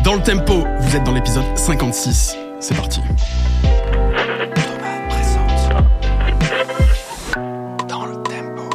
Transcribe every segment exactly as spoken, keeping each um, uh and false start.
Dans le tempo, vous êtes dans l'épisode cinquante-six. C'est parti. Dans le tempo.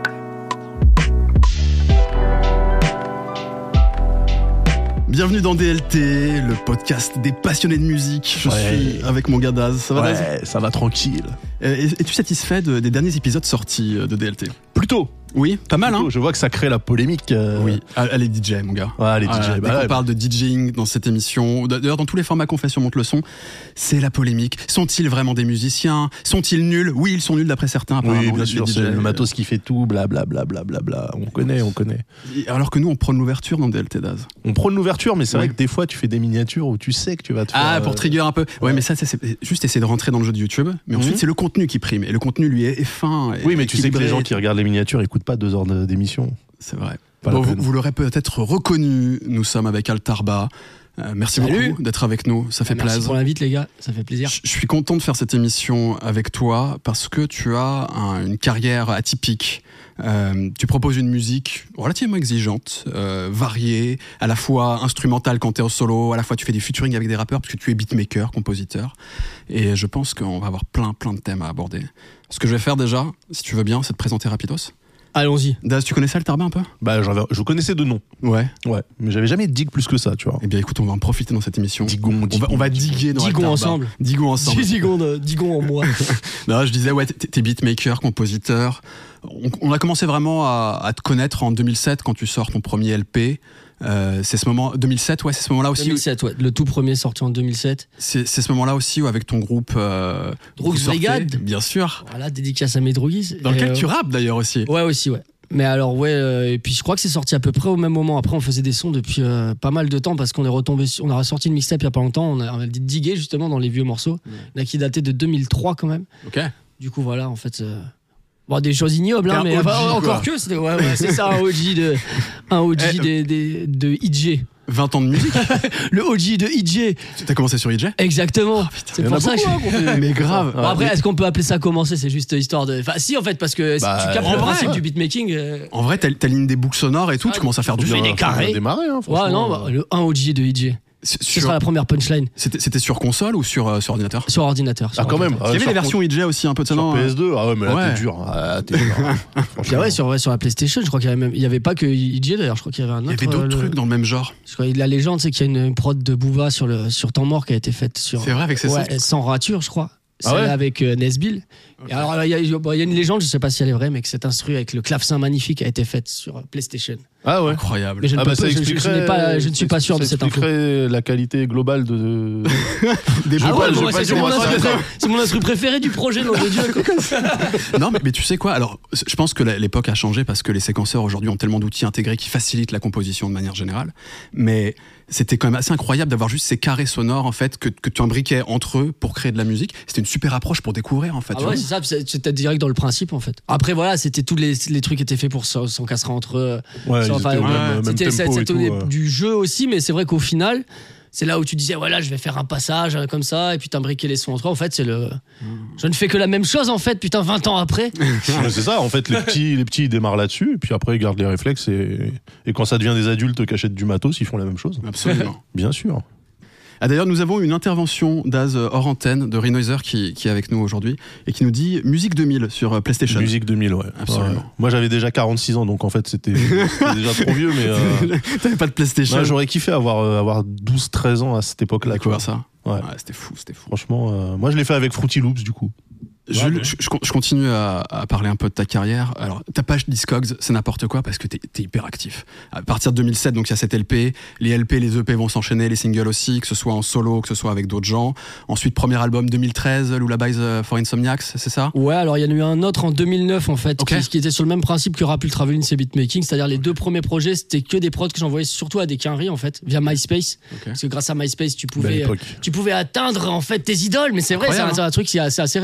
Bienvenue dans D L T, le podcast des passionnés de musique. Je ouais. suis avec mon gars Daz. Ça va, ouais, Daz ? Ça va tranquille. Et, es-tu satisfait de, des derniers épisodes sortis de D L T ? Plutôt. Oui, pas mal, Plutôt. hein. Je vois que ça crée la polémique. Euh... Oui, ah, les D J, mon gars. Ouais, les D J. Ah, bah, dès ouais, qu'on bah. parle de DJing dans cette émission, d'ailleurs dans tous les formats qu'on fait sur Monte le Son, c'est la polémique. Sont-ils vraiment des musiciens ? Sont-ils nuls ? Oui, ils sont nuls d'après certains, apparemment. Oui, bien les, sûr, les c'est D J. le matos qui fait tout, blablabla. Bla, bla, bla, bla. On connaît, on connaît. Alors que nous, on prône l'ouverture dans D L T Daz. On prône l'ouverture, mais c'est oui. vrai que des fois, tu fais des miniatures où tu sais que tu vas te faire... Ah, pour trigger un peu. Ouais, ouais. mais ça, c'est, c'est juste essayer de rentrer dans le jeu de YouTube. Mais ensuite, mm-hmm. c'est le contenu qui prime. Et le contenu, lui, est, est fin. Est oui, mais tu sais que les gens et... qui regardent les miniatures écoutent pas deux heures de, d'émission. C'est vrai. Pas Bon, la vous, peine. vous l'aurez peut-être reconnu. Nous sommes avec Altarba. Euh, merci Salut. beaucoup d'être avec nous. Ça fait Merci plaisir. pour l'invite, les gars. Ça fait plaisir. Je suis content de faire cette émission avec toi parce que tu as un, une carrière atypique. Euh, tu proposes une musique relativement exigeante, euh, variée, à la fois instrumentale quand tu es au solo, à la fois tu fais des featuring avec des rappeurs parce que tu es beatmaker, compositeur. Et je pense qu'on va avoir plein, plein de thèmes à aborder. Ce que je vais faire déjà, si tu veux bien, c'est de présenter rapidos. Allons-y. Daz, tu connaissais Altarba un peu ? Bah, j'avais, je connaissais de nom. Ouais. Ouais. Mais j'avais jamais dig plus que ça, tu vois. Eh bien, écoute, on va en profiter dans cette émission. Digon, on, va, on va diguer dans Digons Altarba. ensemble. Digons ensemble. Digons, de, digons en moi. Non, je disais, ouais, t'es, t'es beatmaker, compositeur. On, on a commencé vraiment à, à te connaître en deux mille sept quand tu sors ton premier L P. Euh, c'est ce moment, deux mille sept, ouais, c'est ce moment-là aussi. deux mille sept, ouais. Le tout premier sorti en deux mille sept. C'est, c'est ce moment-là aussi où avec ton groupe. Euh, Drugs Brigade. Bien sûr. Voilà, dédicace à mes droguistes. Dans lequel euh, tu rappes d'ailleurs aussi. Ouais, aussi, ouais. Mais alors, ouais, euh, et puis je crois que c'est sorti à peu près au même moment. Après, on faisait des sons depuis euh, pas mal de temps parce qu'on est retombé sur, on a ressorti une mixtape il y a pas longtemps. On a, on a digué justement dans les vieux morceaux. Il y en a qui dataient de deux mille trois quand même. Ok. Du coup, voilà, en fait. Euh... Bon, des choses ignobles, hein, mais O G, enfin, encore quoi. que, c'était, ouais, ouais, c'est ça, un O G de, un O G Eh, des, des, de I J. vingt ans de musique. Le O G de I J. T'as commencé sur I J ? Exactement. Oh, putain, c'est il y en pour a ça que beaucoup, je... hein, Mais grave. Bon, après, est-ce qu'on peut appeler ça commencer ? C'est juste histoire de. Enfin, si, en fait, parce que Bah, si tu captes en le vrai, principe ouais. du beatmaking. Euh... En vrai, t'as, t'as ligne des boucles sonores et tout, Ah, tu commences à faire du tu fais bien. des carrés. On a démarré, hein, franchement. Ouais, non, bah, le un O G de I J. C'est- Ce sur- sera la première punchline C'était, c'était sur console ou sur, euh, sur ordinateur ? sur ordinateur. Ah, sur quand même. ordinateur. Il y avait sur les versions I J aussi un peu de ça, Sur non ? P S deux, ah ouais, mais là, Ouais. t'es dur. Ah, t'es dur. Puis, ah ouais, sur, ouais, sur la PlayStation, je crois qu'il y avait même. Il y avait pas que I J d'ailleurs, je crois qu'il y avait un autre. Il y avait d'autres euh, le- trucs dans le même genre. Je crois, la légende, c'est qu'il y a une prod de Booba sur, le, sur Temps Mort qui a été faite sur. C'est vrai, avec ses ouais, sons. sans rature, je crois. Ah Celle ouais avec euh, Nesbill. Ok. Et alors, il y, a- bon, il y a une légende, je sais pas si elle est vraie, mais que cet instru avec le clavecin magnifique a été faite sur euh, PlayStation. Ah ouais. Incroyable. Mais je ne, Ah peux bah, pas- ça je- je- je expliquerait, n'ai pas- je ne suis pas sûr ça de cette info. expliquerait la qualité globale de. Des Je Ah vais ouais, pas- je bon, vais c'est, pas c'est dire mon moi ça, instru, ça. c'est mon instru préféré du projet, nom de Dieu. quoi. Non, mais, mais tu sais quoi ? Alors, je pense que la- l'époque a changé parce que les séquenceurs aujourd'hui ont tellement d'outils intégrés qui facilitent la composition de manière générale. Mais c'était quand même assez incroyable d'avoir juste ces carrés sonores en fait que, que tu imbriquais entre eux pour créer de la musique. C'était une super approche pour découvrir en fait. Ah tu ouais, vois. c'est ça, c'est- c'était direct dans le principe en fait. Après voilà, c'était tous les, les trucs étaient faits pour s'en- s'encastrer entre eux. Ouais, ils Enfin, étaient au ouais, même, même c'était tempo et c'était tout, au- euh. du jeu aussi, mais c'est vrai qu'au final, c'est là où tu disais voilà, je vais faire un passage euh, comme ça et puis t'imbriquer les sons entre eux. En fait, c'est le. Je ne fais que la même chose en fait, putain, vingt ans après. Ouais, c'est ça, en fait, les petits, les petits ils démarrent là-dessus, et puis après ils gardent les réflexes, et, et quand ça devient des adultes qui achètent du matos, ils font la même chose. Absolument. Bien sûr. Ah, d'ailleurs, nous avons une intervention d'Az euh, hors antenne de Renoiser qui, qui est avec nous aujourd'hui et qui nous dit musique deux mille sur euh, PlayStation. Musique deux mille, ouais. Absolument. Ouais. Moi j'avais déjà quarante-six ans, donc en fait c'était, c'était déjà trop vieux, mais euh, T'avais pas de PlayStation. non, j'aurais kiffé avoir, euh, avoir douze treize ans à cette époque-là. tu Découvrir vois. ça. Ouais. Ouais, c'était fou, c'était fou. Franchement, euh, moi je l'ai fait avec Fruity Loops du coup. Jules, Ouais, je, je- je continue à, à parler un peu de ta carrière. Alors, ta page Discogs, c'est n'importe quoi parce que t'es, t'es hyper actif. À partir de deux mille sept, donc il y a cette L P. Les L P, les E P vont s'enchaîner, les singles aussi, que ce soit en solo, que ce soit avec d'autres gens. Ensuite, premier album deux mille treize, Lullabies for Insomniacs, c'est ça ? Ouais, alors il y en a eu un autre en deux mille neuf en fait, Ok. qui, qui était sur le même principe que Rap Ultra Violence et Beatmaking, c'est-à-dire les deux premiers projets, c'était que des prods que j'envoyais surtout à des quinries en fait, via MySpace, Ok. parce que grâce à MySpace, tu Belle pouvais, euh, époque. tu pouvais atteindre en fait tes idoles, mais c'est vrai, c'est un, Incroyable, c'est un truc qui a, c'est assez révolutionné le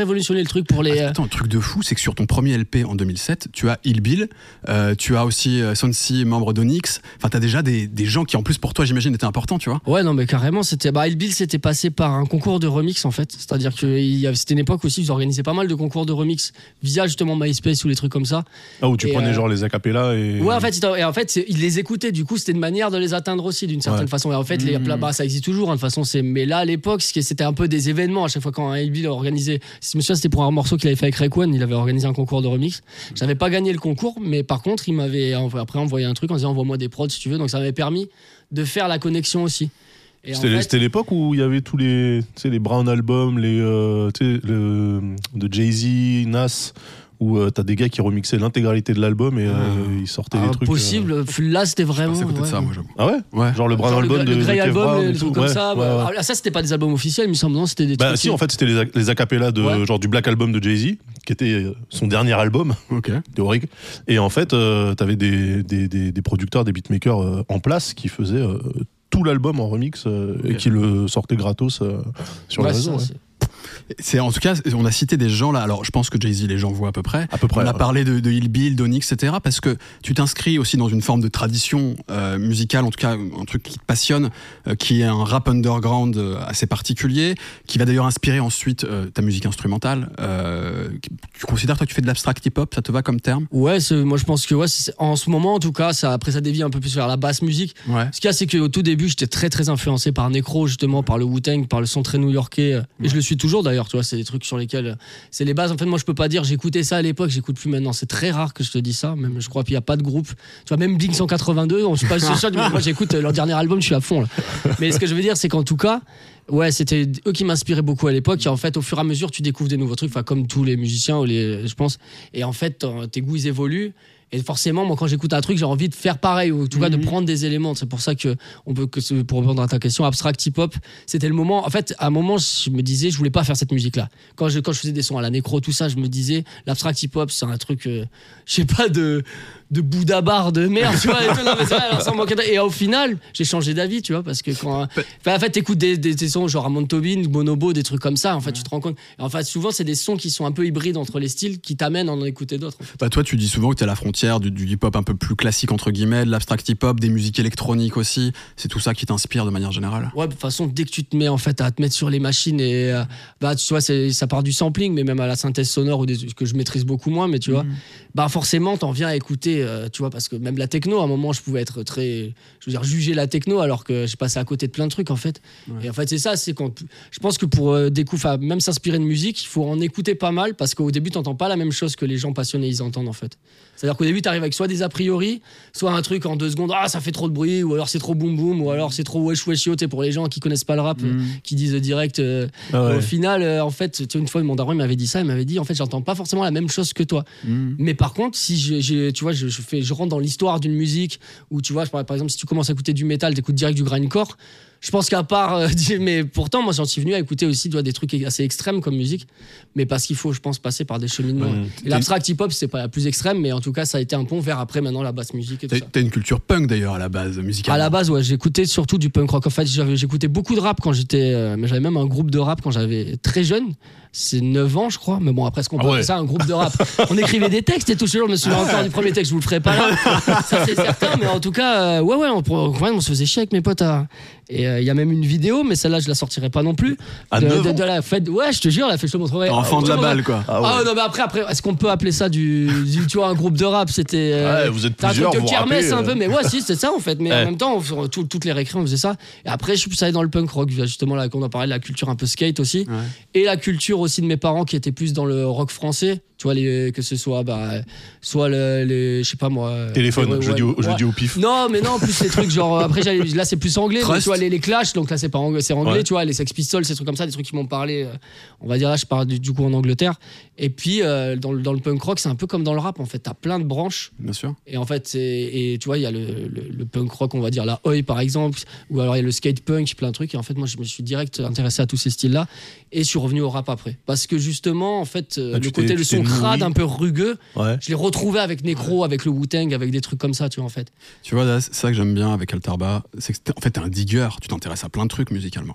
truc pour les. Attends, un truc de fou, c'est que sur ton premier L P en deux mille sept, tu as Ill Bill, euh, tu as aussi euh, Sonsi, membre d'Onyx. Enfin, t'as déjà des, des gens qui, en plus, pour toi, j'imagine, étaient importants, tu vois. Ouais, non, mais carrément, c'était. Bah, Ill Bill, c'était passé par un concours de remix, en fait. C'est-à-dire que il y avait... c'était une époque aussi, ils organisaient pas mal de concours de remix via justement MySpace ou les trucs comme ça. Ah, où tu et prenais euh... genre les acapellas et. Ouais, en fait, ils, et en fait ils les écoutaient, du coup, c'était une manière de les atteindre aussi, d'une certaine ouais. façon. Et en fait, mmh. les bah, ça existe toujours, hein, de toute façon. C'est... Mais là, à l'époque, c'était un peu des événements à chaque fois quand un Ill Bill organisait. Je me souviens, c'était pour un morceau qu'il avait fait avec Rayquan, il avait organisé un concours de remix. J'avais pas gagné le concours, mais par contre, il m'avait après envoyé un truc en disant envoie-moi des prods si tu veux. Donc ça m'avait permis de faire la connexion aussi. Et c'était, fait, c'était l'époque où il y avait tous les, tu sais, les Brown albums, les, euh, tu sais, le, de Jay-Z, Nas, où euh, t'as des gars qui remixaient l'intégralité de l'album et euh, ils sortaient ah, des trucs. Possible. Euh... Là, c'était vraiment. Je ouais. de ça, moi, ah ouais, ouais. Genre le Brown Genre album le, de. Le Grey de album, Brown les trucs comme ouais, ça. Ouais, bah, ouais. Alors, ça, c'était pas des albums officiels, il me semble. Non, c'était des. Bah trucs si, en fait, c'était les, les acapellas de ouais. genre du Black Album de Jay-Z, qui était son dernier album, okay. théorique. Et en fait, euh, t'avais des, des, des, des producteurs, des beatmakers euh, en place qui faisaient euh, tout l'album en remix euh, okay. et qui le sortaient gratos euh, sur ouais, les réseaux. Ça, ouais. C'est en tout cas, on a cité des gens là. Alors, je pense que Jay-Z, les gens voient à peu près. À peu près. On a ouais. parlé de, de Ill Bill, d'Onyx, et cetera. Parce que tu t'inscris aussi dans une forme de tradition euh, musicale, en tout cas un truc qui te passionne, euh, qui est un rap underground euh, assez particulier, qui va d'ailleurs inspirer ensuite euh, ta musique instrumentale. Euh, tu considères toi que tu fais de l'abstract hip-hop, ça te va comme terme ? Ouais, moi je pense que ouais, c'est, en ce moment en tout cas, ça, après ça dévie un peu plus vers la basse musique. Ouais. Ce qu'il y a, c'est qu'au tout début, j'étais très très influencé par Necro justement, par le Wu-Tang, par le son très new-yorkais. Ouais. Et je le suis toujours d'ailleurs. Tu vois, c'est des trucs sur lesquels c'est les bases. En fait, moi, je peux pas dire j'écoutais ça à l'époque, j'écoute plus maintenant. C'est très rare que je te dise ça. Même, je crois qu'il y a pas de groupe. Tu vois, même Blink cent quatre-vingt-deux, on se passe sûr. Moi, j'écoute leur dernier album, je suis à fond là. Mais ce que je veux dire, c'est qu'en tout cas, ouais, c'était eux qui m'inspiraient beaucoup à l'époque. Et en fait, au fur et à mesure, tu découvres des nouveaux trucs. Enfin, comme tous les musiciens, ou les, je pense. Et en fait, tes goûts ils évoluent. Et forcément, moi, quand j'écoute un truc, j'ai envie de faire pareil, ou en tout cas mmh. de prendre des éléments. C'est pour ça que, on peut, que pour répondre à ta question, abstract hip-hop, c'était le moment. En fait, à un moment, je me disais, je voulais pas faire cette musique-là. Quand je, quand je faisais des sons à la Necro, tout ça, je me disais, l'abstract hip-hop, c'est un truc, euh, je sais pas, de, de Bouddha bar de merde, tu vois. Et, tout, non, mais ça, alors, ça et au final, j'ai changé d'avis, tu vois, parce que quand, enfin, en fait, t'écoutes des, des, des sons genre Amon Tobin, Bonobo, des trucs comme ça, en fait, ouais. tu te rends compte. Et en fait, souvent, c'est des sons qui sont un peu hybrides entre les styles qui t'amènent à en écouter d'autres. En fait. Bah, toi, tu dis souvent que t'es à la frontière du, du hip-hop un peu plus classique entre guillemets, de l'abstract hip-hop, des musiques électroniques aussi. C'est tout ça qui t'inspire de manière générale. Ouais, de toute façon, dès que tu te mets en fait à te mettre sur les machines et euh, bah tu vois, c'est, ça part du sampling, mais même à la synthèse sonore ou des que je maîtrise beaucoup moins, mais tu mmh. vois, bah forcément t'en viens à écouter, euh, tu vois, parce que même la techno, à un moment, je pouvais être très, je veux dire, juger la techno alors que j'ai passé à côté de plein de trucs en fait. Ouais. Et en fait, c'est ça, c'est quand je pense que pour euh, découvrir, même s'inspirer de musique, il faut en écouter pas mal parce qu'au début, t'entends pas la même chose que les gens passionnés ils entendent en fait. C'est-à-dire qu'au début, t'arrives avec soit des a priori, soit un truc en deux secondes, ah ça fait trop de bruit, ou alors c'est trop boum boum, ou alors c'est trop wesh wesh yo, pour les gens qui connaissent pas le rap, mmh. qui disent direct. Euh, ah ouais. Au final, euh, en fait, tu vois, une fois mon daron il m'avait dit ça, il m'avait dit en fait j'entends pas forcément la même chose que toi. Mmh. Mais par contre, si je, je tu vois, je, je fais, je rentre dans l'histoire d'une musique, ou tu vois, par exemple, si tu commences à écouter du métal, t'écoutes direct du grindcore. Je pense qu'à part, euh, mais pourtant, moi, j'en suis venu à écouter aussi tu vois, des trucs assez extrêmes comme musique, mais parce qu'il faut, je pense, passer par des cheminements. Mmh. Et l'abstract hip-hop, c'est pas la plus extrême, mais en tout cas, ça a été un pont vers après, maintenant, la basse musique et tout t'as, ça. T'as une culture punk d'ailleurs à la base, musicale. À la base, ouais, j'écoutais surtout du punk rock. En fait, j'écoutais beaucoup de rap quand j'étais, euh, mais j'avais même un groupe de rap quand j'avais très jeune. C'est neuf ans, je crois. Mais bon, après, ce qu'on peut ah ouais. appeler ça un groupe de rap. On écrivait des textes et tout. Je me souviens encore du premier texte. Je vous le ferai pas là. Ça, c'est certain. Mais en tout cas, euh, ouais, ouais, on, on, on se faisait chier avec mes potes. À... Et il euh, y a même une vidéo, mais celle-là, je la sortirai pas non plus. À de, neuf de, ans de la fête. Ouais, je te jure, la fête, je te montrerai. Enfant de la balle, quoi. Ah, ouais. ah non, mais après, après, est-ce qu'on peut appeler ça du, du tu vois, un groupe de rap? C'était. Euh, ouais, vous êtes plusieurs. Un truc de kermesse rappez, un peu, euh... mais ouais, si, c'est ça en fait. Mais ouais. en même temps, on, tout, toutes les récré, on faisait ça. Et après, je suis plus allé dans le punk rock, justement, là, qu'on a parlé de la culture un peu skate aussi. Ouais. Et la culture aussi de mes parents qui étaient plus dans le rock français. Tu vois, les, que ce soit, bah, soit le, les, je sais pas moi. Téléphone, les, je, ouais, dis au, ouais. je dis au pif. Non, mais non, plus les trucs genre, après, là, c'est plus anglais. Donc, tu vois, les, les Clash, donc là, c'est pas anglais, c'est anglais, ouais. tu vois, les Sex Pistols, ces trucs comme ça, des trucs qui m'ont parlé, euh, on va dire là, je parle du, du coup en Angleterre. Et puis, euh, dans, dans le punk rock, c'est un peu comme dans le rap, en fait. T'as plein de branches. Bien sûr. Et en fait, c'est, et tu vois, il y a le, le, le punk rock, on va dire, la Oi, par exemple, ou alors il y a le skate punk, plein de trucs. Et en fait, moi, je me suis direct intéressé à tous ces styles-là. Et je suis revenu au rap après. Parce que justement, en fait, ah, le côté, le son crade, un peu rugueux, ouais. je l'ai retrouvé avec Necro, ouais. avec le Wu-Tang, avec des trucs comme ça, tu vois, en fait. Tu vois, là, c'est ça que j'aime bien avec Altarba, c'est que en fait, t'es un digger, tu t'intéresses à plein de trucs musicalement.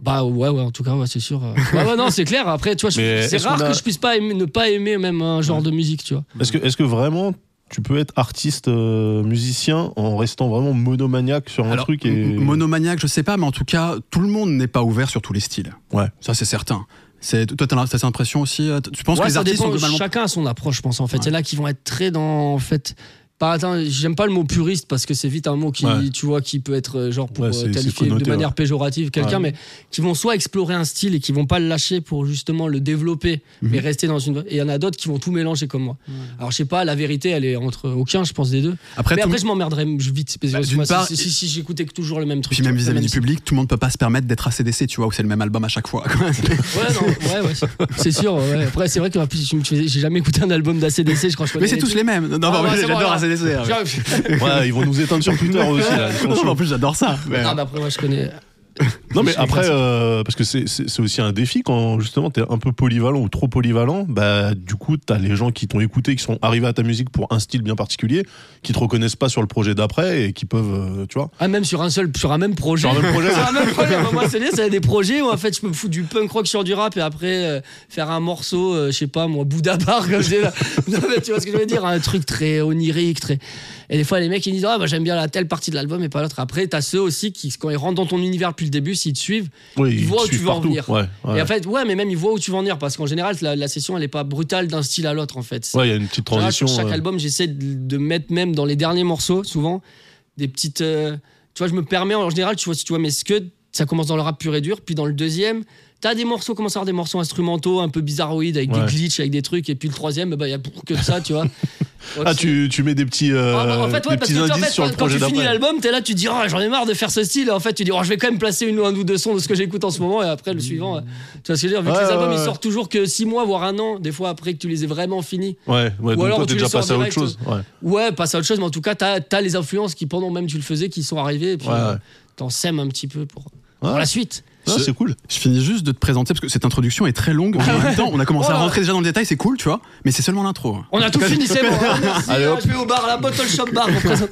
Bah ouais, ouais, en tout cas, ouais, c'est sûr. Ouais, ouais, non, c'est clair. Après, tu vois, je, c'est rare a... que je puisse pas aimer, ne pas aimer même un genre de musique, tu vois. Est-ce que, est-ce que vraiment tu peux être artiste, euh, musicien en restant vraiment monomaniaque sur un Alors, truc et... Monomaniaque, je sais pas, mais en tout cas, tout le monde n'est pas ouvert sur tous les styles. Ouais. Ça, c'est certain. C'est, toi, t'as cette impression aussi. Tu penses ouais, que les artistes dépend, sont globalement... Chacun a son approche, je pense. En fait, ouais. c'est là qu'ils vont être très dans, en fait. Pas, attends, j'aime pas le mot puriste parce que c'est vite un mot qui, ouais. tu vois, qui peut être genre pour ouais, c'est, qualifier connoté, de manière ouais. péjorative quelqu'un, ouais. mais qui vont soit explorer un style et qui vont pas le lâcher pour justement le développer, mm-hmm. mais rester dans une. Et il y en a d'autres qui vont tout mélanger comme moi. Ouais. Alors je sais pas, la vérité, elle est entre aucun, je pense des deux. Après, mais après, je m'emmerderais vite. Parce que bah, moi, part, si, si, si, si j'écoutais toujours le même truc. Puis même vis-à-vis du public, tout le monde peut pas se permettre d'être A C D C, tu vois, où c'est le même album à chaque fois. ouais, non, ouais, ouais, c'est sûr. Ouais. Après, c'est vrai que j'ai jamais écouté un album d'A C D C, je crois. Mais c'est tous les mêmes. Non, j'adore A C D C. Ouais, ils vont nous éteindre sur Twitter aussi là. Non, en plus j'adore ça. Mais... Non, mais après moi je connais. Non mais après euh, parce que c'est, c'est, c'est aussi un défi quand justement t'es un peu polyvalent ou trop polyvalent, bah du coup t'as les gens qui t'ont écouté, qui sont arrivés à ta musique pour un style bien particulier, qui te reconnaissent pas sur le projet d'après et qui peuvent, euh, tu vois. Ah même sur un seul, sur un même projet. Sur un même projet. sur un même projet. Moi c'est lié, c'est des projets où en fait je peux me foutre du punk rock sur du rap et après euh, faire un morceau, euh, je sais pas moi, Bouddha Bar comme je dis là. Non mais tu vois ce que je veux dire, un truc très onirique, très. Et des fois les mecs ils disent ah bah j'aime bien la telle partie de l'album et pas l'autre. Après t'as ceux aussi qui quand ils rentrent dans ton univers depuis le début, s'ils te suivent, oui, ils voient où tu veux partout. en venir. Ouais, ouais. Et en fait ouais mais même ils voient où tu veux en venir parce qu'en général la, la session elle est pas brutale d'un style à l'autre en fait. C'est... Ouais il y a une petite transition. Sur chaque euh... album j'essaie de, de mettre même dans les derniers morceaux souvent des petites euh, tu vois je me permets en général tu vois si tu vois mais ce que ça commence dans le rap pur et dur puis dans le deuxième t'as des morceaux, commence à avoir des morceaux instrumentaux un peu bizarroïdes avec ouais. des glitches, avec des trucs, et puis le troisième, bah, y a pour que ça, tu vois. Donc, ah, tu, tu mets des petits, euh, ah, bah, en fait, ouais, des petits que, indices en fait, sur le quand projet tu d'après. finis l'album, t'es là, tu te dis, oh, j'en ai marre de faire ce style, et en fait, tu dis, oh, je vais quand même placer une, un ou deux sons de ce que j'écoute en ce moment, et après, le suivant. Tu vois ce que je veux dire, vu ouais, que les albums, ouais, ils ouais. sortent toujours que six mois, voire un an, des fois après que tu les aies vraiment finis. Ouais, ouais, ou donc alors, toi, t'es déjà passé à autre chose. Ouais, ouais passe à autre chose, mais en tout cas, t'as, t'as les influences qui, pendant même tu le faisais, qui sont arrivées, et puis ouais, euh, ouais. t'en sèmes un petit peu pour, ouais. pour la suite. Ah, c'est cool. Je finis juste de te présenter parce que cette introduction est très longue. En même temps, on a commencé oh à rentrer déjà dans le détail, c'est cool, tu vois. Mais c'est seulement l'intro. On a tout fini, c'est bon. Hein, merci, Allez, hein, je vais au bar, la Bottle Shop Bar. On présente.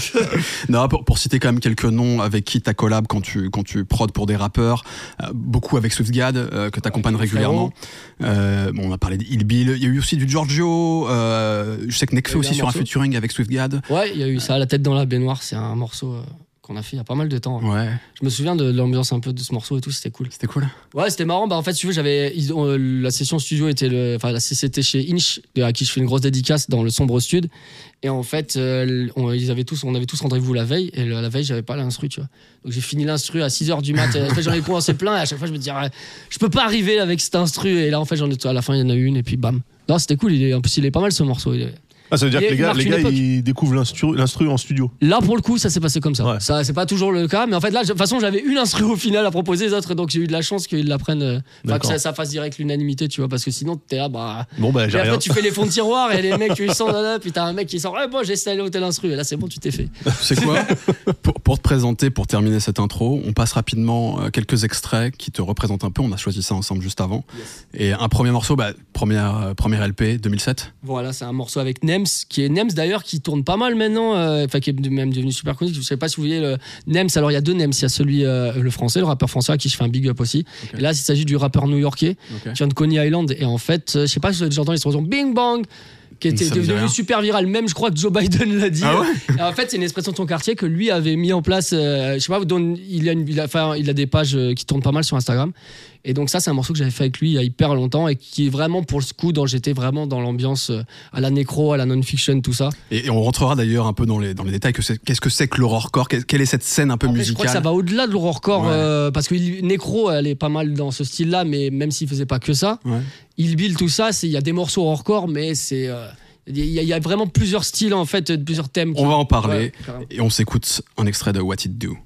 Non, pour, pour citer quand même quelques noms avec qui t'as collab quand tu quand tu prod pour des rappeurs, euh, beaucoup avec SwiftGad euh, que t'accompagnes ouais, régulièrement. Euh, bon, on a parlé d'Ill Bill. Il y a eu aussi du Giorgio. Euh, je sais que Nekfeu aussi sur un featuring avec SwiftGad. Ouais, il y a eu ça. La tête dans la baignoire, c'est un morceau. Euh... qu'on a fait il y a pas mal de temps. Ouais. Je me souviens de l'ambiance un peu de ce morceau et tout, c'était cool. C'était cool. Ouais, c'était marrant. Bah en fait, si tu veux, j'avais ils ont, euh, la session studio était le, enfin c'était chez Inch, à qui je fais une grosse dédicace dans le sombre stud. Et en fait, euh, on, ils avaient tous, on avait tous rendez-vous la veille. Et le, la veille, j'avais pas l'instru, tu vois. Donc j'ai fini l'instru à six heures du mat. Et en fait, j'en ai commencé plein. Et à chaque fois, je me disais, ouais, je peux pas arriver avec cet instru. Et là, en fait, j'en ai, à la fin, il y en a eu une. Et puis bam. Non, c'était cool. Il est, en plus, il est pas mal ce morceau. Il est, Ah, ça veut dire que les gars, les gars ils découvrent l'instru, l'instru en studio. Là, pour le coup, ça s'est passé comme ça. Ouais. Ça, c'est pas toujours le cas, mais en fait, là, de toute façon, j'avais une instru au final à proposer les autres, donc j'ai eu de la chance qu'ils la prennent, enfin, que ça, ça fasse direct l'unanimité, tu vois, parce que sinon, t'es là, bah. Bon, bah, j'ai et après, rien. tu fais les fonds de tiroir et les mecs, tu les sens là, puis t'as un mec qui sort, ouais, bon, j'ai installé au tel instru, et là, c'est bon, tu t'es fait. C'est quoi pour, pour te présenter, pour terminer cette intro, on passe rapidement euh, quelques extraits qui te représentent un peu. On a choisi ça ensemble juste avant. Yes. Et un premier morceau, bah, première, euh, première L P, deux mille sept. Voilà, c'est un morceau avec Nems, qui est Nems d'ailleurs, qui tourne pas mal maintenant, enfin, euh, qui est même devenu super connu. Je sais pas si vous voyez le Nems. Alors, il y a deux Nems. Il y a celui, euh, le français, le rappeur français, à qui je fais un big up aussi. Okay. Et là, il s'agit du rappeur new-yorkais, okay. qui vient de Coney Island. Et en fait, euh, je sais pas si vous avez déjà entendu l'expression Bing Bang, qui était devenu super viral, même je crois que Joe Biden l'a dit. Ah ouais et en fait, c'est une expression de son quartier que lui avait mis en place. Euh, je sais pas, dont il a, une, il, a, enfin, il a des pages qui tournent pas mal sur Instagram. Et donc ça, c'est un morceau que j'avais fait avec lui il y a hyper longtemps et qui est vraiment pour le coup, dont j'étais vraiment dans l'ambiance à la nécro, à la non-fiction, tout ça. Et, et on rentrera d'ailleurs un peu dans les, dans les détails. Que c'est, qu'est-ce que c'est que l'horrorcore ? Quelle est cette scène un peu en fait, musicale ? Je crois que ça va au-delà de l'horrorcore, ouais. euh, parce que nécro, elle est pas mal dans ce style-là, mais même s'il faisait pas que ça, ouais. Ill Bill, tout ça, il y a des morceaux horrorcore, mais c'est... Euh, Il y, y a vraiment plusieurs styles, en fait, plusieurs thèmes. Qui... On va en parler ouais, et on s'écoute un extrait de What It Do.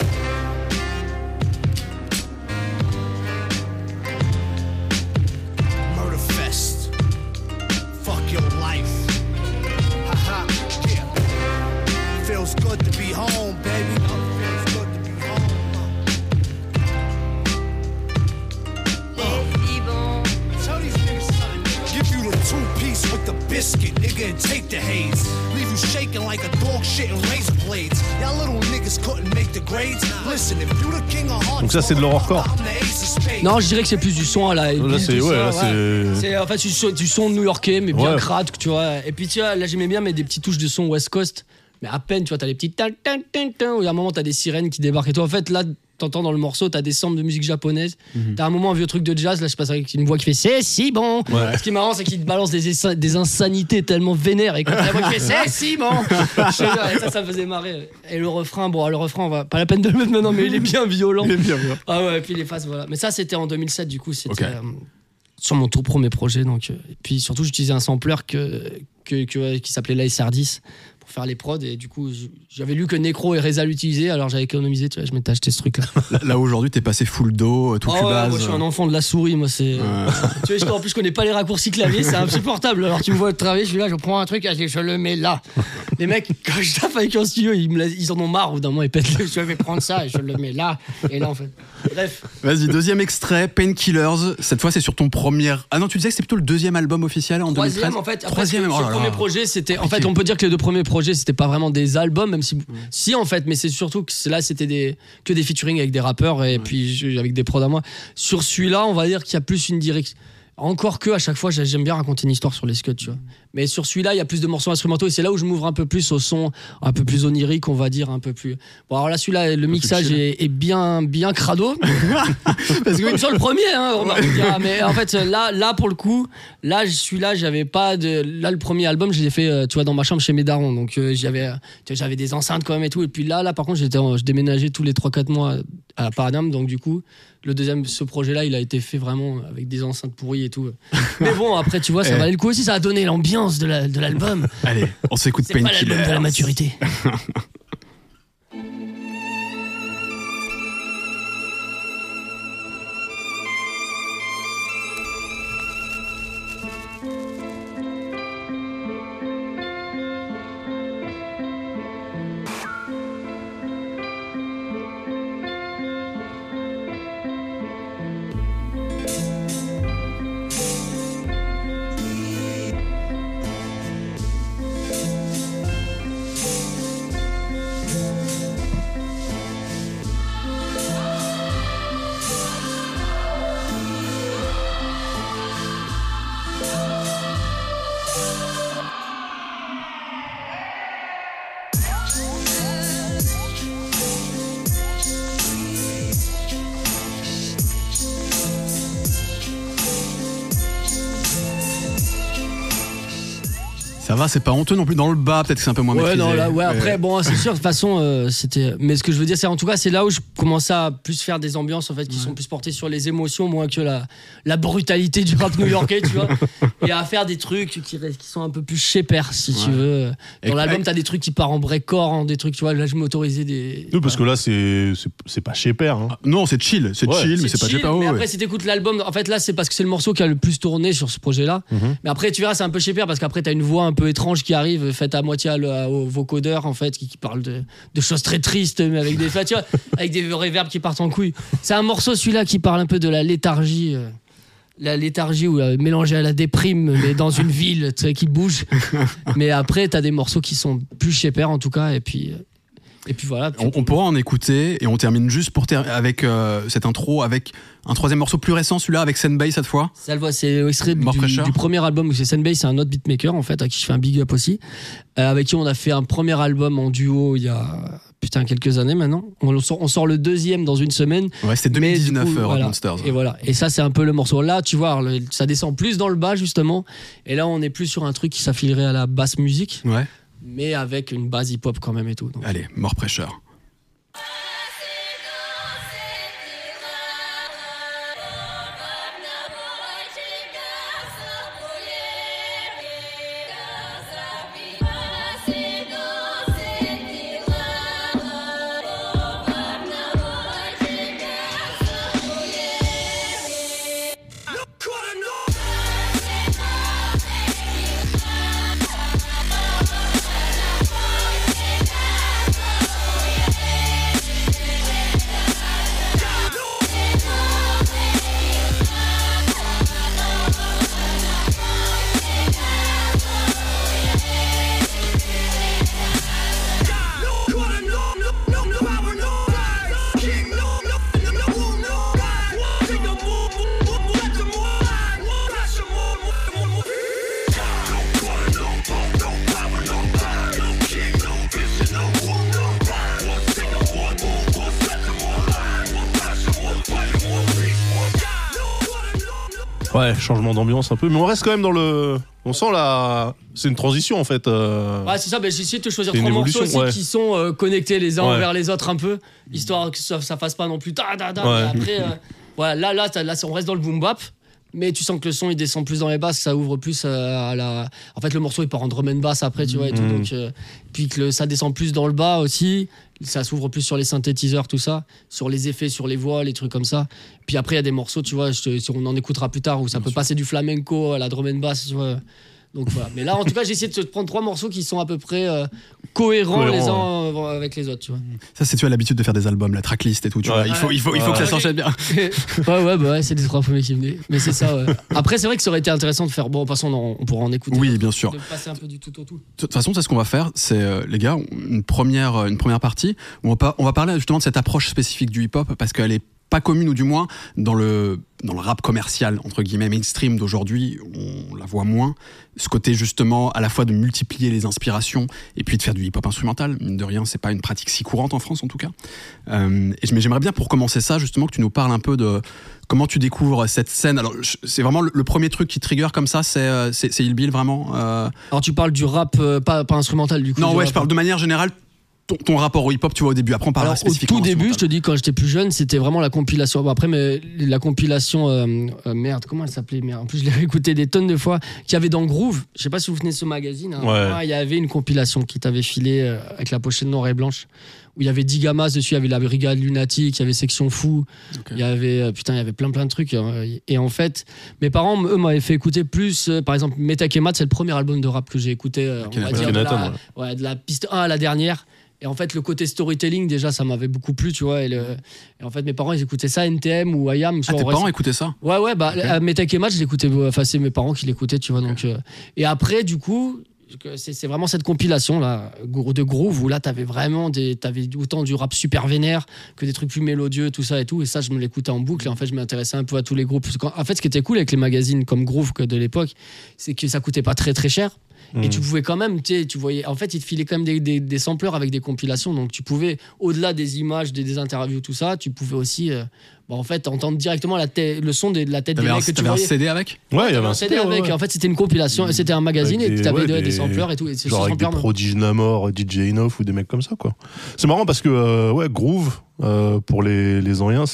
Murderfest. Fuck your life. Haha, yeah. Feels good to be home, baby. Feels good to be home. Les Yvon. Tell these niggas something. Give you the two piece with the biscuit. biscuit, nigga, and take the haze. Leave you shaking like a dog shitting razor blades. Y'all little niggas couldn't make the grades. Listen, if you the king of hearts, donc ça c'est de l'horrorcore. Non, je dirais que c'est plus du son à la. Là c'est ouais, là c'est. C'est en fait du son, du son new-yorkais mais bien ouais. crade, tu vois. Et puis tu vois, là j'aimais bien mais des petites touches de son West Coast, mais à peine, tu vois, t'as les petites tan tan tan tan, où à un moment t'as des sirènes qui débarquent et toi en fait là t'entends dans le morceau, t'as des samples de musique japonaise. Mm-hmm. T'as un moment un vieux truc de jazz, là je passe avec une voix qui fait c'est si bon. Ouais. Ce qui est marrant, c'est qu'il te balance des, essa- des insanités tellement vénères et quand la voix qui fait c'est si bon. ça, ça me faisait marrer. Et le refrain, bon, le refrain, on va pas la peine de le mettre maintenant, mais il est bien violent. Il est bien, bien. Ah ouais, et puis les phases, voilà. Mais ça, c'était en deux mille sept, du coup, c'était. Okay. Euh, sur mon tout premier projet, donc. Euh, et puis surtout, j'utilisais un sampler que, que, que, qui s'appelait l'A S R dix. Pour faire les prods, et du coup j'avais lu que Necro et Reza l'utilisaient, alors j'avais économisé, tu vois, je m'étais acheté ce truc là. Là, là aujourd'hui t'es passé full dos, tout oh cubase. Ouais, moi je suis un enfant de la souris, moi c'est. Euh... tu vois, en plus je connais pas les raccourcis clavier, c'est insupportable. Alors tu me vois travailler, je suis là, je prends un truc, je le mets là. Les mecs, quand je tape avec un studio, ils, me ils en ont marre, au bout d'un moment ils pètent le. Je vais prendre ça et je le mets là, et là en fait. Bref. Vas-y, deuxième extrait, Painkillers. Cette fois c'est sur ton premier. Ah non, tu disais que c'était plutôt le deuxième album officiel en Troisième, deux mille treize. en fait. Après, Troisième, sur oh là le là. premier projet, c'était. En fait, on peut dire que les deux premiers projets, c'était pas vraiment des albums, même si. Mmh. Si, en fait, mais c'est surtout que là, c'était des, que des featuring avec des rappeurs et mmh. puis avec des prods à moi. Sur celui-là, on va dire qu'il y a plus une direction. Encore que, à chaque fois, j'aime bien raconter une histoire sur les scuds, tu vois. Mais sur celui-là, il y a plus de morceaux instrumentaux et c'est là où je m'ouvre un peu plus au son, un peu plus onirique, on va dire, un peu plus. Bon, alors là, celui-là, le mixage est, est bien, bien crado. Parce que sur le premier, hein, on va vous dire. Mais en fait, là, là, pour le coup, là, celui-là, j'avais pas de. Là, le premier album, je l'ai fait, tu vois, dans ma chambre chez mes darons. Donc, euh, j'avais, tu vois, j'avais des enceintes quand même et tout. Et puis là, là, par contre, j'étais, je déménageais tous les trois quatre mois à Paranam. Donc, du coup, le deuxième, ce projet-là, il a été fait vraiment avec des enceintes pourries et tout. Mais bon, après, tu vois, ça eh. valait le coup aussi. Ça a donné l'ambiance de, la, de l'album. Allez, on s'écoute Painkillers. C'est pas l'album de la maturité. Ça va, c'est pas honteux non plus dans le bas, peut-être que c'est un peu moins ouais, maîtrisé. Non, là, ouais, après, bon, c'est sûr, de toute façon, euh, c'était. Mais ce que je veux dire, c'est en tout cas, c'est là où je commençais à plus faire des ambiances en fait, qui ouais. sont plus portées sur les émotions, moins que la, la brutalité du rap new-yorkais, tu vois. Et à faire des trucs qui, qui sont un peu plus shépers, si ouais. tu veux. Dans et l'album, et... t'as des trucs qui partent en breakcore, hein, des trucs, tu vois. Là, je m'autorisais des. Oui, parce ouais. que là, c'est, c'est, c'est pas shépers. Hein. Ah, non, c'est chill, c'est ouais. chill, mais c'est, c'est pas shépers. Mais ouais. après, si t'écoutes l'album, en fait, là, c'est parce que c'est le morceau qui a le plus tourné sur ce projet-là. Mm-hmm. Mais après, tu verras, c'est un peu shépers parce qu'après, t'as une voix un peu étrange qui arrive. Faite à moitié à le, à, au vocodeur en fait qui, qui parle de, de choses très tristes mais avec des tu vois, avec des réverbes qui partent en couille. C'est un morceau celui-là qui parle un peu de la léthargie euh, la léthargie ou euh, mélangée à la déprime mais dans une ville tu sais, qui bouge. Mais après t'as des morceaux qui sont plus shépers en tout cas et puis euh, et puis voilà. On, on pourra en écouter et on termine juste pour ter- avec euh, cette intro avec un troisième morceau plus récent, celui-là avec Senbei cette fois. Ça le voit, c'est extrait du, du premier album où c'est Senbei, c'est un autre beatmaker en fait à qui je fais un big up aussi, euh, avec qui on a fait un premier album en duo il y a putain quelques années maintenant. On sort, on sort le deuxième dans une semaine. Ouais, c'était deux mille dix-neuf coup, euh, voilà. Monsters. Et voilà. Et ça c'est un peu le morceau là, tu vois, le, ça descend plus dans le bas justement. Et là on est plus sur un truc qui s'affilerait à la basse musique. Ouais. Mais avec une base hip-hop quand même et tout. Donc. Allez, More Pressure. Yeah. Ouais, changement d'ambiance un peu, mais on reste quand même dans le. On sent la. C'est une transition en fait. Euh... Ouais, c'est ça. Bah, j'ai essayé de te choisir c'est trois morceaux aussi ouais. qui sont euh, connectés les uns ouais. envers les autres un peu, histoire que ça, ça fasse pas non plus. Da, da, da, ouais. mais après, euh, voilà, là, là, là, on reste dans le boom bap. Mais tu sens que le son il descend plus dans les basses, ça ouvre plus à la. En fait, le morceau il part en drum and bass après, tu vois, et tout. Mmh. Donc, euh, puis que le, ça descend plus dans le bas aussi, ça s'ouvre plus sur les synthétiseurs, tout ça, sur les effets, sur les voix, les trucs comme ça. Puis après, il y a des morceaux, tu vois, je te, on en écoutera plus tard, où ça Bien peut sûr. passer du flamenco à la drum and bass, tu vois. Donc voilà. Mais là, en tout cas, j'ai essayé de te prendre trois morceaux qui sont à peu près euh, cohérents Cohérent, les uns ouais. avec les autres, tu vois. Ça, c'est tu as l'habitude de faire des albums, la tracklist et tout, tu ouais. vois. Il faut, il faut, ouais. il faut que ça s'enchaîne bien. ouais, ouais, bah ouais, c'est les trois premiers qui venaient. Mais c'est ça, ouais. Après, c'est vrai que ça aurait été intéressant de faire. Bon, de toute façon, on, on pourra en écouter. Oui, bien sûr. De passer un peu du tout au tout. De toute façon, c'est ce qu'on va faire. C'est, euh, les gars, une première, une première partie où on, pa- on va parler justement de cette approche spécifique du hip-hop parce qu'elle est pas commune, ou du moins dans le, dans le rap commercial, entre guillemets, mainstream d'aujourd'hui, on la voit moins. Ce côté justement à la fois de multiplier les inspirations et puis de faire du hip-hop instrumental. Mine de rien, c'est pas une pratique si courante en France en tout cas. Euh, et, mais j'aimerais bien pour commencer ça, justement, que tu nous parles un peu de comment tu découvres cette scène. Alors, c'est vraiment le, le premier truc qui trigger comme ça, c'est, c'est, c'est Ill Bill, vraiment. Euh... Alors, tu parles du rap, euh, pas, pas instrumental du coup. Non, ouais, rap. je parle de manière générale. Ton, ton rapport au hip-hop, tu vois, au début. Après, on parlera spécifiquement. Au tout début, je te dis, quand j'étais plus jeune, c'était vraiment la compilation. Bon, après, mais la compilation, euh, euh, merde, comment elle s'appelait merde. En plus, je l'ai réécouté des tonnes de fois. Qu'il y avait dans Groove. Je sais pas si vous vous souvenez de ce magazine. Hein. Ouais. Ah, il y avait une compilation qui t'avait filé euh, avec la pochette noire et blanche. Où il y avait Digamas dessus, il y avait la Brigade Lunatique, il y avait Section Fou. Okay. Il y avait, euh, putain, il y avait plein plein de trucs. Euh, et en fait, mes parents, eux, m'avaient fait écouter plus. Euh, par exemple, Meta Kemat, c'est le premier album de rap que j'ai écouté. Euh, okay, on va dire de la, ouais. Ouais, de la piste un à la dernière. Et en fait, le côté storytelling, déjà, ça m'avait beaucoup plu, tu vois. Et, le... et en fait, mes parents, ils écoutaient ça, N T M ou I A M. Ah, tes parents écoutaient ça ? Ouais, ouais, bah, okay. Meta Kemat, je l'écoutais. Enfin, c'est mes parents qui l'écoutaient, tu vois. Okay. Donc, euh... Et après, du coup, c'est, c'est vraiment cette compilation-là, de Groove, où là, t'avais vraiment des, t'avais autant du rap super vénère que des trucs plus mélodieux, tout ça et tout. Et ça, je me l'écoutais en boucle. Et en fait, je m'intéressais un peu à tous les groupes. En fait, ce qui était cool avec les magazines comme Groove de l'époque, c'est que ça coûtait pas très, très cher. Et mmh. tu pouvais quand même, tu sais, tu voyais, en fait, ils te filaient quand même des, des, des sampleurs avec des compilations, donc tu pouvais, au-delà des images, des, des interviews, tout ça, tu pouvais aussi, euh, bah, en fait, entendre directement la tête, le son de, de la tête t'avais des un, mecs que tu voyais. voyais. Un C D avec ? Ouais, il y avait un C D avec. Ouais. En fait, c'était une compilation, mmh. c'était un magazine avec et tu avais ouais, des, des sampleurs et tout. Et genre avec des Prodigy Namor, D J Enough ou des mecs comme ça, quoi. C'est marrant parce que, euh, ouais, Groove, euh, pour les, les Anciens,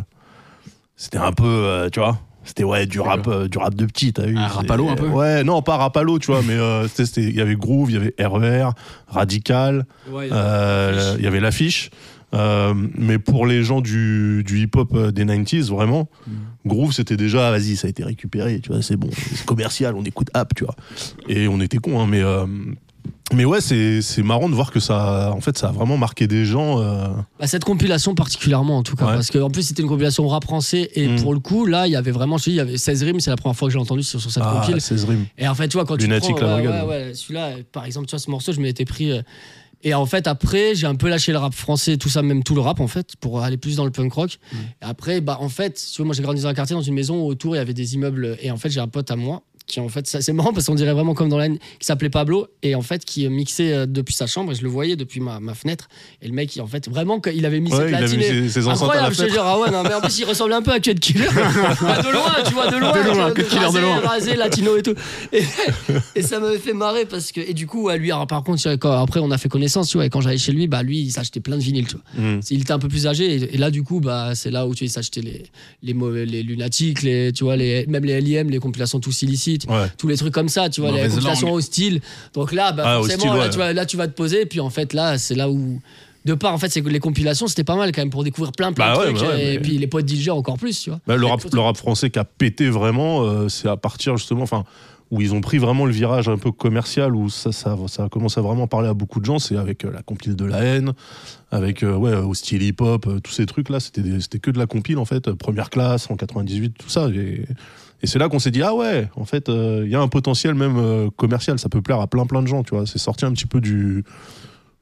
c'était un peu, euh, tu vois. C'était ouais du rap euh, du rap de petit, t'as vu. Un rapalo un peu. Ouais, non pas rapalo, tu vois, mais euh, c'était il y avait Groove, il y avait R E R, Radical, il ouais, euh, y avait l'affiche. Euh, mais pour les gens du du hip-hop des quatre-vingt-dix, vraiment, mm. Groove c'était déjà vas-y, ça a été récupéré, tu vois, c'est bon, c'est commercial, on écoute app, tu vois. Et on était cons hein, mais euh, mais ouais, c'est, c'est marrant de voir que ça, en fait, ça a vraiment marqué des gens. Euh... Bah cette compilation particulièrement, en tout cas, ouais. Parce qu'en plus, c'était une compilation rap français. Et mmh. pour le coup, là, il y avait vraiment, je te dis, il y avait seize rimes. C'est la première fois que j'ai entendu sur, sur cette ah, compile. seize rimes. Et en fait, tu vois, quand Lunatique, tu prends... la ouais, ouais, ouais, celui-là, par exemple, tu vois, ce morceau, je m'étais pris... Euh, et en fait, après, j'ai un peu lâché le rap français, tout ça, même tout le rap, en fait, pour aller plus dans le punk rock. Mmh. Et après, bah, en fait, tu vois, moi, j'ai grandi dans un quartier, dans une maison où autour, il y avait des immeubles. Et en fait, j'ai un pote à moi qui en fait, ça, c'est marrant parce qu'on dirait vraiment comme dans la haine, qui s'appelait Pablo et en fait qui mixait euh, depuis sa chambre et je le voyais depuis ma, ma fenêtre et le mec il, en fait vraiment il avait mis ouais, ses platines ses, ses incroyable, je te jure, ah ouais non mais en plus il ressemblait un peu à Cut Killer bah, de loin tu vois de loin, de loin tu vois, Cut Killer de loin rasé latino et tout et, et ça m'avait fait marrer parce que et du coup à lui alors, par contre quand, après on a fait connaissance tu vois et quand j'allais chez lui bah lui il s'achetait plein de vinyles tu vois mm. il était un peu plus âgé et, et là du coup bah c'est là où tu sais, il s'achetait les les mauvais les lunatiques les tu vois les même les L I M les compilations tous illicites ouais. tous les trucs comme ça tu vois les compilations hostiles donc là bah ah, forcément hostile, là, ouais. tu vois, là tu vas te poser et puis en fait là c'est là où de part en fait c'est que les compilations c'était pas mal quand même pour découvrir plein plein bah de ouais, trucs bah ouais, et mais... puis les potes D J encore plus tu vois bah, le, rap, le rap français qui a pété vraiment euh, c'est à partir justement enfin où ils ont pris vraiment le virage un peu commercial où ça, ça, ça a commencé à vraiment parler à beaucoup de gens c'est avec euh, la compile de la haine avec euh, ouais au style hip hop euh, tous ces trucs là c'était, des, c'était que de la compile en fait première classe en quatre-vingt-dix-huit tout ça et Et c'est là qu'on s'est dit, ah ouais, en fait, il euh, y a un potentiel même euh, commercial, ça peut plaire à plein plein de gens, tu vois. C'est sorti un petit peu du,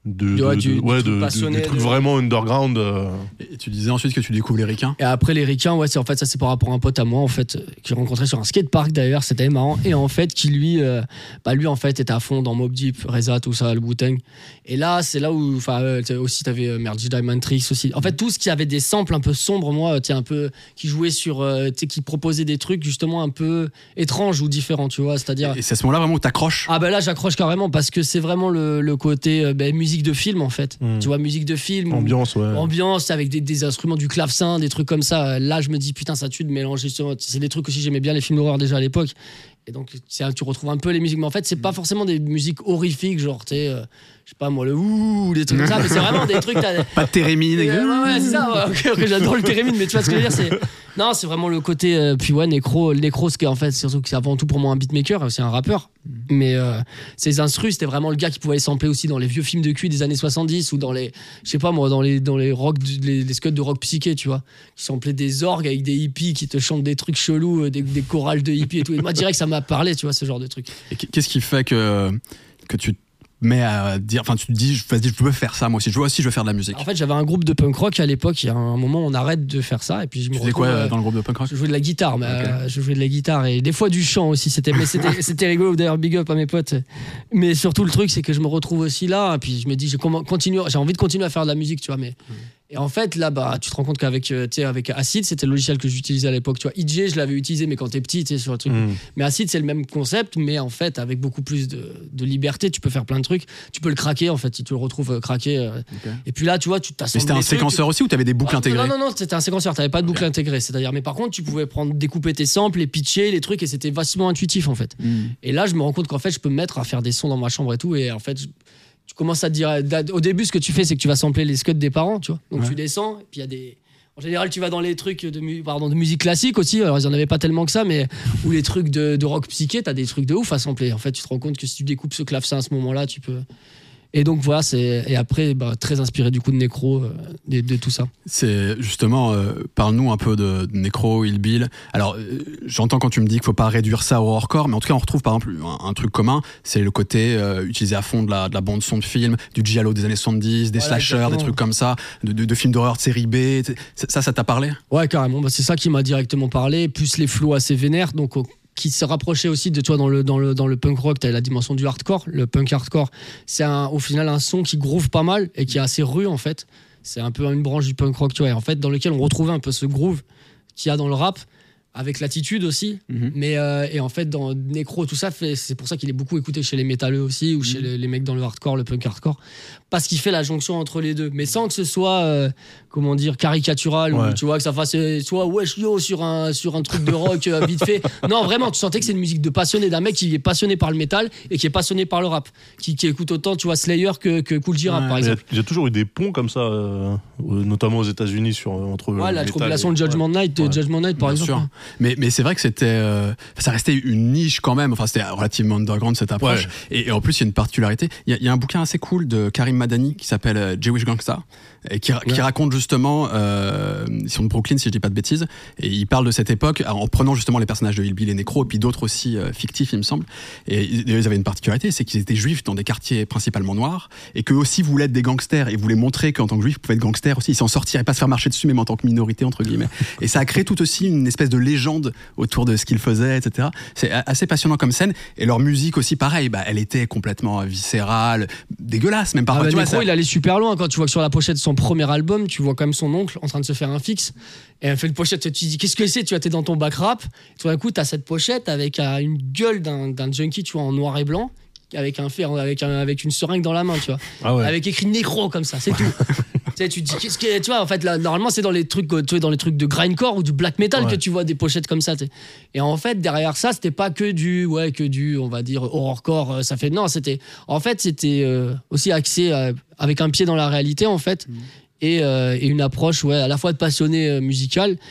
de, Ouais, de, du- de- ouais, du de- de- passionné, des trucs de- vraiment underground. euh. Et tu disais ensuite que tu découvres les ricains. Et après les ricains, ouais, c'est en fait ça c'est par rapport à un pote à moi en fait euh, que j'ai rencontré sur un skatepark d'ailleurs, c'était marrant. Et en fait qui lui, euh, bah lui en fait était à fond dans Mobb Deep, Reza, tout ça, le Wu-Tang. Et là c'est là où, enfin euh, t'as- aussi t'avais euh, Merde, Diamond Tricks aussi. En fait tout ce qui avait des samples un peu sombres, moi, tu sais un peu qui jouait sur, euh, tu sais qui proposait des trucs justement un peu étranges ou différents, tu vois, c'est-à-dire. Et c'est à ce moment-là vraiment où t'accroches. Ah ben là j'accroche carrément parce que c'est vraiment le, le côté euh, ben, musique de film en fait. Mm. Tu vois, musique de film. Ambiance, ouais. Ambiance avec des, des instruments du clavecin, des trucs comme ça. Là, je me dis, putain, ça tue de mélanger. ce- C'est des trucs aussi, j'aimais bien les films d'horreur déjà à l'époque. Et donc, c'est- tu retrouves un peu les musiques. Mais en fait, c'est pas forcément des musiques horrifiques, genre, tu sais, euh, je sais pas moi, le ouh, des trucs comme ça. Mais c'est vraiment des trucs. t'as- Pas de térémine. Ouais, ouais, ouais, c'est ça, ouais, ok, ok, j'adore le térémine, mais tu vois ce que je veux dire, c'est. Non, c'est vraiment le côté. euh, puis ouais, Necro, le Necro, ce qui est en fait, surtout que c'est avant tout pour moi un beatmaker, c'est un rappeur. Mais euh, ses instrus, c'était vraiment le gars qui pouvait les sampler aussi dans les vieux films de cul des années soixante-dix ou dans les. Je sais pas moi, dans les, dans les rock, les, les scuds de rock psyché, tu vois. Qui samplaient des orgues avec des hippies qui te chantent des trucs chelous, euh, des, des chorales de hippies et tout. Et moi, direct, ça m'a parlé, tu vois, ce genre de truc. Et qu'est-ce qui fait que, que tu te mets à dire, enfin tu te dis, vas-y, je veux faire ça moi aussi, je veux aussi, je veux faire de la musique. En fait, j'avais un groupe de punk rock à l'époque, il y a un moment, on arrête de faire ça et puis je me Tu faisais retrouve, quoi euh, euh, dans le groupe de punk rock? Je jouais de la guitare, mais Ok. euh, je jouais de la guitare et des fois du chant aussi. C'était, mais c'était, c'était rigolo. D'ailleurs, big up à mes potes. Mais surtout le truc, c'est que je me retrouve aussi là. Et puis je me dis, j'ai, comment- continue, j'ai envie de continuer à faire de la musique, tu vois. Mais et en fait, là, bah, tu te rends compte qu'avec, euh, tu sais, avec Acid, c'était le logiciel que j'utilisais à l'époque. Tu vois, I J, je l'avais utilisé, mais quand t'es petit, tu sais, sur le truc. Mm. Mais Acid, c'est le même concept, mais en fait, avec beaucoup plus de, de liberté, tu peux faire plein de trucs. Tu peux le craquer, en fait, si tu le retrouves euh, craqué. euh. Ok. Et puis là, tu vois, tu t'assembles. Mais c'était un des trucs, séquenceur aussi ou t'avais des boucles ah, intégrées? Non, non, non, c'était un séquenceur, t'avais pas de boucle intégrée. C'est-à-dire, mais par contre, tu pouvais prendre, découper tes samples, les pitcher, les trucs, et c'était vachement intuitif en fait. Mm. Et là, je me rends compte qu'en fait, je peux me mettre à faire des sons dans ma chambre et tout, et en fait, je- tu commences à te dire, au début, ce que tu fais, c'est que tu vas sampler les scuds des parents, tu vois. Donc Ouais. tu descends, et puis il y a des. En général, tu vas dans les trucs de, mu- pardon, de musique classique aussi. Alors, ils en avaient pas tellement que ça, mais ou les trucs de, de rock psyché, t'as des trucs de ouf à sampler. En fait, tu te rends compte que si tu découpes ce clavecin à ce moment-là, tu peux. Et donc voilà, c'est et après bah, très inspiré du coup de Necro, euh, de, de tout ça. C'est justement, euh, parle-nous un peu de, de Necro, Ill Bill. Alors, euh, j'entends quand tu me dis qu'il faut pas réduire ça au horrorcore, mais en tout cas, on retrouve par exemple un, un truc commun, c'est le côté euh, utilisé à fond de la, de la bande son de film, du giallo des années soixante-dix, des Voilà, slashers, exactement. des trucs comme ça, de, de, de films d'horreur de série B. Ça, ça t'a parlé? Ouais, carrément. Bah, c'est ça qui m'a directement parlé, plus les flows assez vénères, donc au- qui se rapprochait aussi de toi dans le dans le dans le punk rock. T'as la dimension du hardcore, le punk hardcore. C'est un, au final un son qui groove pas mal et qui est assez rude en fait. C'est un peu une branche du punk rock, tu vois. Et en fait, dans lequel on retrouvait un peu ce groove qu'il y a dans le rap. Avec l'attitude aussi, Mhm. mais euh, et en fait dans Necro tout ça fait, c'est pour ça qu'il est beaucoup écouté chez les métalleux aussi ou chez Mhm. les, les mecs dans le hardcore, le punk hardcore, parce qu'il fait la jonction entre les deux, mais sans que ce soit euh, comment dire caricatural Ouais. ou tu vois que ça fasse euh, soit wesh yo sur un sur un truc de rock euh, vite fait. Non vraiment, tu sentais que c'est une musique de passionné, d'un mec qui est passionné par le métal et qui est passionné par le rap, qui, qui écoute autant tu vois Slayer que que Kool G Rap Ouais. par Il y, a, exemple. il y a toujours eu des ponts comme ça, euh, euh, notamment aux États-Unis sur euh, entre. Ouais, la métal compilation et- de Judgment Night, Ouais. Judgment Night par Bien exemple. sûr. Mais, mais c'est vrai que c'était, euh, ça restait une niche quand même. Enfin, c'était relativement underground cette approche. Ouais. Et, et en plus, il y a une particularité. Il y a, il y a un bouquin assez cool de Karim Madani qui s'appelle euh, Jewish Gangsta, et qui, qui Ouais. raconte justement, euh, ils sont de Brooklyn si je dis pas de bêtises, et il parle de cette époque en prenant justement les personnages de Ill Bill et Necro, et puis d'autres aussi euh, fictifs, il me semble. Et ils ils avaient une particularité, c'est qu'ils étaient juifs dans des quartiers principalement noirs, et qu'eux aussi voulaient être des gangsters et voulaient montrer qu'en tant que juifs, ils pouvaient être gangsters aussi, ils s'en sortir et pas se faire marcher dessus, même en tant que minorité entre guillemets. Et ça a créé tout aussi une espèce de légende autour de ce qu'ils faisaient, et cetera. C'est a- assez passionnant comme scène. Et leur musique aussi, pareil, bah, elle était complètement viscérale, dégueulasse même Ah parfois. bah, tu vois, Necro, ça- il allait super loin quand tu vois que sur la pochette de son premier album, tu vois quand même son oncle en train de se faire un fixe. Et elle fait une pochette, tu te dis qu'est-ce que c'est? Tu vois, t'es dans ton back rap. Tout d'un coup, t'as cette pochette avec euh, une gueule d'un, d'un junkie, tu vois, en noir et blanc, avec un fer, avec, un, avec une seringue dans la main, tu vois. Ah ouais. Avec écrit Necro comme ça, c'est tout. Tu sais, tu te dis qu'est-ce que tu vois en fait là, normalement c'est dans les trucs tu vois, dans les trucs de grindcore ou du black metal Ouais. que tu vois des pochettes comme ça, tu sais. Et en fait derrière ça c'était pas que du ouais que du on va dire horrorcore, euh, ça fait non c'était en fait c'était euh, aussi axé euh, avec un pied dans la réalité en fait. Mhm. Et, euh, et une approche ouais à la fois de passionné euh, musical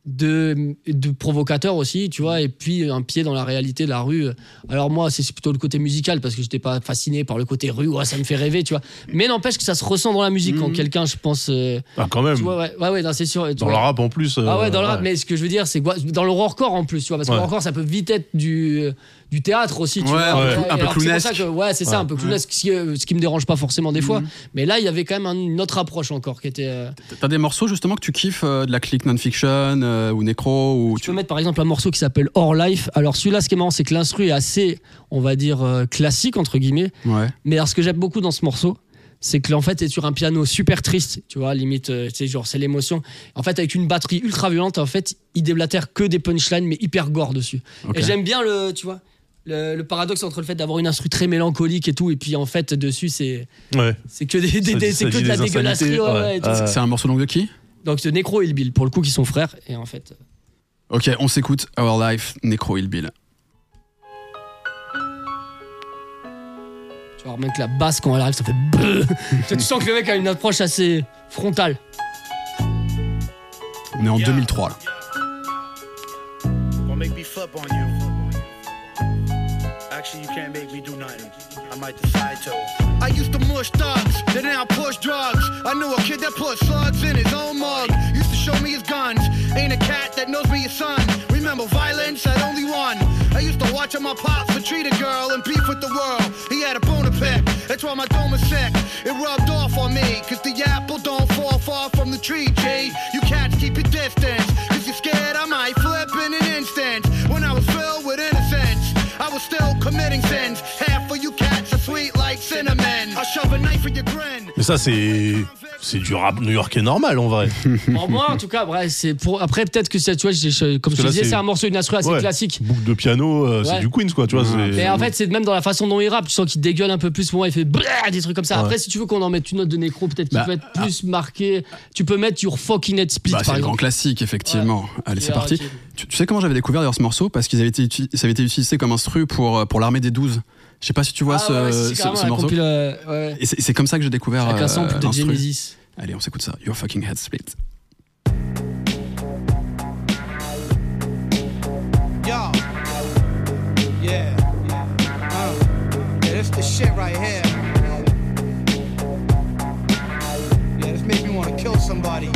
de, de provocateur aussi, tu vois, et puis un pied dans la réalité de la rue. Alors moi, c'est plutôt le côté musical, parce que j'étais pas fasciné par le côté rue, ouais, ça me fait rêver, tu vois. Mais n'empêche que ça se ressent dans la musique mmh. quand quelqu'un, je pense... Euh, ah, quand même. Tu vois, ouais, ouais, ouais non, c'est sûr. Dans vois. le rap en plus. Euh, ah ouais, dans le rap, ouais. mais ce que je veux dire, c'est quoi, dans le horrorcore en plus, tu vois, parce que ouais. le horrorcore, ça peut vite être du... du théâtre aussi, tu ouais, vois. Ouais. Un peu clownesque. Que, ouais, c'est ça, ouais. un peu clownesque, ce qui, ce qui me dérange pas forcément des fois. Mmh. Mais là, il y avait quand même un, une autre approche encore qui était. Euh... T'as des morceaux justement que tu kiffes euh, de la clique non-fiction euh, ou Necro ou tu, tu peux mettre par exemple un morceau qui s'appelle Hors Life. Alors celui-là, ce qui est marrant, c'est que l'instru est assez, on va dire, euh, classique entre guillemets. Ouais. Mais alors, ce que j'aime beaucoup dans ce morceau, c'est que en fait, c'est sur un piano super triste, tu vois, limite, euh, c'est genre, c'est l'émotion. En fait, avec une batterie ultra violente, en fait, il déblatère que des punchlines, mais hyper gore dessus. Okay. Et j'aime bien le, tu vois. Le, le paradoxe entre le fait d'avoir une instru très mélancolique et tout, et puis en fait dessus c'est ouais. c'est que des, des, des c'est que de la dégueulasserie. Ouais, ouais, et tout. Euh, c'est un morceau donc de qui? Donc de Necro et Ill Bill, pour le coup, qui sont frères et en fait. Ok, on s'écoute Our Life, Necro et Ill Bill. Tu vois, même que la basse quand elle arrive, ça fait brrr. Tu sens que le mec a une approche assez frontale. On est en deux mille trois là. Actually, you can't make me do nothing. I might decide to. I used to mush thugs, then now push drugs. I knew a kid that put slugs in his own mug. Used to show me his guns. Ain't a cat that knows me his son. Remember violence had only one. I used to watch my pops would treat a girl and beef with the world. He had a bone to pick. That's why my dome is sick. It rubbed off on me, cause the apple don't fall far from the tree, G. You cats keep your distance, cause you're scared I might flip in an instant. When I was filled with innocence, I was still committing sins. Half of you cats are sweet like cinnamon. I shove a knife in your grin. Mais ça, c'est. C'est du rap new-yorkais normal en vrai. En moi, en tout cas, bref, c'est pour. Après, peut-être que c'est, tu vois, j'ai, comme je te disais, c'est un morceau, une instru assez ouais. classique. Boucle de piano, euh, ouais. c'est du Queens, quoi, tu vois. C'est... Mais en fait, c'est même dans la façon dont il rappe, tu sens qu'il dégueule un peu plus. Pour moi, il fait brrr, des trucs comme ça. Ouais. Après, si tu veux qu'on en mette une autre de Necro, peut-être qu'il bah, peut être plus ah. marqué. Tu peux mettre Your Fucking Head Split. Bah, par c'est exemple. le grand classique, effectivement. Ouais. Allez, c'est parti. Okay. Tu, tu sais comment j'avais découvert d'ailleurs ce morceau? Parce qu'ils avaient été, ça avait été utilisé comme instru pour, pour l'armée des douze. Je sais pas si tu vois ah, ce, ouais, ce, ce morceau. Compil, euh, ouais. Et c'est, c'est comme ça que j'ai découvert. Avec un sample euh, de Genesis. Allez, on s'écoute ça. Your Fucking Head Split. Yo. Yeah. Uh. Yeah, this the shit right here. Yeah, this make me want to kill somebody.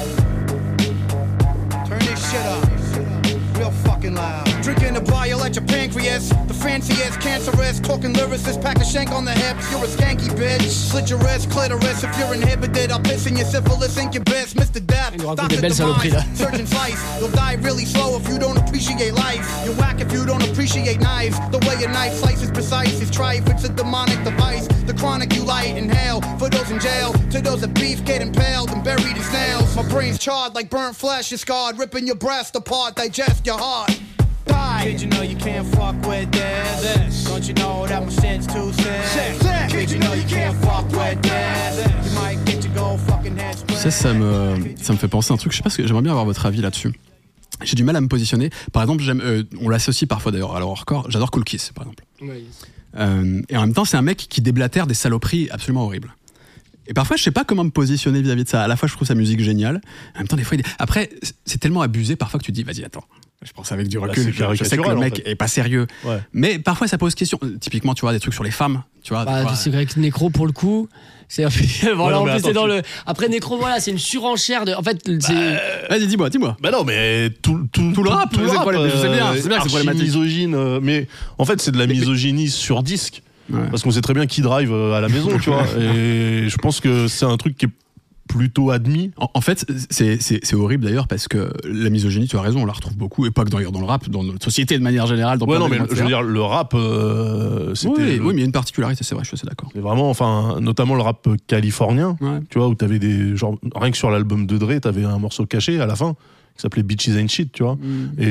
Turn this shit up. Real fucking loud. Drinking a bile at your pancreas. The fanciest, cancerous. Talking lyricist, pack a shank on the hips. You're a skanky bitch. Slit your wrist, clitoris. If you're inhibited, I'll piss in your syphilis, incubus. Mister Death. Doctor Demise. Surgeon slice. You'll die really slow if you don't appreciate life. You're whack if you don't appreciate knives. The way a knife slices precise is try if it's a demonic device. The chronic you light, inhale. For those in jail, to those that beef get impaled and buried in snails. My brain's charred like burnt flesh is scarred. Ripping your breast apart, digest your heart. Did you know you can't fuck with this? this? Don't you know that my shit's too sick? Did you know you can't fuck with this? You might get your gold fucking head split. Tu sais, ça me, ça me fait penser à un truc, je sais pas, ce que j'aimerais bien avoir votre avis là-dessus. J'ai du mal à me positionner. Par exemple, j'aime, euh, on l'associe parfois d'ailleurs à l'horrorcore, j'adore Cool Kiss par exemple. Oui. Euh, et en même temps, c'est un mec qui déblatère des saloperies absolument horribles. Et parfois, je sais pas comment me positionner vis-à-vis de ça. À la fois, je trouve sa musique géniale. En même temps, des fois, il... après, c'est tellement abusé parfois que tu te dis, vas-y, attends. Je pense avec du recul, là, je sais que le mec en fait. est pas sérieux. Ouais. Mais parfois, ça pose question. Typiquement, tu vois, des trucs sur les femmes. Tu vois, bah, fois, c'est vrai que Necro, pour le coup, c'est voilà, ouais, non, en plus, attends, c'est dans tu... le. Après, Necro, voilà, c'est une surenchère de. En fait, c'est. Bah, vas-y, dis-moi, dis-moi. Bah non, mais tout, tout, tout le rap, tout le rap, euh, je sais bien, je sais bien que c'est problématique. Misogyne, euh, mais en fait, c'est de la misogynie sur disque. Ouais. Parce qu'on sait très bien qui drive à la maison, tu vois. Et je pense que c'est un truc qui est plutôt admis. En, en fait, c'est, c'est, c'est horrible d'ailleurs parce que la misogynie, tu as raison, on la retrouve beaucoup, et pas que dans, dans le rap, dans notre société de manière générale. Dans ouais, non, mais je veux dire, le rap, euh, c'était. Oui, le... oui, mais il y a une particularité, c'est vrai, je suis assez d'accord. C'est vraiment, enfin, notamment le rap californien, ouais. Tu vois, où t'avais des. Genre, rien que sur l'album de Dre, t'avais un morceau caché à la fin qui s'appelait Bitches Ain't Shit, tu vois. Mm.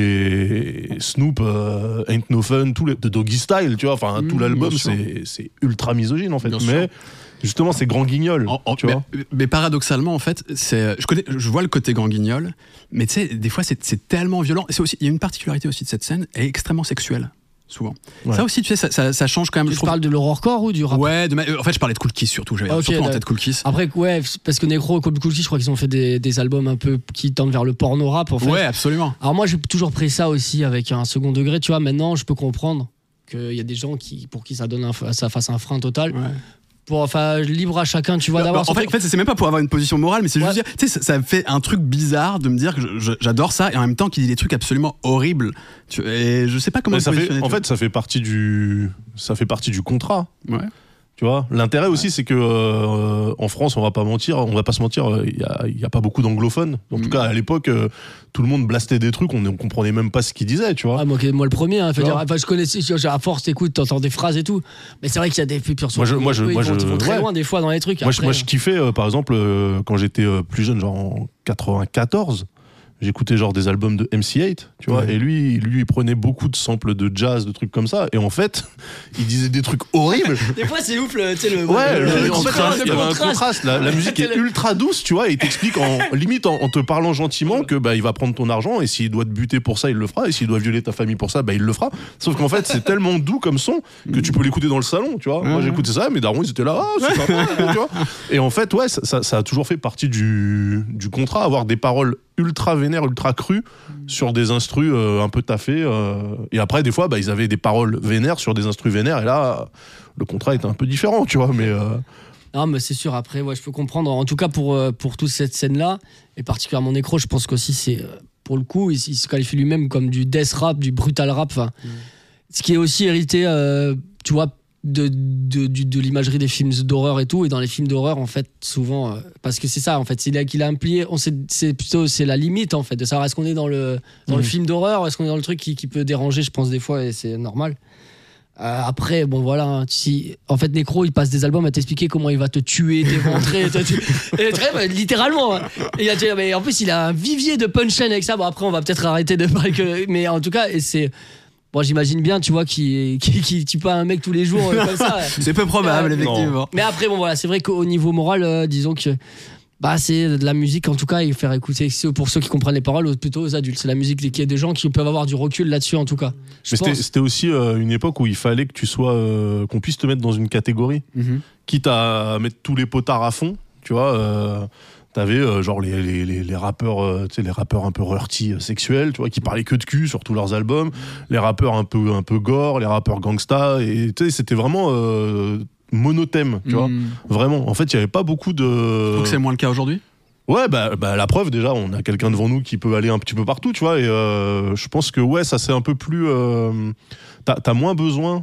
Et Snoop, euh, Ain't No Fun, tout les, de Doggy Style, tu vois. Enfin, mm, tout l'album, c'est, c'est ultra misogyne, en fait. Bien mais. Sûr. Justement, c'est grand guignol. En, en, tu mais, vois mais paradoxalement, en fait, c'est, je, connais, je vois le côté grand guignol, mais tu sais, des fois, c'est, c'est tellement violent. C'est aussi, il y a une particularité aussi de cette scène, elle est extrêmement sexuelle. souvent. Ouais. Ça aussi, tu sais, ça, ça, ça change quand même. Tu je trouve. parles de l'horrorcore ou du rap? Ouais, de ma... en fait, je parlais de Cool Kiss surtout. J'avais Ok, surtout en d'accord. tête Cool Kiss. Après, ouais, parce que Necro et Cool Kiss, je crois qu'ils ont fait des, des albums un peu qui tendent vers le porno rap, en fait. Ouais, absolument. Alors moi, j'ai toujours pris ça aussi avec un second degré, tu vois. Maintenant, je peux comprendre qu'il y a des gens qui, pour qui ça donne un, ça fasse un frein total. Ouais. Pour, enfin, libre à chacun, tu vois, Bah, d'avoir bah, son en, fait, truc. en fait, c'est même pas pour avoir une position morale, mais c'est juste Ouais. dire, tu sais, ça, ça me fait un truc bizarre de me dire que je- je- j'adore ça et en même temps qu'il dit des trucs absolument horribles. Tu, et je sais pas comment Mais le ça fait, positionner, en tu fait, ça fait partie du, ça fait partie du contrat. vois. Ouais. Tu vois, l'intérêt aussi, c'est que euh, en France, on va pas mentir, on va pas se mentir, il y a, y a pas beaucoup d'anglophones. En Mm. tout cas, à l'époque, euh, tout le monde blastait des trucs, on, on comprenait même pas ce qu'ils disaient, tu vois. Ah, moi, moi, le premier, hein, faut Tu dire, vois. enfin, je connaissais, je- à force, t'écoutes, t'entends des phrases et tout. Mais c'est vrai qu'il y a des purs Moi, je- moi, je- ils moi, vont, je- ils vont très ouais. loin des fois dans les trucs. Moi, je, Après, moi, je kiffais, euh, par exemple, euh, quand j'étais euh, plus jeune, genre en quatre-vingt-quatorze, j'écoutais genre des albums de M C huit, tu vois, Ouais. et lui, lui, il prenait beaucoup de samples de jazz, de trucs comme ça, et en fait, il disait des trucs horribles. des fois, c'est ouf, le, tu sais, le, Ouais, le, le- le en fait, contraste, il y le avait un contraste. contraste. La, la musique est ultra douce, tu vois, et il t'explique en limite en, en te parlant gentiment que bah il va prendre ton argent et s'il doit te buter pour ça, il le fera, et s'il doit violer ta famille pour ça, bah il le fera. Sauf qu'en fait, c'est tellement doux comme son que tu peux l'écouter dans le salon, tu vois. Moi, Ouais. j'écoutais ça, mes darons ils étaient là, ah, c'est sympa, tu vois. Et en fait, ouais, ça, ça, ça a toujours fait partie du, du contrat, avoir des paroles ultra vénères, ultra crues sur des instrus euh, un peu taffés. euh, et après, des fois, bah, ils avaient des paroles vénères sur des instrus vénères. Et là, le contrat était un peu différent, tu vois. Mais euh, Non, mais c'est sûr, après, ouais, je peux comprendre. En tout cas, pour, euh, pour toute cette scène-là, et particulièrement Necro, je pense qu'aussi, c'est, euh, pour le coup, il, il se qualifie lui-même comme du death rap, du brutal rap. Enfin, ce qui est aussi hérité, euh, tu vois, de, de, de, de l'imagerie des films d'horreur et tout. Et dans les films d'horreur, en fait, souvent, euh, parce que c'est ça, en fait, c'est là qu'il a impliqué, on sait, c'est plutôt, c'est la limite, en fait, de savoir est-ce qu'on est dans le, dans le Mhm. film d'horreur, est-ce qu'on est dans le truc qui, qui peut déranger, je pense, des fois, et c'est normal. Euh, après, bon voilà, hein, si, en fait, Necro, il passe des albums à t'expliquer comment il va te tuer, t'éventrer, te tu- et très, bah, littéralement. Hein. Et il a dit, mais en plus, il a un vivier de punchline avec ça. Bon, après, on va peut-être arrêter de parler que, mais en tout cas, et c'est, bon, j'imagine bien, tu vois, qui, qui, qui tue pas un mec tous les jours euh, comme ça. C'est peu probable, Euh, effectivement. Mais après, bon voilà, c'est vrai qu'au niveau moral, euh, disons que. Bah, c'est de la musique, en tout cas, et faire écouter, c'est pour ceux qui comprennent les paroles, ou plutôt aux adultes. C'est la musique qui est des gens qui peuvent avoir du recul là-dessus, en tout cas. Je mais c'était, pense. c'était aussi euh, une époque où il fallait que tu sois, euh, qu'on puisse te mettre dans une catégorie, Mhm. quitte à mettre tous les potards à fond, tu vois. Euh, T'avais euh, genre les, les, les, les rappeurs, euh, tu sais, les rappeurs un peu rurty euh, sexuels, tu vois, qui parlaient que de cul sur tous leurs albums, les rappeurs un peu un peu gore, les rappeurs gangsta, et tu sais, c'était vraiment euh, monothème, tu vois. Mhm. Vraiment. En fait, il y avait pas beaucoup de. Je trouve que c'est moins le cas aujourd'hui. Ouais, bah, bah la preuve déjà, on a quelqu'un devant nous qui peut aller un petit peu partout, tu vois. Et euh, je pense que ouais, ça c'est un peu plus. Euh, t'as, t'as moins besoin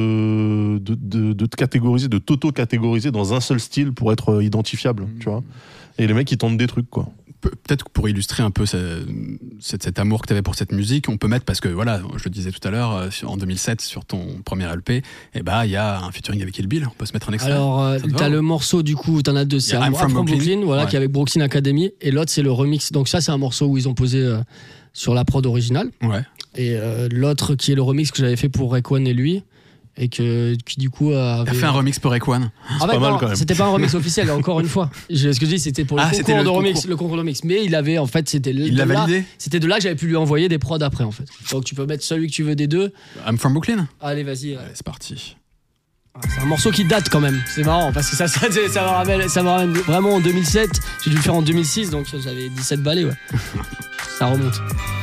de de, de de te catégoriser, de t'auto-catégoriser dans un seul style pour être identifiable, tu vois. Et les mecs ils tentent des trucs quoi. Pe- Peut-être que pour illustrer un peu ce- cet, cet amour que tu avais pour cette musique, on peut mettre, parce que voilà, je le disais tout à l'heure, euh, sur- en deux mille sept, sur ton premier L P, il bah, y a un featuring avec Kill Bill. On peut se mettre un extrait. Alors, euh, Ça te va, t'as ou- le morceau, du coup, t'en as deux. C'est Il y a un I'm from Brooklyn, Brooklyn, voilà, ouais. qui est avec Brooklyn Academy. Et l'autre, c'est le remix. Donc, ça, c'est un morceau où ils ont posé euh, sur la prod originale. Ouais. Et euh, l'autre, qui est le remix que j'avais fait pour Rayquan et lui. Et que, qui, du coup, T'as avait. fait un remix pour Rayquan. Ah pas ouais, mal, non, quand même. c'était pas un remix officiel, encore une fois. Je- ce que je dis, c'était pour le Ah, concours c'était le de remix, concours. le concours de remix. Mais il avait, en fait, c'était Il de l'a là- validé. C'était de là que j'avais pu lui envoyer des prods après, en fait. Donc, tu peux mettre celui que tu veux des deux. I'm from Brooklyn. Allez, vas-y. ouais. Allez, c'est parti. C'est un morceau qui date quand même. C'est marrant parce que ça, ça, ça me ramène, ça me ramène vraiment en deux mille sept. J'ai dû le faire en deux mille six, donc j'avais dix-sept balais, ouais. Ça remonte.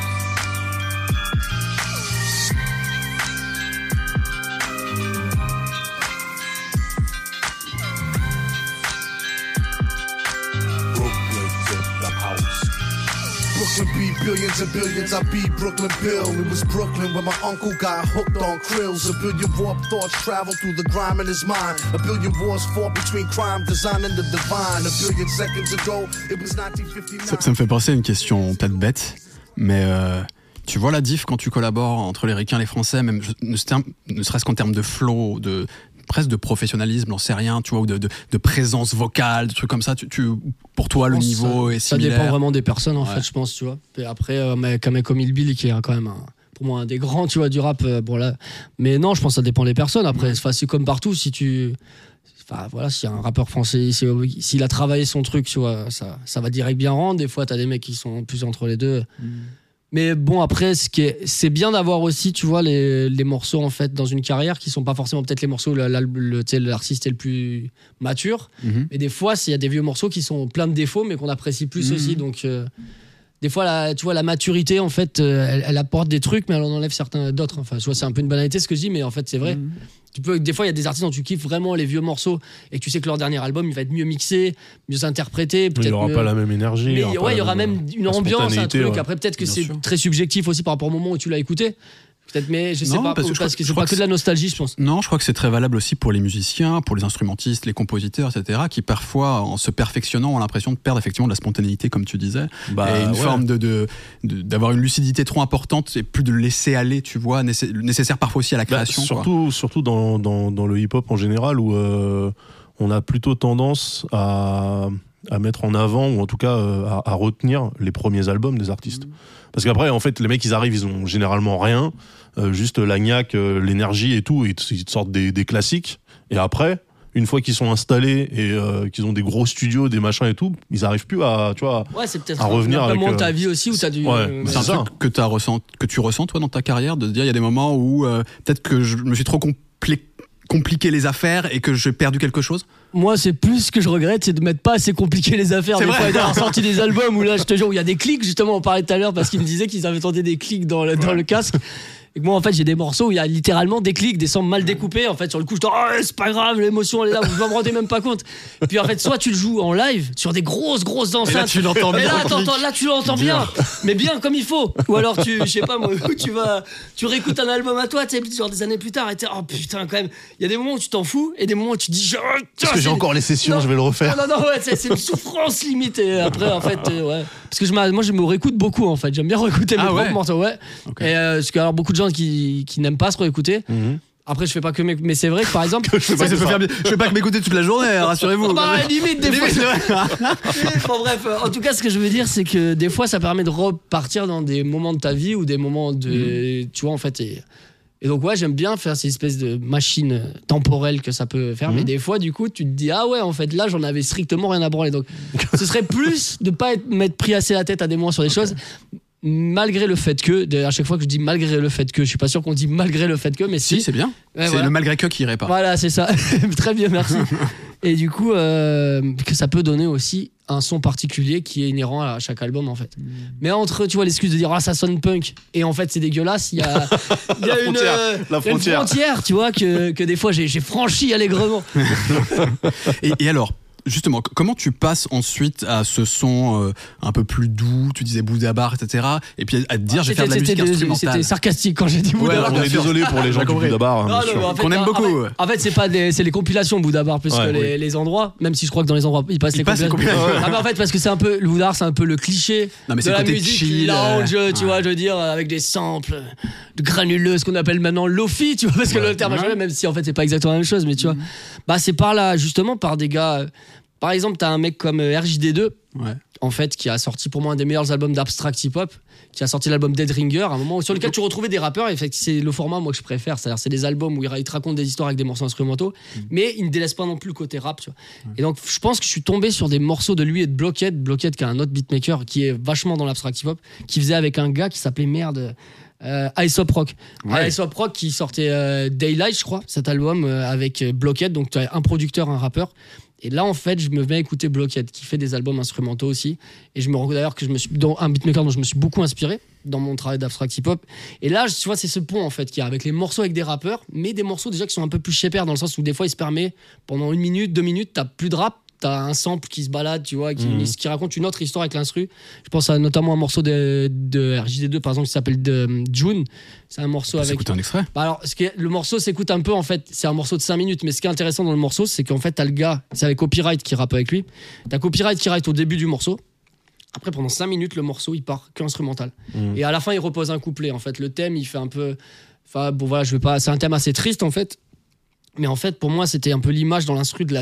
Brooklyn beat billions and billions, I beat Brooklyn Bill. It was Brooklyn where my uncle got hooked on krills. A billion warped thoughts traveled through the grime in his mind. A billion wars fought between crime, design and the divine. A billion seconds ago, it was nineteen fifty-nine. Ça, ça me fait penser à une question peut-être bête, mais euh, tu vois la diff quand tu collabores entre les Ricains et les Français, même je- ne, ne serait-ce qu'en termes de flow, de presque de professionnalisme, j'en sais rien, tu vois, ou de, de, de présence vocale, de trucs comme ça. Tu, tu, pour toi, le Je pense niveau ça, est ça similaire. dépend vraiment des personnes, en Ouais. fait, je pense, tu vois. Et après, euh, mec, un mec comme Il Bill, qui est quand même un, pour moi un des grands, tu vois, du rap. euh, bon là, mais non, je pense que ça dépend des personnes. Après, c'est c'est comme partout, si tu, enfin voilà, si un rappeur français, si- s'il a travaillé son truc, tu vois, ça, ça va direct bien rendre. Des fois, t'as des mecs qui sont plus entre les deux. Mais bon, après, ce qui est, c'est bien d'avoir aussi, tu vois, les, les morceaux en fait dans une carrière qui sont pas forcément peut-être les morceaux où la- la- le, tu sais, l'artiste est le plus mature. Mhm. Mais des fois, il y a des vieux morceaux qui sont pleins de défauts, mais qu'on apprécie plus Mhm. aussi. Donc, euh, des fois, la, tu vois, la maturité, en fait, euh, elle, elle apporte des trucs, mais elle en enlève certains d'autres. Enfin, tu vois, c'est un peu une banalité ce que je dis, mais en fait, c'est vrai. Mhm. Tu peux, des fois, il y a des artistes dont tu kiffes vraiment les vieux morceaux et que tu sais que leur dernier album, il va être mieux mixé, mieux interprété. Il Peut-être n'y aura mieux- pas la même énergie. mais il y aura ouais, pas il y la aura même une la ambiance, un spontanéité, truc. ouais. Après, peut-être que Bien c'est sûr. très subjectif aussi par rapport au moment où tu l'as écouté. Peut-être, mais je sais Non, pas, parce que parce, je crois- que je c'est crois pas que que de la nostalgie, je pense. Non, je crois que c'est très valable aussi pour les musiciens, pour les instrumentistes, les compositeurs, et cetera, qui parfois, en se perfectionnant, ont l'impression de perdre effectivement de la spontanéité, comme tu disais, Bah, et une ouais. forme de, de, de- d'avoir une lucidité trop importante et plus de laisser aller, tu vois, nécess- nécessaire parfois aussi à la Bah, création. quoi. surtout surtout dans, dans, dans le hip-hop en général où euh, on a plutôt tendance à, à mettre en avant ou en tout cas euh, à, à retenir les premiers albums des artistes. Parce qu'après, en fait, les mecs, ils arrivent, ils ont généralement rien, euh, juste la gnaque, euh, l'énergie et tout, et ils te sortent des, des classiques. Et après, une fois qu'ils sont installés et euh, qu'ils ont des gros studios, des machins et tout, ils arrivent plus à, tu vois, Ouais, c'est peut-être à revenir un avec, moment de euh, ta vie aussi où t'as dû. ouais, euh, C'est un C'est ça. truc que, t'as ressent, que tu ressens, toi, dans ta carrière, de se dire, il y a des moments où euh, peut-être que je me suis trop compli- compliqué les affaires et que j'ai perdu quelque chose. Moi, c'est plus ce que je regrette, c'est de mettre pas assez compliqué les affaires. C'est Des vrai. fois, d'avoir sorti des albums où là, je te jure, où il y a des clics, justement, on parlait tout à l'heure parce qu'ils me disaient qu'ils avaient tenté des clics dans le, dans le casque. Et que moi, en fait, j'ai des morceaux où il y a littéralement des clics, des samples mal découpés. En fait, sur le coup, je dis, oh, c'est pas grave, l'émotion, elle est là, vous ne m'en rendez même pas compte. Puis en fait, soit tu le joues en live sur des grosses, grosses enceintes. Et là, tu l'entends Et bien. là, t'entends- là, tu l'entends bien, mais bien comme il faut. Ou alors, tu, je sais pas moi, où tu vas, tu réécoutes un album à toi, tu sais, genre des années plus tard, et t'es, oh putain, quand même. Il y a des moments où tu t'en fous et des moments où tu dis, oh, parce que j'ai c'est- encore les sessions, Non. je vais le refaire. non, non, non, ouais, c'est, c'est une souffrance limite. Et après, en fait, euh, ouais. Parce que je m'a- moi, je me réécoute beaucoup, en fait. J'aime bien réécouter mes Ah propres ouais. morceaux, ouais. Ok. Et euh, parce que, alors, beaucoup de gens qui, qui n'aiment pas se réécouter. Mhm. Après, je fais pas que mes. Mais c'est vrai que, par exemple. Ouais, ça peut faire bien. Je vais pas que m'écouter toute la journée, hein, rassurez-vous. Bah, limite, des fois. Limite, c'est vrai. Enfin, bref, euh, en tout cas, ce que je veux dire, c'est que des fois, ça permet de repartir dans des moments de ta vie ou des moments de. Tu vois, en fait. Et, et donc, ouais, j'aime bien faire ces espèces de machines temporelles que ça peut faire. Mais des fois, du coup, tu te dis, ah ouais, en fait, là, j'en avais strictement rien à branler. Donc, ce serait plus de pas être, m'être pris assez la tête à des moments sur des choses. Malgré le fait que, d'ailleurs, à chaque fois que je dis malgré le fait que, je suis pas sûr qu'on dit malgré le fait que, mais Si, si. c'est bien. Ouais, c'est voilà. le malgré que qui irait pas. Voilà, c'est ça. Très bien, merci. Et du coup, euh, que ça peut donner aussi un son particulier qui est inhérent à chaque album, en fait. Mais entre, tu vois, l'excuse de dire, ah, ça sonne punk, et en fait, c'est dégueulasse, il y a, il y a La une, frontière, euh, la il y a une frontière. frontière, tu vois, que, que des fois, j'ai, j'ai franchi allègrement. Et, et alors, justement, c- comment tu passes ensuite à ce son euh, un peu plus doux, tu disais Bouddha Bar, et cetera, et puis à te dire, je vais faire de la musique C'était- c'était- instrumentale. C'était sarcastique quand j'ai dit Ouais, Bouddha Bar. On est désolé pour les gens J'ai du compris. Bouddha-Bar, hein, bien Non, non, sûr. mais en fait, Qu'on aime en- beaucoup, En fait, ouais. en fait, c'est pas des, c'est les compilations Bouddha Bar plus Ouais, que les, oui. les endroits, même si je crois que dans les endroits ils passent Ils les passent les compilations. compilations. Ah, mais en fait, parce que c'est un peu le Bouddha Bar, c'est un peu le cliché Non, mais c'est de le la côté musique chill, lounge, euh, tu ouais. vois, je veux dire, avec des samples de granuleux, ce qu'on appelle maintenant lofi, tu vois, parce que Ouais. le terme a changé, Ouais. même si en fait c'est pas exactement la même chose, mais tu vois, bah c'est par là justement par des gars. euh, Par exemple, t'as un mec comme euh, R J D deux. Ouais. En fait, qui a sorti pour moi un des meilleurs albums d'abstract hip-hop, qui a sorti l'album Dead Ringer, à un moment où- sur lequel tu retrouvais des rappeurs, et fait que c'est le format moi que je préfère, c'est-à-dire c'est des albums où ils te racontent des histoires avec des morceaux instrumentaux, mais ils ne délaissent pas non plus le côté rap, tu vois. Et donc je pense que je suis tombé sur des morceaux de lui et de Blockhead, Blockhead qui est un autre beatmaker qui est vachement dans l'abstract hip-hop, qui faisait avec un gars qui s'appelait merde. Euh, Aesop Rock. Ouais. Aesop Rock qui sortait euh, Daylight, je crois, cet album euh, avec euh, Blockhead, donc tu as un producteur, un rappeur. Et là, en fait, je me mets à écouter Blockhead, qui fait des albums instrumentaux aussi. Et je me rends compte d'ailleurs que je me suis, dans un beatmaker dont je me suis beaucoup inspiré dans mon travail d'abstract hip-hop. Et là, tu vois, c'est ce pont, en fait, qu'il y a avec les morceaux avec des rappeurs, mais des morceaux déjà qui sont un peu plus shapers, dans le sens où des fois, il se permet, pendant une minute, deux minutes, t'as plus de rap, t'as un sample qui se balade, tu vois, qui, Mhm. qui raconte une autre histoire avec l'instru. Je pense à notamment un morceau de, de R J D deux, par exemple, qui s'appelle de, June. C'est un morceau On peut avec. s'écouter un extrait. Bah alors, ce qui est- le morceau s'écoute un peu en fait, c'est un morceau de cinq minutes, mais ce qui est intéressant dans le morceau, c'est qu'en fait, t'as le gars, c'est avec Copyright qui rappe avec lui. T'as Copyright qui rappe au début du morceau. Après, pendant cinq minutes, le morceau, il part qu'instrumental. Mhm. Et à la fin, il repose un couplet. En fait, le thème, il fait un peu. Enfin, bon, voilà, je vais pas. C'est un thème assez triste en fait. Mais en fait, pour moi, c'était un peu l'image dans l'instru de la vie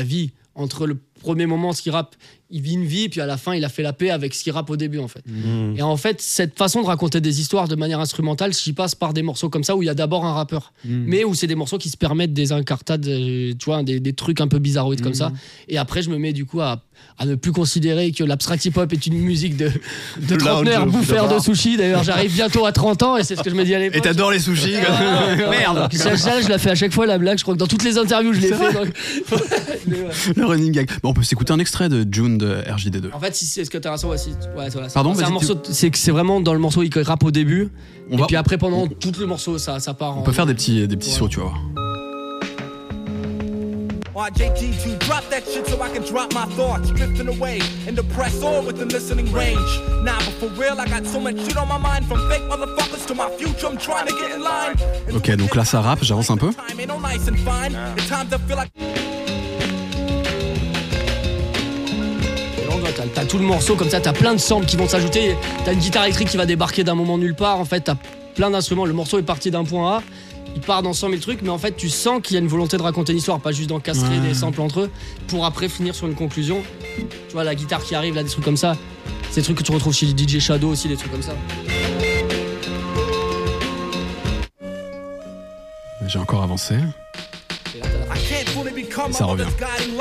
entre le premier moment, ce qu'il rappe, il vit une vie, puis à la fin, il a fait la paix avec ce qu'il rappe au début, en fait. Mmh. Et en fait, cette façon de raconter des histoires de manière instrumentale, j'y passe par des morceaux comme ça, où il y a d'abord un rappeur, mmh. mais où c'est des morceaux qui se permettent des incartades, tu vois, des, des trucs un peu bizarroïdes mmh. comme ça. Et après, je me mets du coup à, à ne plus considérer que l'abstract hip-hop est une musique de, de trentenaire, bouffeur de sushi. D'ailleurs, j'arrive bientôt à trente ans, et c'est ce que je me dis à l'époque. Et t'adores les sushis merde. Ça, ça, je la fais à chaque fois, la blague. Je crois que dans toutes les interviews, je l'ai fait. Donc... ouais. Le running gag. Bon, on peut s'écouter un extrait de June de R J D deux. En fait, si c'est ce que t'as raison, ouais, si, ouais, voilà, Pardon, c'est un morceau. Tu... C'est que c'est vraiment dans le morceau, il rappe au début. On et va... puis après, pendant tout le morceau, ça, ça part. On en... peut faire des petits, des petits ouais. sauts, tu vas voir. J G to drop that shit so I can drop my thoughts, drifting away and depress all within listening range. Nah, but for real, I got so much shit on my mind, from fake motherfuckers to my future, I'm trying to get in line. Ok, donc là ça rappe, j'avance un peu. T'as, t'as tout le morceau comme ça, t'as plein de samples qui vont s'ajouter, t'as une guitare électrique qui va débarquer d'un moment nulle part, en fait t'as plein d'instruments, le morceau est parti d'un point A, il part dans cent mille trucs, mais en fait tu sens qu'il y a une volonté de raconter une histoire, pas juste d'encastrer ouais. des samples entre eux, pour après finir sur une conclusion. Tu vois la guitare qui arrive là, des trucs comme ça, c'est des trucs que tu retrouves chez les D J Shadow aussi, des trucs comme ça. J'ai encore avancé. Et ça revient.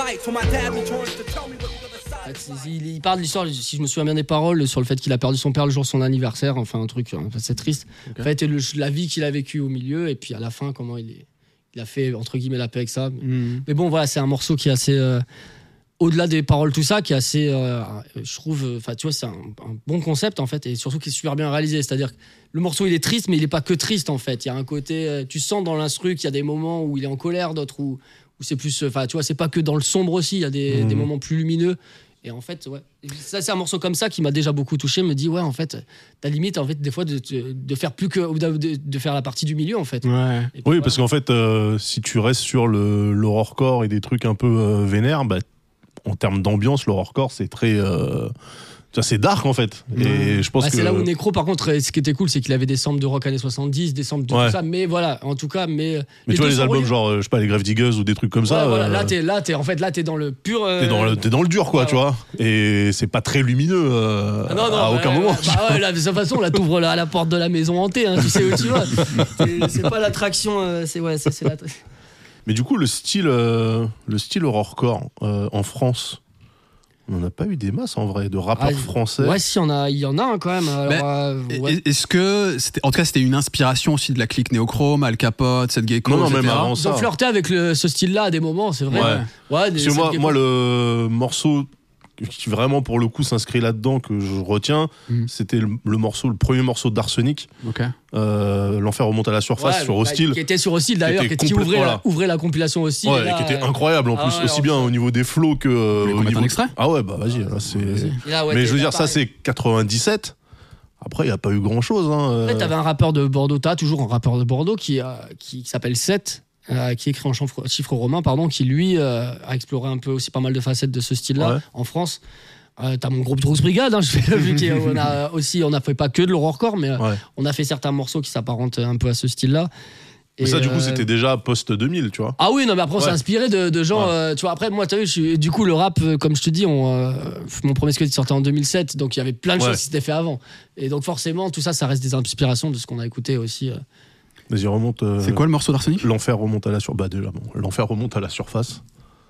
Il parle de l'histoire, si je me souviens bien des paroles, sur le fait qu'il a perdu son père le jour de son anniversaire, enfin un truc, c'est triste. Okay. En fait, le, la vie qu'il a vécue au milieu, et puis à la fin, comment il, est, il a fait, entre guillemets, la paix avec ça. Mm. Mais bon, voilà, c'est un morceau qui est assez... Euh, au-delà des paroles, tout ça, qui est assez... Euh, je trouve... Enfin, tu vois, c'est un, un bon concept, en fait, et surtout qui est super bien réalisé. C'est-à-dire que le morceau, il est triste, mais il n'est pas que triste, en fait. Il y a un côté... Euh, tu sens dans l'instru qu'il y a des moments où il est en colère, d'autres où, où c'est plus... Enfin, tu vois, c'est pas que dans le sombre aussi, il y a des, mm. des moments plus lumineux. Et en fait, ouais, ça c'est un morceau comme ça qui m'a déjà beaucoup touché. Me dit ouais, en fait, t'as limite en fait des fois de, de, de faire plus que de, de faire la partie du milieu en fait. Ouais. Oui, voilà. Parce qu'en fait, euh, si tu restes sur le l'horrorcore et des trucs un peu euh, vénères, bah, en termes d'ambiance, l'horrorcore c'est très euh, c'est dark en fait. Mmh. Et je pense bah, que c'est là où Necro, par contre, ce qui était cool, c'est qu'il avait des samples de rock années soixante-dix, des samples de ouais. tout ça. Mais voilà, en tout cas, mais. Mais tu vois les albums reliés. Genre, je sais pas, les Grave Diggers ou des trucs comme ouais, ça. Voilà, euh... là t'es, là t'es, en fait, là t'es dans le pur. Euh... T'es dans le, t'es dans le dur quoi, ouais, tu ouais. vois. Et c'est pas très lumineux euh, ah non, non, à bah, aucun bah, moment. Bah ouais, là, de toute façon, là t'ouvres à la porte de la maison hantée, hein, tu sais où tu vas. C'est, c'est pas l'attraction, euh, c'est ouais, c'est, c'est l'attraction. Mais du coup, le style, euh, le style horrorcore euh, en France. On n'en a pas eu des masses en vrai de rappeurs ah, français. Ouais, si, il y en a, il y en a un quand même. Alors, mais, euh, ouais. Est-ce que, c'était, en tout cas, c'était une inspiration aussi de la clique Néochrome, Al Capote, Seth Gecko, non, non, et cetera. Même avant Ils ont flirté avec le, ce style-là à des moments, c'est vrai. Ouais. Ouais, des, moi, moi, le morceau qui vraiment pour le coup s'inscrit là-dedans que je retiens, mmh. c'était le, le morceau, le premier morceau d'Arsenic. Okay. Euh, L'enfer remonte à la surface ouais, sur Hostile. Bah, qui était sur Hostile d'ailleurs, qui, qui ouvrait, voilà. la, ouvrait la compilation aussi. Ouais, et là, qui était incroyable en plus, ah ouais, aussi bien ça. Au niveau des flows que. Euh, au niveau un extrait. Ah ouais, bah vas-y. Là, c'est... Vas-y. Là, ouais, mais je veux dire, ça c'est quatre-vingt-dix-sept. Après, il n'y a pas eu grand-chose. Hein. Après, t'avais un rappeur de Bordeaux, t'as toujours un rappeur de Bordeaux qui, euh, qui, qui s'appelle Seth. Euh, qui écrit en chiffre, chiffre romain, pardon, qui lui euh, a exploré un peu aussi pas mal de facettes de ce style-là ouais. en France. Euh, t'as mon groupe Drugs Brigade, hein, je fais, vu qu'on a aussi, on a fait pas que de l'horrorcore, mais ouais. on a fait certains morceaux qui s'apparentent un peu à ce style-là. Et mais ça, du coup, euh... c'était déjà post deux mille, tu vois. Ah oui, non, mais après, on ouais. s'est inspiré de, de gens. Ouais. Euh, tu vois, après, moi, tu as vu, je suis, du coup, le rap, comme je te dis, on, euh, mon premier skate sortait en deux mille sept, donc il y avait plein de ouais. choses qui s'étaient fait avant. Et donc, forcément, tout ça, ça reste des inspirations de ce qu'on a écouté aussi. Euh. Vas-y, remonte. Euh, C'est quoi le morceau d'Arsenic ? L'enfer remonte à la surface. Bah, déjà, bon, l'enfer remonte à la surface.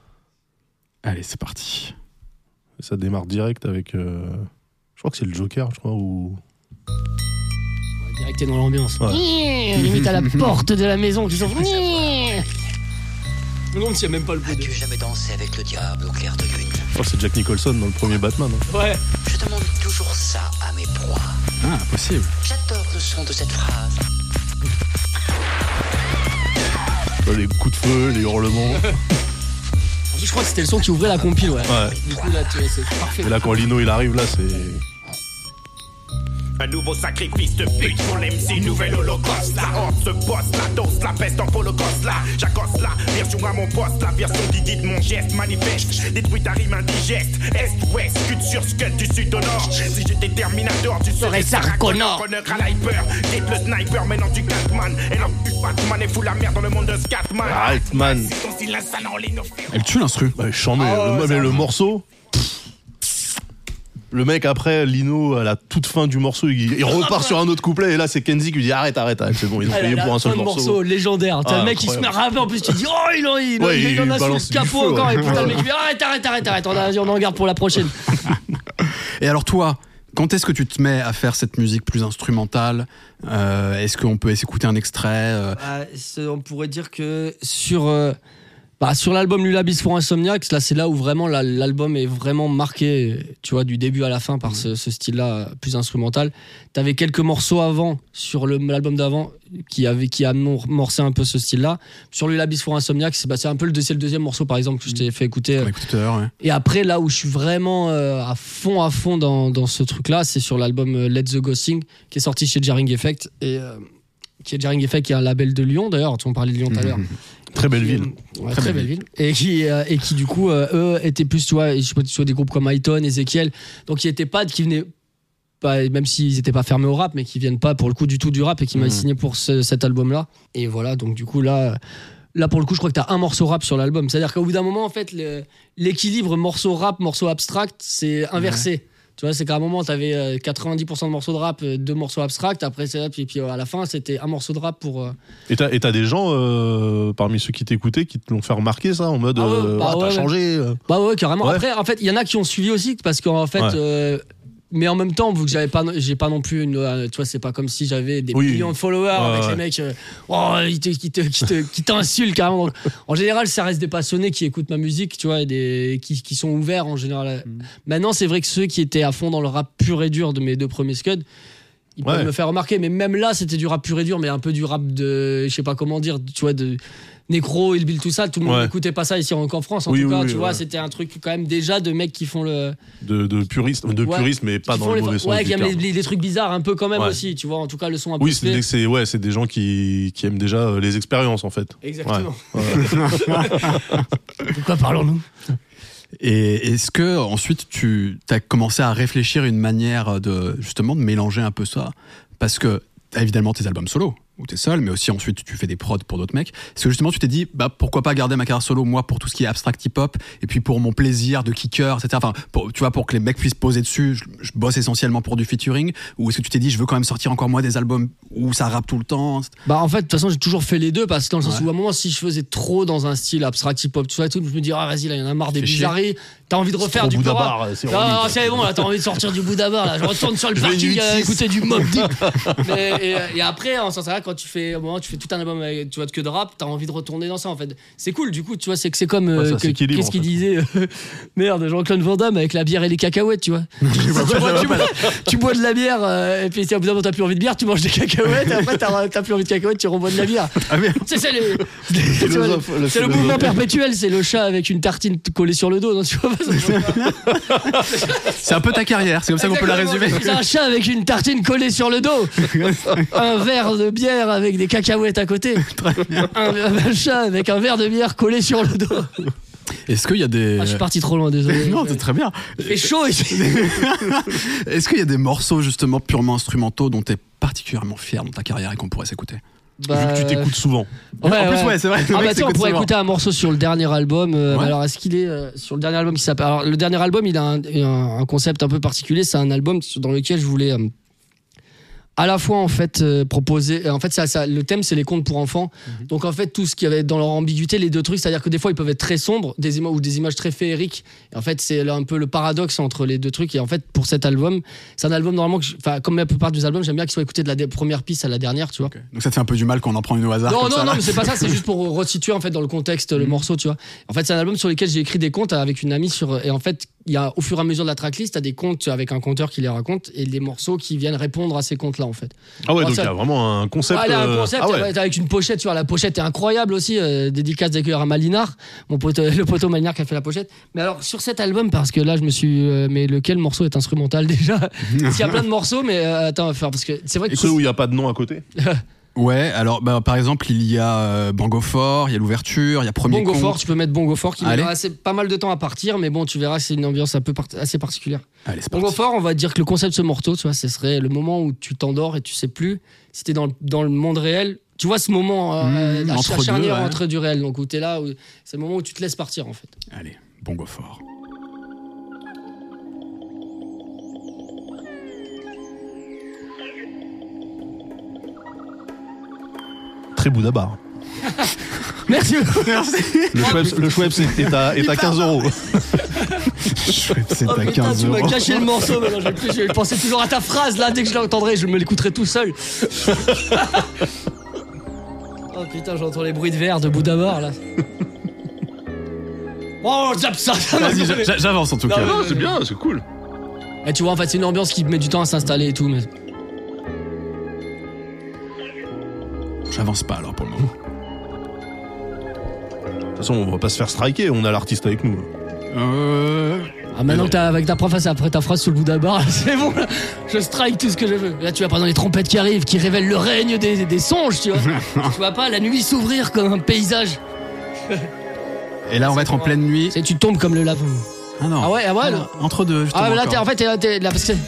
Allez, c'est parti. Et ça démarre direct avec. Euh, je crois que c'est le Joker, je crois, ou. Ouais, direct, t'es dans l'ambiance. Ouais. Limite à la porte de la maison qui s'ouvre. Je me demande s'il n'y a même pas le bruit. As-tu jamais dansé avec le diable au clair de lune ? Je crois que c'est Jack Nicholson dans le premier Batman. Hein. Ouais. Je demande toujours ça à mes proies. Ah, possible. J'adore le son de cette phrase. Les coups de feu, les hurlements. Je crois que c'était le son qui ouvrait la compile, ouais. ouais. Du coup, là, tu vois, c'est parfait. Et là, quand Lino il arrive, là, c'est. Un nouveau sacrifice de pute pour l'M C, nouvel holocauste. La horde se bosse, la dose, la peste en holocaust là. J'accoste la version à mon poste, la version d'idiot de mon geste manifeste. Détruit ta rime indigeste. Est, ouest, scud sur scud du sud au nord. Si j'étais Terminator, tu serais Sarah Connor. Connor à l'hyper, guette le sniper, maintenant du Catman. Et là, Batman et fout la merde dans le monde de Scatman. Altman. Elle tue l'instru. Bah, je mais, Ah ouais, le, mais le morceau. Le mec après Lino à la toute fin du morceau il, il repart sur un autre couplet et là c'est Kenzie qui lui dit arrête arrête, arrête c'est bon ils ont Ah, payé la, pour la un seul fin de morceau. morceau légendaire. T'as Ah, le mec qui se met à rapper en plus tu dis oh il en il, Ouais, il, il, il en a sur balance le du capot feu, encore ouais. et putain le mec il dit arrête arrête arrête arrête on, a, on en garde pour la prochaine. Et alors toi, quand est-ce que tu te mets à faire cette musique plus instrumentale ? euh, Est-ce qu'on peut s'écouter un extrait euh... Ah, c'est- on pourrait dire que sur euh, bah, sur l'album Lullabies for Insomniacs, là c'est là où vraiment la- l'album est vraiment marqué, tu vois, du début à la fin par ce, ce style-là euh, plus instrumental. T'avais quelques morceaux avant sur le- l'album d'avant qui avait qui amorçait un peu ce style-là. Sur Lullabies for Insomniacs, c'est bah, c'est un peu le, deux- c'est le deuxième morceau par exemple que je t'ai fait écouter. On écoute tout à l'heure, ouais. Et après, là où je suis vraiment euh, à fond, à fond dans, dans ce truc-là, c'est sur l'album euh, Let the Ghosting, qui est sorti chez Jarring Effect, et euh, qui est Jarring Effect, qui est un label de Lyon d'ailleurs. On parlait de Lyon tout à l'heure. Très belle Qui, ville. euh, ouais, très, belle ville. Et qui, euh, et qui du coup, euh, eux étaient plus, tu vois, je sais pas, tu vois, des groupes comme Highton, Ezekiel, donc qui étaient pas, qui venaient pas, même s'ils étaient pas fermés au rap, mais qui viennent pas pour le coup du tout du rap et qui m'avaient signé pour ce- cet album-là. Et voilà, donc du coup là. Là, pour le coup, je crois que t'as un morceau rap sur l'album. C'est-à-dire qu'au bout d'un moment, en fait, le- l'équilibre morceau rap, morceau abstract, c'est inversé. Tu vois, c'est qu'à un moment, t'avais euh, quatre-vingt-dix pour cent de morceaux de rap, euh, deux morceaux abstracts. Après, c'est là, puis, puis euh, à la fin, c'était un morceau de rap pour. euh, Et t'as, et t'as des gens euh, parmi ceux qui t'écoutaient qui te l'ont fait remarquer ça en mode Ah ouais, euh, bah ah, t'as ouais, changé. euh. Bah ouais, carrément. Ouais. Après, en fait, il y en a qui ont suivi aussi parce qu'en fait. Ouais. euh, mais en même temps, vu que j'avais pas, j'ai pas non plus une, euh, tu vois, c'est pas comme si j'avais des Oui. millions de followers Ouais, avec ouais. les mecs, euh, oh, ils te- qui te, qui te, qui t'insultent carrément. Donc, en général, ça reste des passionnés qui écoutent ma musique, tu vois, et des, qui, qui sont ouverts en général. Mm. Maintenant, c'est vrai que ceux qui étaient à fond dans le rap pur et dur de mes deux premiers scuds, ils peuvent Ouais. me faire remarquer. Mais même là, c'était du rap pur et dur, mais un peu du rap de, je sais pas comment dire, tu vois, de Nécro, Il Bill, tout ça. Tout le monde Ouais. n'écoutait pas ça ici en en France, en Oui, tout oui, cas, oui, tu vois, ouais. c'était un truc quand même déjà de mecs qui font le. De, de puristes, de Ouais. puristes, mais pas qui dans font le les- mauvais sens ouais, du qui aiment les, terme. les- les trucs bizarres un peu quand même Ouais. aussi, tu vois, en tout cas, le son un peu Oui, c'est, fait. des- c'est, ouais, c'est des gens qui, qui aiment déjà euh, les expériences en fait. Exactement. Ouais. Ouais. De quoi parlons-nous? Et est-ce que ensuite tu as commencé à réfléchir une manière de justement de mélanger un peu ça ? Parce que t'as évidemment tes albums solo où t'es seul, mais aussi ensuite tu fais des prods pour d'autres mecs. Est-ce que justement tu t'es dit bah pourquoi pas garder ma carrière solo moi pour tout ce qui est abstract hip hop et puis pour mon plaisir de kicker, et cetera. Enfin pour, tu vois pour que les mecs puissent poser dessus, je, je bosse essentiellement pour du featuring. Ou est-ce que tu t'es dit je veux quand même sortir encore moi des albums où ça rappe tout le temps ? Bah en fait de toute façon j'ai toujours fait les deux parce que dans le sens Ouais. où à un moment si je faisais trop dans un style abstract hip hop tu vois et tout je me dis ah vas-y là il y en a marre des Fait chier. bizarreries, t'as envie de refaire Trop du Bouddha pur Bar, rap. c'est Non, horrible. non, c'est bon là t'as envie de sortir du Bouddha Bar là je retourne sur le Je vais parking une à huit six. écouter du Mobb Deep. Mais, et, et après en sens là quand tu fais au moment tu fais tout un album avec, tu vois que de rap t'as envie de retourner dans ça en fait c'est cool du coup tu vois c'est que c'est comme euh, Ouais, ça que- s'équilibre, qu'est-ce en qu'il fait. disait euh, merde Jean-Claude Van Damme avec la bière et les cacahuètes tu vois tu, bois, tu bois- tu bois de la bière euh, et puis si au bout d'un moment t'as plus envie de bière tu manges des cacahuètes et après t'as, t'as plus envie de cacahuètes tu rebois de la bière. Ah mais C'est, c'est, les- tu vois, Philosophe, le, le c'est le philosophe. mouvement perpétuel, c'est le chat avec une tartine collée sur le dos, non, tu vois pas, c'est un peu ta carrière, c'est comme ça qu'on peut la résumer. C'est un chat avec une tartine collée sur le dos, un verre de bière avec des cacahuètes à côté, un, un chat avec un verre de bière collé sur le dos. Est-ce qu'il y a des Ah, je suis parti trop loin, désolé. non, c'est très bien. Il fait chaud ici. Est-ce qu'il y a des morceaux justement purement instrumentaux dont tu es particulièrement fier dans ta carrière et qu'on pourrait s'écouter ? Vu que tu t'écoutes souvent. Ouais, en plus, ouais. ouais, c'est vrai. le Ah mec bah tiens, on s'écoute pourrait souvent. écouter un morceau sur le dernier album. euh, Ouais. bah alors est-ce qu'il est euh, sur le dernier album qui s'appelle alors le dernier album, il a un, un- un concept un peu particulier. C'est un album dans lequel je voulais euh, à la fois en fait euh, proposer. En fait, ça, ça, le thème c'est les contes pour enfants. Mhm. Donc en fait tout ce qui avait dans leur ambiguïté, les deux trucs, c'est-à-dire que des fois ils peuvent être très sombres, des images ou des images très féeriques. Et en fait c'est là un peu le paradoxe entre les deux trucs. Et en fait pour cet album, c'est un album normalement que, je- enfin comme la plupart des albums, j'aime bien qu'il soit écouté de la dé- première piste à la dernière, tu vois. Ok. Donc ça te fait un peu du mal quand on en prend une au hasard. Non, comme non, ça, non, là. mais c'est pas ça, c'est juste pour resituer en fait dans le contexte le morceau, tu vois. En fait, c'est un album sur lequel j'ai écrit des contes avec une amie sur et en fait il y a, au fur et à mesure de la tracklist, t'as des comptes avec un compteur qui les raconte et des morceaux qui viennent répondre à ces comptes-là, en fait. Ah ouais, Alors, donc il ça- y a vraiment un concept. Ouais, il y a un euh, concept ah ouais. ouais, avec une pochette, tu vois, la pochette est incroyable aussi, euh, dédicace d'accueillir à Malinard, mon pote, le poteau Malinard qui a fait la pochette. Mais alors sur cet album, parce que là je me suis, euh, mais lequel morceau est instrumental déjà? Parce qu'il y a plein de morceaux, mais euh, attends, enfin, parce que c'est vrai que Et ceux où il n'y a pas de nom à côté. Ouais, alors bah, par exemple, il y a euh, Bango Fort, il y a l'ouverture, il y a Premier Bongo Compte. Fort, tu peux mettre Bongo Fort qui Allez. met assez, pas mal de temps à partir, mais bon, tu verras que c'est une ambiance un peu part- assez particulière. Allez, c'est Bongo parti. Fort, on va dire que le concept de ce morceau, tu vois, ce serait le moment où tu t'endors et tu sais plus si t'es dans le, dans le monde réel. Tu vois ce moment, euh, Mmh, la entre la charnière deux, ouais. entre du réel, donc où t'es là, où, c'est le moment où tu te laisses partir en fait. Allez, Bongo Fort. Très Bouddha-Bar. Merci. Le Schweppes, le Schweppes est, est à, est à quinze euros. C'est Oh à putain, quinze tu m'as euros. caché le morceau, mais non, j'ai plus, je pensais toujours à ta phrase là, dès que je l'entendrai, je me l'écouterai tout seul. Oh putain, j'entends les bruits de verre de Bouddha-Bar là. Oh, zappe ça, ça m'a Vas-y, saoulé. j'a- j'avance en tout Non, cas. mais- Non, c'est bien, c'est cool. Et tu vois, en fait, c'est une ambiance qui met du temps à s'installer et tout, mais. J'avance pas alors pour le moment. De toute façon, on va pas se faire striker, on a l'artiste avec nous. Euh... Ah, maintenant que t'as avec ta préface et après ta phrase sur le Bouddha-Bar, c'est bon, là, je strike tout ce que je veux. Là, tu vas prendre les trompettes qui arrivent, qui révèlent le règne des, des songes, tu vois. Tu vois pas la nuit s'ouvrir comme un paysage. Et là, on va être en pleine nuit. C'est tu tombes comme le lave. Ah non. Ah ouais, ah ouais, non. Entre deux, justement. Ah, mais là, t'es, en encore. fait, t'es, t'es là parce que.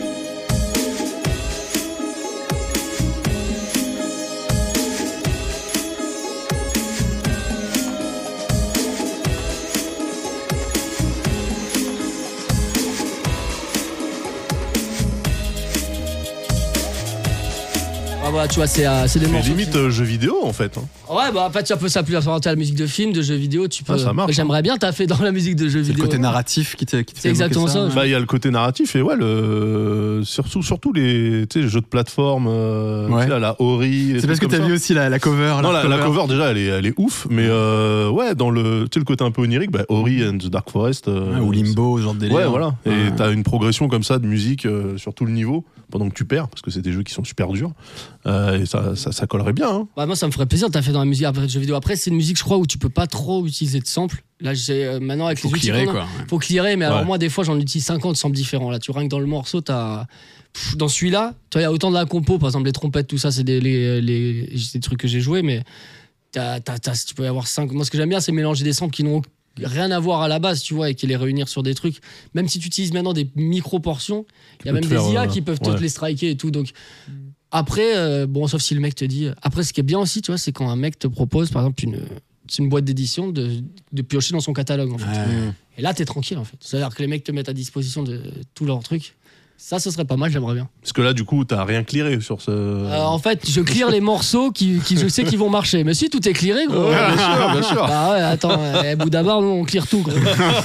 Ah, voilà, tu vois, c'est, euh, c'est des Mais morceaux. limite euh, jeu vidéo en fait. hein. Ouais, bah en fait, ça peut s'appeler à la musique de film, de jeux vidéo, tu peux. Ah, ça marche, J'aimerais bien t'affer dans la musique de jeux C'est le vidéo. côté narratif qui te, qui te C'est fait évoquer exactement ça, je- Bah il y a le côté narratif et ouais le surtout surtout les tu sais, les jeux de plateforme euh, Ouais. tu sais, là, la Ori. les C'est parce que trucs t'as comme vu ça. aussi la, la cover. Non, la, la cover. cover déjà elle est, elle est ouf, mais euh, ouais, dans le, tu sais, le côté un peu onirique, bah, Ori and the Dark Forest. euh, Ouais, ou Limbo, ce genre de délire. Ouais, voilà. Et Ouais. t'as une progression comme ça de musique euh, sur tout le niveau pendant que tu perds, parce que c'est des jeux qui sont super durs. Euh, et ça, ça, ça collerait bien. Hein. Bah moi ça me ferait plaisir de t'affer dans la musique après de jeux vidéo. Après c'est une musique je crois où tu peux pas trop utiliser de samples. Là j'ai euh, maintenant avec Faut les outils clearer, qu'on a, quoi. faut clearer, mais alors Ouais. moi des fois j'en utilise cinquante samples différents. Là tu vois rien que dans le morceau t'as Pff, dans celui-là, tu vois il y a autant de la compo, par exemple les trompettes tout ça c'est des les, les, des trucs que j'ai joués, mais t'as, t'as, t'as, tu peux y avoir cinq. Moi ce que j'aime bien c'est mélanger des samples qui n'ont rien à voir à la base, tu vois, et qui les réunir sur des trucs. Même si tu utilises maintenant des micro-portions, il y a peux même te des faire, I A euh, qui peuvent ouais. te les striker et tout. Donc, après, euh, bon, sauf si le mec te dit. Après, ce qui est bien aussi, tu vois, c'est quand un mec te propose, par exemple, une, c'est une boîte d'édition de, de piocher dans son catalogue, en fait. Ouais. Et là, t'es tranquille, en fait. C'est-à-dire que les mecs te mettent à disposition de tous leurs trucs. Ça, ce serait pas mal, j'aimerais bien. Parce que là, du coup, t'as rien clearé sur ce. Euh, en fait, je clear les morceaux qui, qui je sais qu'ils vont marcher. Mais si, tout est clearé, gros. Ouais, bien sûr, bien sûr. Bah ouais, attends, eh, Bouddha-Bar, nous, on clear tout, gros.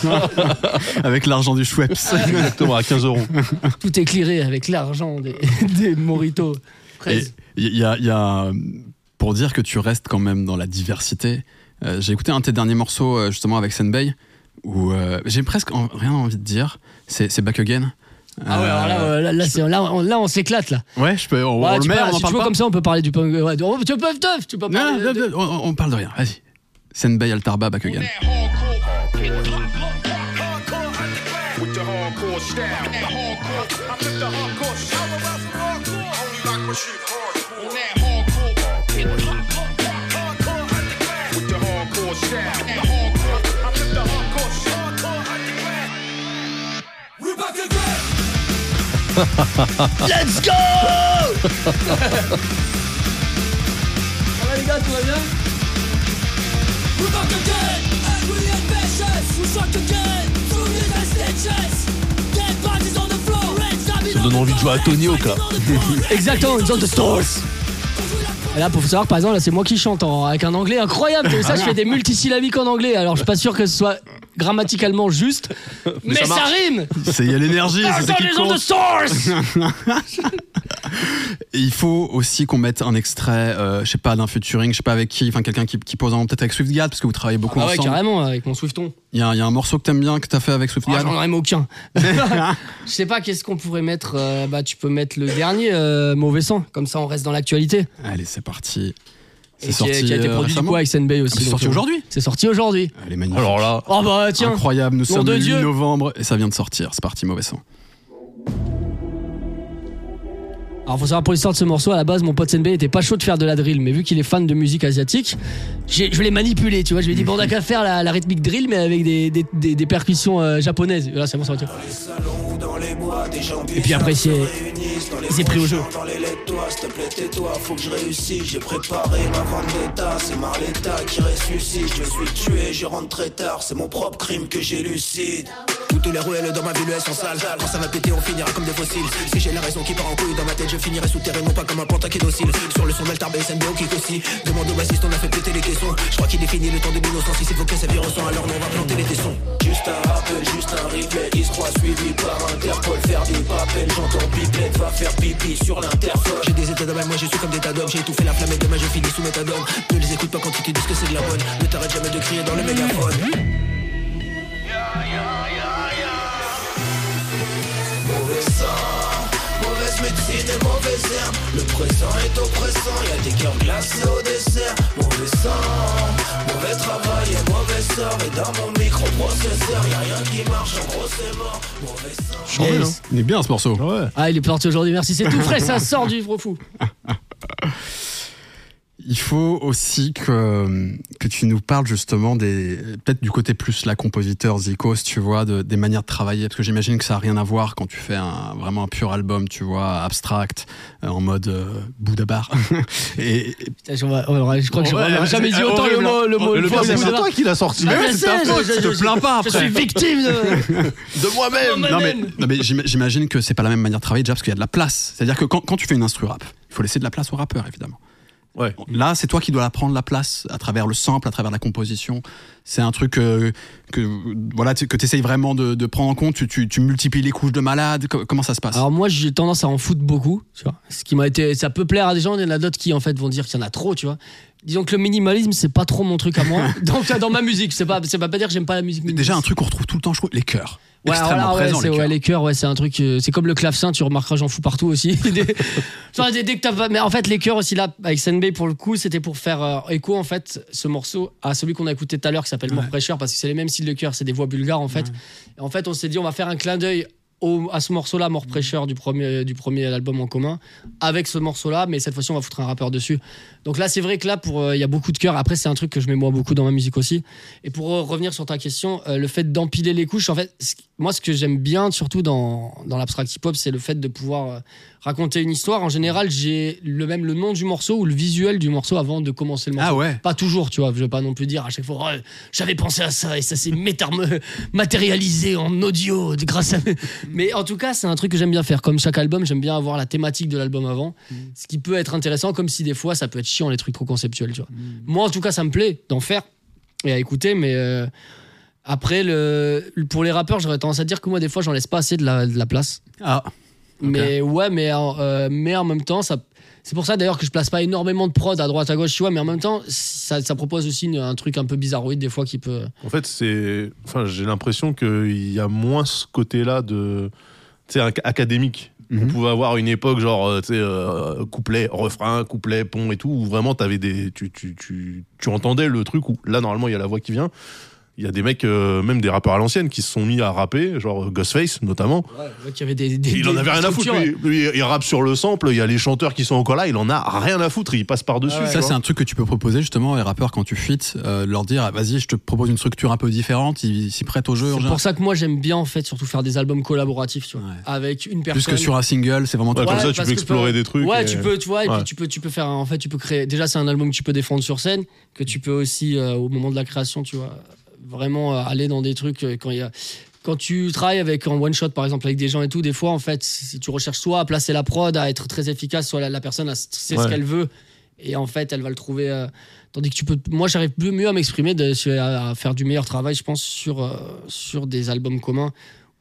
Avec l'argent du Schweppes. Exactement, à quinze euros. Tout est clearé avec l'argent des, des Moritos. Et treize. il y a, il y a, pour dire que tu restes quand même dans la diversité, euh, j'ai écouté un de tes derniers morceaux euh, justement avec Senbei, où euh, j'ai presque en- rien envie de dire, c'est, c'est Back Again. Ah ouais, alors là, Euh, euh, là, là, c'est- là, on, là, on s'éclate, là. ouais, je peux, on, Ouais, on le tu met, peux- on en si tu parle veux, pas. comme ça, on peut parler du punk. Ouais, oh, tu peux, teuf, tu peux Non, parler. non, de- non, on, on parle de rien, vas-y. Senbei Altarba, Back Again. With the hardcore style. That hardcore, I flip the hardcore style. Only like my shit hardcore. On that hardcore, hardcore underground. With the hardcore style. That hardcore, I flip the hardcore style. Hardcore underground. We're back again. Let's go. Ça va, les gars, tout va bien? We're back again, angry and vicious. We struck again, through the stitches. Dead bodies on the floor, red stabbing Ça donne envie de jouer à Tony Hawk, là. Exactement, une sorte de stores. Et là, pour savoir, par exemple, là, c'est moi qui chante en- avec un anglais incroyable. T'as vu ça, je fais des multisyllabiques en anglais. Alors, je suis pas sûr que ce soit grammaticalement juste, mais, ça ça, marche. rime. C'est, il y a l'énergie, c'est ça Dans qui les ondes de compte. stores. Et il faut aussi qu'on mette un extrait, euh, je sais pas, d'un featuring, je sais pas avec qui, enfin quelqu'un qui, qui pose un peut-être avec Swiftgad, parce que vous travaillez beaucoup ah ouais, ensemble. Carrément, avec mon Swifton. Il y a, il y a un morceau que t'aimes bien, que t'as fait avec Swiftgad. Ah, j'en aime aucun. Je sais pas, qu'est-ce qu'on pourrait mettre. euh, bah, tu peux mettre le dernier, euh, Mauvais Sang, comme ça on reste dans l'actualité. Allez, c'est parti. C'est sorti, qui a, qui a été produit du coup avec Senbei aussi. Ah, c'est sorti donc, aujourd'hui. C'est sorti aujourd'hui. Elle est magnifique. Alors là, oh bah tiens, incroyable. Nous sommes de le Dieu. huit novembre et ça vient de sortir. C'est parti, Mauvais Sang. Alors faut savoir pour l'histoire de ce morceau, à la base mon pote Senbei était pas chaud de faire de la drill, mais vu qu'il est fan de musique asiatique, j'ai, je l'ai manipulé, tu vois, je lui ai dit bon d'accord, faire la, la rythmique drill mais avec des, des, des, des percussions euh, japonaises. Et là c'est bon, ça va. Et puis après c'est, il s'est pris au jeu. S'il te plaît tais-toi, faut que je réussisse. J'ai préparé ma vendetta, c'est Marletta qui ressuscite. Je suis tué, je rentre très tard, c'est mon propre crime que j'élucide. Toutes les ruelles dans ma ville elles sont sales. Quand ça va péter on finira comme des fossiles. Si j'ai la raison qui part en couille dans ma tête, je finirai souterrain, non pas comme un pantin qui est docile. Sur le son d'Altar B S N B O qui aussi. Demande au bassiste, on a fait péter les caissons. Je crois qu'il définit le temps de l'innocence. Si c'est vos sa vie ressent, alors on va planter les tessons. Juste un rappel, juste un replay. Il se croit suivi par Interpol. Faire des papels, j'entends pipette. Va faire pipi sur l'interphone. J'ai des états d'âme, moi je suis comme des tas d'hommes. J'ai étouffé la flamme et demain je finis sous méthadone. Ne les écoute pas quand ils te disent que c'est de la bonne. Ne t'arrête jamais de crier dans le mégaphone. Mauvais sang, mauvaise médecine et mauvais herbe. Le présent est oppressant, y'a des cœurs glacés au dessert. Mauvais sang, mauvais travail et mauvais sort. Et dans mon microprocesseur, y'a rien qui marche, en gros c'est mort. Mauvais sang. Yes. Hein. Il est bien ce morceau. ouais. Ah il est sorti aujourd'hui, merci, c'est tout frais, ça sort du fou. Il faut aussi que, que tu nous parles justement des, peut-être du côté plus la compositeur, Zikos, tu vois, de, des manières de travailler, parce que j'imagine que ça n'a rien à voir quand tu fais un, vraiment un pur album, tu vois, abstract, euh, en mode euh, Bouddha bar. et, et... Putain, je, vois, je crois que je ouais, n'aurais jamais dit autant le mot. Le, mot, le, le le c'est toi qui l'as sorti. Ah, je sais, je, je, je te plains pas après. Je suis victime de, de moi-même. Non mais, non mais j'imagine que c'est pas la même manière de travailler déjà parce qu'il y a de la place. C'est-à-dire que quand, quand tu fais une instru rap, il faut laisser de la place au rappeur évidemment. Ouais. Là, c'est toi qui dois la prendre la place à travers le sample, à travers la composition. C'est un truc euh, que voilà que tu essayes vraiment de, de prendre en compte. Tu, tu, tu multiplies les couches de malade. Comment ça se passe? Alors moi, j'ai tendance à en foutre beaucoup. Tu vois. Ce qui m'a été, ça peut plaire à des gens. Il y en a d'autres qui en fait vont dire qu'il y en a trop. Tu vois. Disons que le minimalisme, c'est pas trop mon truc à moi. Donc dans ma musique, c'est pas, c'est pas dire que j'aime pas la musique. Déjà un truc qu'on retrouve tout le temps, je trouve, les chœurs. Ouais, extrêmement voilà, présent, ouais, c'est, les chœurs. ouais, les chœurs, ouais, c'est un truc. Euh, c'est comme le clavecin, tu remarqueras, j'en fous partout aussi. des, genre, dès, dès que t'as pas, mais en fait, les chœurs aussi là, avec Senbei pour le coup, c'était pour faire euh, écho en fait ce morceau à celui qu'on a écouté tout à l'heure qui s'appelle ouais. More Pressure parce que c'est les mêmes styles de chœurs, c'est des voix bulgares en fait. Ouais. Et en fait, on s'est dit, on va faire un clin d'œil Au, à ce morceau-là, More Pressure du premier, du premier album en commun, avec ce morceau-là, mais cette fois-ci on va foutre un rappeur dessus. Donc là c'est vrai que là il euh, y a beaucoup de chœurs. Après c'est un truc que je mets moi beaucoup dans ma musique aussi. Et pour euh, revenir sur ta question, euh, le fait d'empiler les couches, en fait, c- moi ce que j'aime bien surtout dans, dans l'abstract hip-hop, c'est le fait de pouvoir euh, raconter une histoire. En général j'ai le même le nom du morceau ou le visuel du morceau avant de commencer le morceau. Ah ouais. Pas toujours, tu vois, je vais pas non plus dire à chaque fois oh, j'avais pensé à ça et ça s'est métarme- matérialisé en audio grâce à... Mais en tout cas, c'est un truc que j'aime bien faire. Comme chaque album, j'aime bien avoir la thématique de l'album avant. Mmh. Ce qui peut être intéressant, comme si des fois, ça peut être chiant, les trucs trop conceptuels. Tu vois. Mmh. Moi, en tout cas, ça me plaît d'en faire et à écouter. Mais euh, après, le, pour les rappeurs, j'aurais tendance à dire que moi, des fois, j'en laisse pas assez de la, de la place. Ah. Okay. Mais ouais, mais, euh, mais en même temps, ça... c'est pour ça d'ailleurs que je place pas énormément de prod à droite à gauche, tu vois, mais en même temps, ça, ça propose aussi une, un truc un peu bizarroïde des fois qui peut. En fait, c'est, enfin, j'ai l'impression qu'il y a moins ce côté-là de, tu sais, académique. Mm-hmm. On pouvait avoir une époque genre, tu sais, euh, couplet, refrain, couplet, pont et tout, où vraiment t'avais des, tu, tu, tu, tu entendais le truc où là normalement il y a la voix qui vient. Il y a des mecs, euh, même des rappeurs à l'ancienne, qui se sont mis à rapper, genre Ghostface notamment. Ouais, qui avait des, des, il en avait des rien à foutre. Lui, lui, il rappe sur le sample, il y a les chanteurs qui sont encore là, il en a rien à foutre, il passe par-dessus. Ouais, ça, c'est un truc que tu peux proposer justement aux rappeurs quand tu feats, euh, leur dire ah, vas-y, je te propose une structure un peu différente, ils s'y prêtent au jeu. C'est pour ça que moi j'aime bien en fait, surtout faire des albums collaboratifs, tu vois, ouais. avec une personne. Plus que sur un single, c'est vraiment ouais, trop. Comme ça, tu peux explorer peux, des trucs. Ouais, et... tu peux, tu vois, et ouais. puis tu peux, tu peux faire, en fait, tu peux créer. Déjà, c'est un album que tu peux défendre sur scène, que tu peux aussi, euh, au moment de la création, tu vois. Vraiment euh, aller dans des trucs euh, quand il y a quand tu travailles avec en one shot par exemple avec des gens et tout, des fois en fait si tu recherches soit à placer la prod, à être très efficace, soit la, la personne sait ouais. ce qu'elle veut et en fait elle va le trouver euh, tandis que tu peux moi j'arrive mieux à m'exprimer de, à, à faire du meilleur travail je pense sur euh, sur des albums communs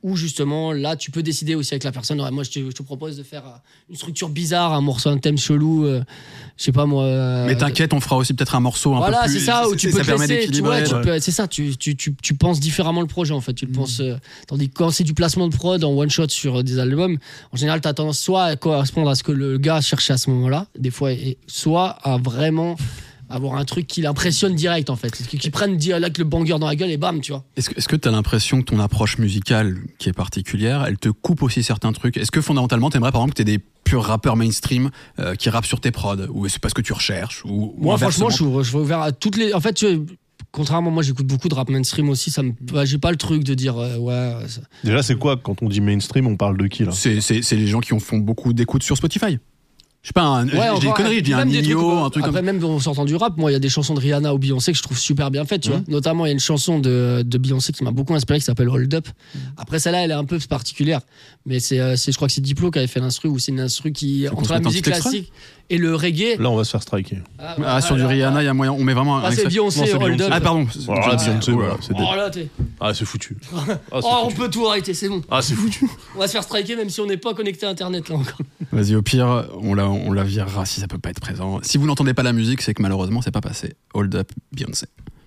où justement là tu peux décider aussi avec la personne. Ouais, moi je te, je te propose de faire une structure bizarre, un morceau, un thème chelou, euh, je sais pas moi. Euh, mais t'inquiète, on fera aussi peut-être un morceau un voilà, peu plus. Voilà, c'est ça, où tu peux ça te permet laisser, tu vois, d'équilibrer. tu Ouais. peux, c'est ça, tu, tu, tu, tu penses différemment le projet en fait. Tu le mmh. penses, euh, tandis que quand c'est du placement de prod en one shot sur des albums, en général t'as tendance soit à correspondre à ce que le gars cherchait à ce moment-là, des fois, et soit à vraiment avoir un truc qui l'impressionne direct en fait, qui, qui prenne direct le banger dans la gueule et bam, tu vois. Est-ce que, est-ce que t'as l'impression que ton approche musicale qui est particulière, elle te coupe aussi certains trucs? Est-ce que fondamentalement t'aimerais par exemple que t'aies des purs rappeurs mainstream euh, qui rappent sur tes prods, ou c'est parce que tu recherches, ou moi ou franchement je suis, je suis ouvert à toutes les, en fait tu contrairement moi j'écoute beaucoup de rap mainstream aussi, ça me, bah, j'ai pas le truc de dire euh, ouais ça... Déjà c'est quoi quand on dit mainstream, on parle de qui là? c'est, c'est, c'est les gens qui ont, font beaucoup d'écoutes sur Spotify. Je sais pas, un, ouais, j'ai encore, une connerie, je dis un Nino, un truc après, comme même en sortant du rap, moi, il y a des chansons de Rihanna ou Beyoncé que je trouve super bien faites, tu mmh. vois. Notamment, il y a une chanson de, de Beyoncé qui m'a beaucoup inspiré qui s'appelle Hold Up. Mmh. Après, celle-là, elle est un peu particulière. Mais c'est, c'est je crois que c'est Diplo qui avait fait l'instru, ou c'est une instru qui, c'est entre la musique classique et le reggae. Là, on va se faire striker. Ah, ouais, ah sur du Rihanna, il y a moyen, on met vraiment un. Ah, c'est Beyoncé, non, c'est Hold Up. Ah, pardon. Voilà, Beyoncé, voilà. C'est oh, là, t'es... Ah, c'est foutu. Ah, c'est oh, foutu. On peut tout arrêter, c'est bon. Ah, c'est foutu. On va se faire striker même si on n'est pas connecté à Internet, là encore. Vas-y, au pire, on la, on la virera si ça peut pas être présent. Si vous n'entendez pas la musique, c'est que malheureusement, c'est pas passé. Hold Up, Beyoncé.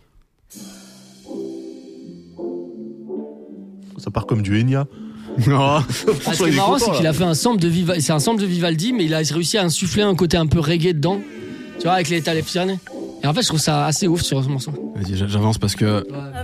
Ça part comme du Enya. Non. Ah, ce qui est marrant, c'est qu'il a fait un sample de Vivaldi, c'est un sample de Vivaldi, mais il a réussi à insuffler un côté un peu reggae dedans, tu vois, avec les Talef Tierney. Et en fait, je trouve ça assez ouf sur ce morceau. Vas-y, j'avance parce que.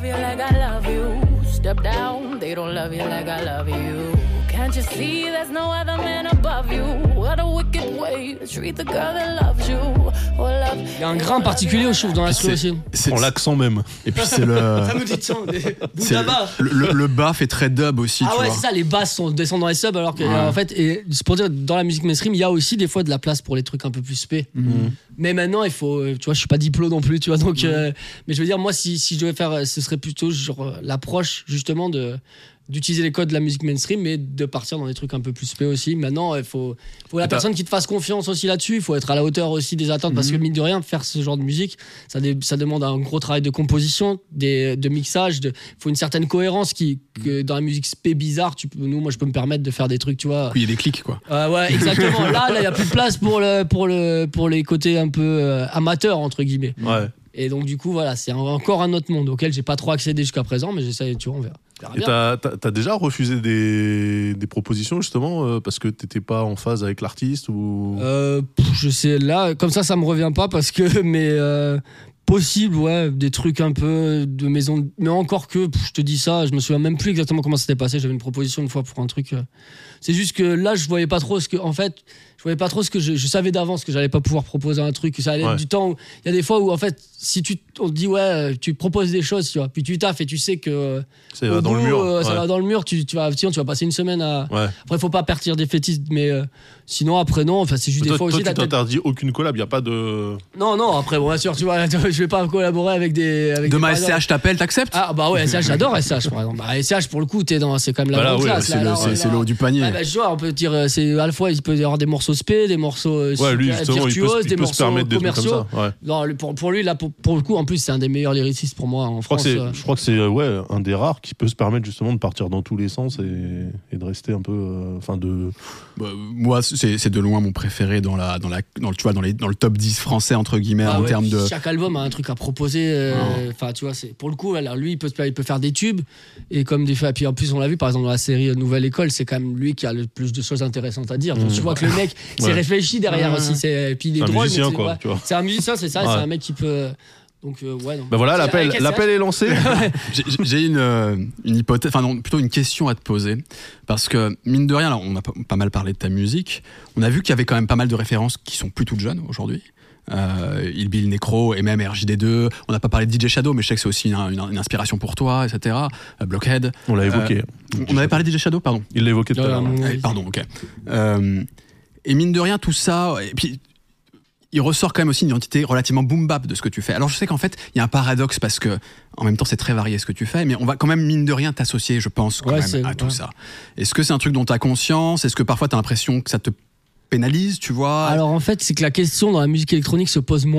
Can't you see there's no other man above you? What a wicked way to treat the girl that loves you. Oh, love. Il y a un grain particulier, je trouve, dans la c'est, aussi. C'est l'accent même. Et puis c'est le. Ça me dit de sang, des bouts là-bas. Le, le, le bas fait très dub aussi. Ah tu ouais, vois. c'est ça, les basses sont, descendent dans les subs, alors que, ouais. en fait, et c'est pour dire, dans la musique mainstream, il y a aussi des fois de la place pour les trucs un peu plus spé. Mmh. Mais maintenant, il faut. Tu vois, je suis pas Diplo non plus, tu vois, donc. Mmh. Euh, mais je veux dire, moi, si, si je devais faire. Ce serait plutôt genre l'approche, justement, de. d'utiliser les codes de la musique mainstream, mais de partir dans des trucs un peu plus spé aussi. Maintenant, il faut, faut la personne qui te fasse confiance aussi là-dessus. Il faut être à la hauteur aussi des attentes, mm-hmm. parce que mine de rien, faire ce genre de musique, ça, dé, ça demande un gros travail de composition, des, de mixage. Il faut une certaine cohérence qui, que dans la musique spé bizarre, tu peux, nous, moi, je peux me permettre de faire des trucs, tu vois. Oui, il y a des clics, quoi. Euh, ouais, exactement. là, il n'y a plus de place pour, le, pour, le, pour les côtés un peu euh, amateurs, entre guillemets. Ouais. Et donc, du coup, voilà, c'est encore un autre monde auquel j'ai pas trop accédé jusqu'à présent, mais j'essaie, tu vois, on verra. Et t'as, t'as, t'as déjà refusé des, des propositions justement euh, parce que t'étais pas en phase avec l'artiste ou euh, je sais, là, comme ça, ça me revient pas parce que, mais euh, possible, ouais, des trucs un peu de maison. Mais encore que, je te dis ça, je me souviens même plus exactement comment c'était passé. J'avais une proposition une fois pour un truc. Euh, c'est juste que là, je voyais pas trop ce que, en fait, je voyais pas trop ce que je, je savais d'avance que j'allais pas pouvoir proposer un truc, que ça allait ouais. être du temps. Il y a des fois où, en fait, si tu, on te dit, ouais, tu proposes des choses, tu vois, puis tu taffes et tu sais que. Ça va dans bout, le mur. Euh, ça ouais. va dans le mur, tu, tu vas, tiens, tu vas passer une semaine à. Ouais. Après, faut pas partir des fétistes, mais euh, sinon, après, non, enfin, c'est juste toi, des fois toi, aussi. Tu t'interdis aucune collab, y a pas de. Non, non, après, bon, bien sûr, tu vois, je vais pas collaborer avec des. Avec Demain, des S C H t'appelle, t'acceptes? Ah, bah ouais, S C H, j'adore S C H, par exemple. Bah, S C H, pour le coup, t'es dans, c'est quand même la bah grande ouais, classe. C'est, là, le, là, c'est, là, c'est le haut du panier. Bah, bah, je vois, on peut dire, c'est, à la fois, il peut y avoir des morceaux spé, des morceaux ouais, super, lui, justement, virtuoses, il peut, des il peut morceaux se permettre des commerciaux. trucs comme ça. Ouais. Non, pour, pour lui, là, pour, pour le coup, en plus, c'est un des meilleurs lyricistes pour moi en je crois France. Que c'est, euh... je crois que c'est ouais, un des rares qui peut se permettre justement de partir dans tous les sens et, et de rester un peu. Enfin, euh, de. Bah, moi, c'est, c'est de loin mon préféré dans, la, dans, la, dans, le, tu vois, dans, les, dans le top dix français, entre guillemets, ah, en ouais, termes de. Chaque album a un truc à proposer. Enfin, euh, tu vois, c'est, pour le coup, alors, lui, il peut, il peut faire des tubes. Et comme des fois, puis en plus, on l'a vu, par exemple, dans la série Nouvelle École, c'est quand même lui qui a le plus de choses intéressantes à dire. Donc, mmh. tu vois que le mec ouais. s'est réfléchi derrière mmh. aussi. C'est, et puis il est c'est drôle. Un musicien, mais c'est, quoi, ouais, tu vois. c'est un musicien, c'est ça. Ouais. C'est un mec qui peut. Donc, euh, ouais, non. Ben voilà, l'appel, l'appel est lancé. j'ai, j'ai une, euh, une hypothèse, enfin non, plutôt une question à te poser. Parce que, mine de rien, là, on a pas mal parlé de ta musique. On a vu qu'il y avait quand même pas mal de références qui sont plus toutes jeunes aujourd'hui. Euh, Il Bill Necro et même R J D deux. On n'a pas parlé de D J Shadow, mais je sais que c'est aussi une, une, une inspiration pour toi, et cetera. Euh, Blockhead. On l'a évoqué. Euh, on avait parlé de D J Shadow, pardon. Il l'a évoqué tout à l'heure. Euh, pardon, ok. Euh, et mine de rien, tout ça. Et puis, il ressort quand même aussi une identité relativement boom bap de ce que tu fais. Alors je sais qu'en fait il y a un paradoxe parce que en même temps c'est très varié ce que tu fais, mais on va quand même mine de rien t'associer, je pense, quand ouais, même à tout ouais. ça. Est-ce que c'est un truc dont tu as conscience? Est-ce que parfois tu as l'impression que ça te pénalise, tu vois? Alors en fait c'est que la question dans la musique électronique se pose moins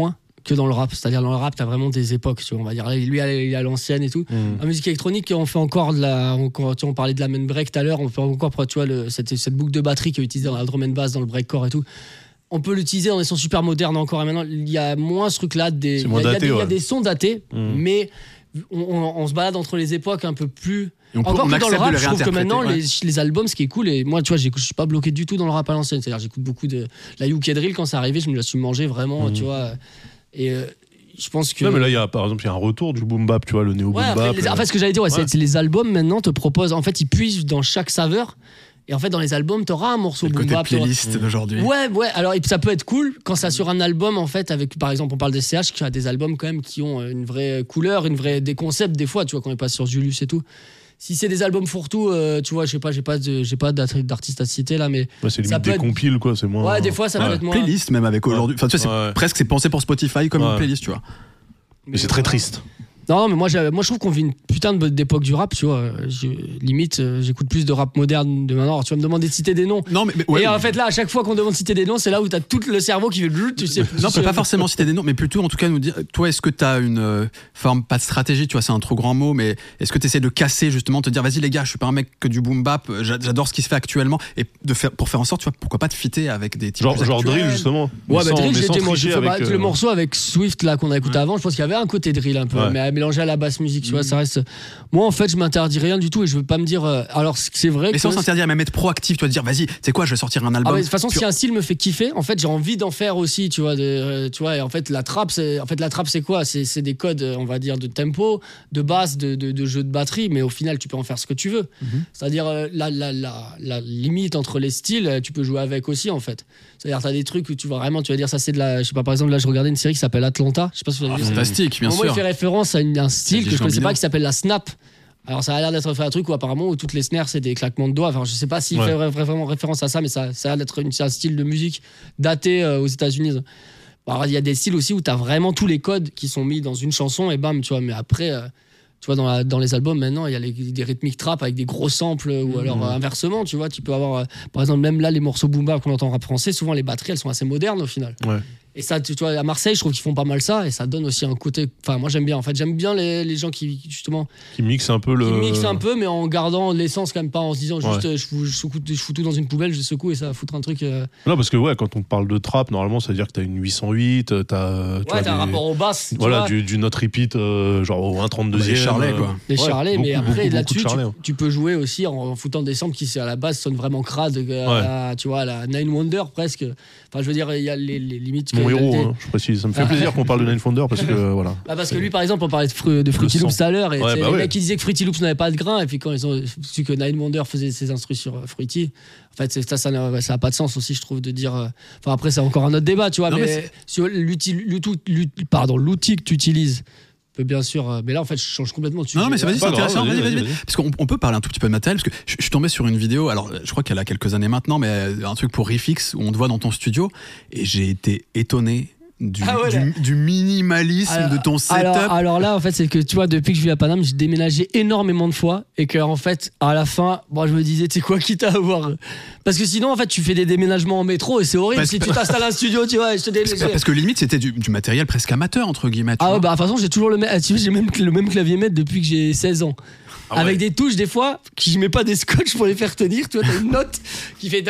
que dans le rap. C'est-à-dire dans le rap, t'as vraiment des époques, tu vois, on va dire. Lui, il est à l'ancienne et tout. Mmh. En musique électronique, on fait encore de la. On, tu vois, on parlait de la main break tout à l'heure, on fait encore, tu vois, le, cette, cette boucle de batterie qui est utilisée dans la drum and bass, dans le breakcore et tout. On peut l'utiliser en étant super moderne encore. Et maintenant, il y a moins ce truc-là. Des, il, y a, daté, il, y a des, ouais. il y a des sons datés, mmh. mais on, on, on se balade entre les époques un peu plus. On peut, encore on que dans le rap, le je trouve que maintenant, ouais. les, les albums, ce qui est cool, et moi, tu vois, je suis pas bloqué du tout dans le rap à l'ancienne. C'est-à-dire, j'écoute beaucoup de la U K Drill quand c'est arrivé, je me la suis mangé vraiment, mmh. tu vois. Et euh, je pense que. Non, mais là, il y a, par exemple, il y a un retour du boom bap, tu vois, le néo boom ouais, bap. Les, en fait, ce que j'allais dire, ouais, ouais. C'est, c'est les albums maintenant te proposent, en fait, ils puisent dans chaque saveur. Et en fait, dans les albums, t'auras un morceau boom bap. Le côté playlist d'aujourd'hui. Ouais, ouais. Alors, et ça peut être cool quand ça sur un album, en fait, avec, par exemple, on parle des C H, qui a des albums quand même qui ont une vraie couleur, une vraie, des concepts, des fois, tu vois, quand on passe sur Julius et tout. Si c'est des albums fourre-tout, euh, tu vois, je sais pas, j'ai pas, de, j'ai pas d'artiste à citer là, mais. Ouais, c'est limite des être... compiles, quoi, c'est moins. Ouais, des fois, ça ouais. peut être moins. Playlist, même avec aujourd'hui. Enfin, tu sais, c'est ouais. presque, c'est pensé pour Spotify comme ouais. une playlist, tu vois. Mais, mais c'est très triste. Non, mais moi, moi je trouve qu'on vit une putain d'époque du rap, tu vois. Je, limite, euh, j'écoute plus de rap moderne de maintenant. Alors, tu vas me demander de citer des noms. Non, mais, mais ouais, et mais... en fait, là, à chaque fois qu'on demande de citer des noms, c'est là où t'as tout le cerveau qui fait. Tu sais, non, peut pas forcément citer des noms, mais plutôt, en tout cas, nous dire. Toi, est-ce que t'as une euh, forme, pas de stratégie, tu vois, c'est un trop grand mot, mais est-ce que t'essaies de casser, justement, te dire, vas-y, les gars, je suis pas un mec que du boom bap, j'adore ce qui se fait actuellement, et de faire, pour faire en sorte, tu vois, pourquoi pas de fitter avec des types. Genre, genre drill, justement. Ouais, bah, drill, j'ai tricher avec. Bah, euh... Le morceau avec Swift, là, qu'on a écouté ouais. avant, je pense qu'il y avait un côté drill un peu, ouais. mais à mélanger à la basse musique, tu vois, ça reste. Moi, en fait, je m'interdis rien du tout et je veux pas me dire. Euh... Alors, c'est vrai. Mais sans s'interdire, même être proactif, tu vas te dire, vas-y, tu sais quoi, je vais sortir un album. Ah, de toute façon, si un style me fait kiffer, en fait, j'ai envie d'en faire aussi, tu vois. De, euh, tu vois, et en fait, la trappe, c'est, en fait, la trappe, c'est quoi c'est, c'est des codes, on va dire, de tempo, de basse, de, de, de jeu de batterie, mais au final, tu peux en faire ce que tu veux. Mm-hmm. C'est-à-dire, euh, la, la, la, la limite entre les styles, tu peux jouer avec aussi, en fait. C'est-à-dire, t'as des trucs où tu vas vraiment, tu vas dire, ça, c'est de la. Je sais pas, par exemple, là, je regardais une série qui s'appelle Atlanta. Je sais pas si vous avez ah, vu. Fantastique, bien sûr. Moi, il fait référence à une, un style que je connaissais pas qui s'appelle la snap. Alors ça a l'air d'être fait un truc où apparemment où toutes les snares c'est des claquements de doigts. Enfin je sais pas s'il ouais. fait vraiment référence à ça, mais ça, ça a l'air d'être une, un style de musique daté euh, aux États-Unis. Alors il y a des styles aussi où t'as vraiment tous les codes qui sont mis dans une chanson et bam tu vois. Mais après euh, tu vois dans, la, dans les albums maintenant il y a les, des rythmiques trap avec des gros samples ou mmh. alors euh, inversement tu vois tu peux avoir euh, par exemple même là les morceaux boom bap qu'on entend en rap français souvent les batteries elles sont assez modernes au final. Ouais. Et ça, tu vois, à Marseille, je trouve qu'ils font pas mal ça, et ça donne aussi un côté. Enfin, moi, j'aime bien. En fait, j'aime bien les, les gens qui, justement. Qui mixent un peu le. Qui mixent un peu, mais en gardant l'essence quand même pas, en se disant juste, ouais. je, fous, je, secoue, je fous tout dans une poubelle, je secoue et ça va foutre un truc. Euh... Non, parce que ouais, quand on parle de trap, normalement, ça veut dire que t'as une huit cent huit, t'as. Ouais, t'as des... un rapport aux basses. Voilà, du, du note repeat, euh, genre au un trente-deuxième. Les charlets, quoi. Les ouais, charlets, mais beaucoup, après, beaucoup, là-dessus, beaucoup charlets, tu, tu peux jouer aussi en, en foutant des samples qui, à la base, sonnent vraiment crades, ouais. à, tu vois, à la Nine Wonder presque. Enfin, je veux dire, il y a les, les limites. Mon héros, des... hein, je précise. Ça me fait plaisir qu'on parle de Nine Wonder parce que voilà. Bah parce que lui, par exemple, on parlait de, fru- de Fruity Loops tout à l'heure, et ouais, bah les ouais. mecs qui disaient que Fruity Loops n'avait pas de grain, et puis quand ils ont su que Nine Wonder faisait ses instrus sur Fruity, en fait, ça, ça n'a, ça n'a pas de sens aussi, je trouve, de dire. Enfin, après, c'est encore un autre débat, tu vois, non, mais, mais sur l'outil, l'outil, pardon, l'outil que tu utilises. Bien sûr, mais là en fait je change complètement de sujet. Non mais c'est, vas-y, c'est intéressant, grave, vas-y, vas-y, vas-y, vas-y. Parce qu'on on peut parler un tout petit peu de matériel, parce que je, je suis tombé sur une vidéo, alors je crois qu'elle a quelques années maintenant, mais un truc pour Riffix où on te voit dans ton studio, et j'ai été étonné du, ah ouais, du, du minimalisme alors, de ton setup. Alors, alors là en fait c'est que tu vois depuis que je vis à Paname j'ai déménagé énormément de fois et que en fait à la fin bon, je me disais tu sais quoi quitte à avoir parce que sinon en fait tu fais des déménagements en métro et c'est horrible parce si que... tu t'installes un studio tu vois et je te dé... parce, que, parce que limite c'était du, du matériel presque amateur entre guillemets. Ah ouais, bah de toute façon j'ai toujours le même tu vois, j'ai même le même clavier maître depuis que j'ai seize ans. Ah ouais. Avec des touches des fois qui je mets pas des scotch pour les faire tenir tu vois t'as une note qui fait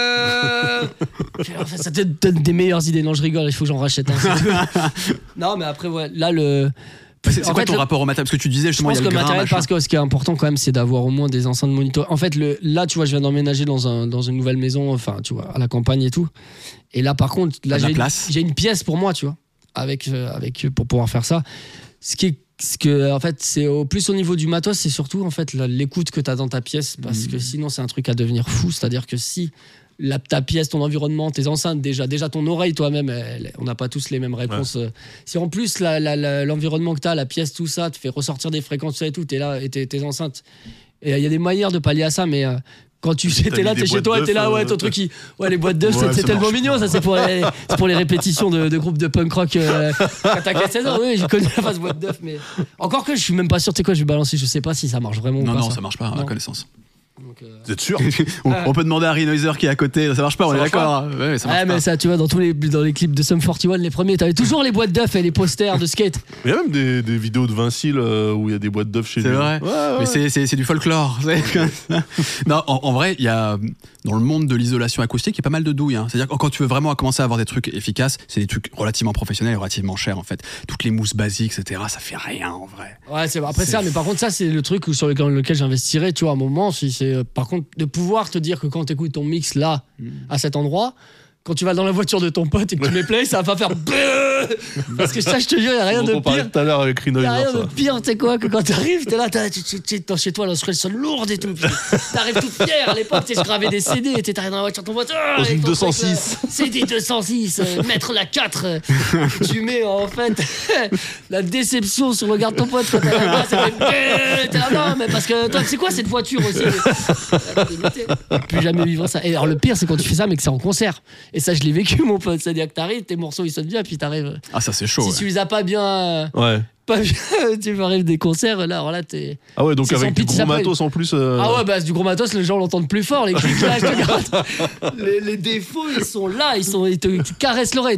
enfin, ça te donne des meilleures idées. Non je rigole il faut que j'en rachète un. Non mais après ouais là le c'est, c'est quoi fait, ton le... rapport au matériel parce que tu disais justement je pense il y a que le grain, matériel machin. Parce que ce qui est important quand même c'est d'avoir au moins des enceintes monitor. En fait le là tu vois je viens d'emménager dans un dans une nouvelle maison enfin tu vois à la campagne et tout et là par contre là j'ai une, j'ai une pièce pour moi tu vois avec euh, avec pour pouvoir faire ça ce qui est Ce que, en fait, c'est au plus au niveau du matos, c'est surtout en fait l'écoute que tu as dans ta pièce, parce que sinon c'est un truc à devenir fou. C'est-à-dire que si la, ta pièce, ton environnement, tes enceintes, déjà, déjà ton oreille toi-même, elle, on n'a pas tous les mêmes réponses. Ouais. Si en plus la, la, la, l'environnement que tu as, la pièce, tout ça, te fait ressortir des fréquences, tout ça et tout, t'es là et t'es, tes enceintes. Et il y a des manières de pallier à ça, mais euh, quand tu sais, t'es là, t'es chez toi, t'es là, ouais, ton truc qui. Ouais, les boîtes d'œufs, ouais, c'est, c'est tellement mignon, ça, c'est pour les, c'est pour les répétitions de, de groupes de punk rock. Euh, quand t'as seize ans, oui, j'ai connu la phase boîte d'œufs, mais. Encore que je suis même pas sûr, tu sais quoi, je vais balancer, je sais pas si ça marche vraiment. Non, ou pas, non, ça, ça marche pas, à ma connaissance. Donc, euh... Vous êtes sûr? on, ouais. on peut demander à Renoiser qui est à côté, ça marche pas, on ça est d'accord. Ouais, ça marche ouais, mais ça, tu vois, dans tous les, dans les clips de Sum quarante et un, les premiers, t'avais toujours les boîtes d'œufs et les posters de skate. Il y a même des, des vidéos de Vincile euh, où il y a des boîtes d'œufs chez lui. C'est vrai. Ouais, ouais. Mais c'est, c'est, c'est du folklore. non, en, en vrai, il y a dans le monde de l'isolation acoustique, il y a pas mal de douilles. Hein. C'est-à-dire que quand tu veux vraiment commencer à avoir des trucs efficaces, c'est des trucs relativement professionnels et relativement chers en fait. Toutes les mousses basiques, et cetera. Ça fait rien en vrai. Ouais, c'est après c'est ça. Mais par contre, ça, c'est le truc sur lequel, lequel j'investirais. Tu vois, à un moment, si c'est par contre de pouvoir te dire que quand t'écoutes ton mix là, mmh. à cet endroit. Quand tu vas dans la voiture de ton pote et que tu mets play, ça va pas faire parce que ça, je te jure, il y a rien de pire. On parlait tout à l'heure avec Rino. Il y a rien de pire, tu sais quoi, que quand t'arrives, t'es là, t'es, t'es, t'es, t'es chez toi, l'instru elle sonne lourde et tout. T'arrives toute fière. À l'époque, tu sais, je gravais des C D, t'es t'arrives dans la voiture de ton pote. Oh, c'est deux cent six. C D deux cent six, euh, mettre la quatre. Euh, tu mets en fait la déception sur le regard de ton pote quand t'es là, ça fait. T'es là, non, mais parce que toi, c'est quoi cette voiture aussi? Plus jamais vivre ça. Et alors, le pire, c'est quand tu fais ça, mais que c'est en concert. Et ça, je l'ai vécu, mon pote. C'est-à-dire que t'arrives, tes morceaux ils sonnent bien, puis t'arrives. Ah, ça c'est chaud. Si ouais. tu les as pas bien. Ouais. Pas bien, tu arrives des concerts, là, alors là, t'es. Ah ouais, donc c'est avec du gros matos en plus. Euh... Ah ouais, bah c'est du gros matos, les gens l'entendent plus fort, les clics là, je te garde. Les, les défauts, ils sont là, ils, sont, ils te ils caressent l'oreille.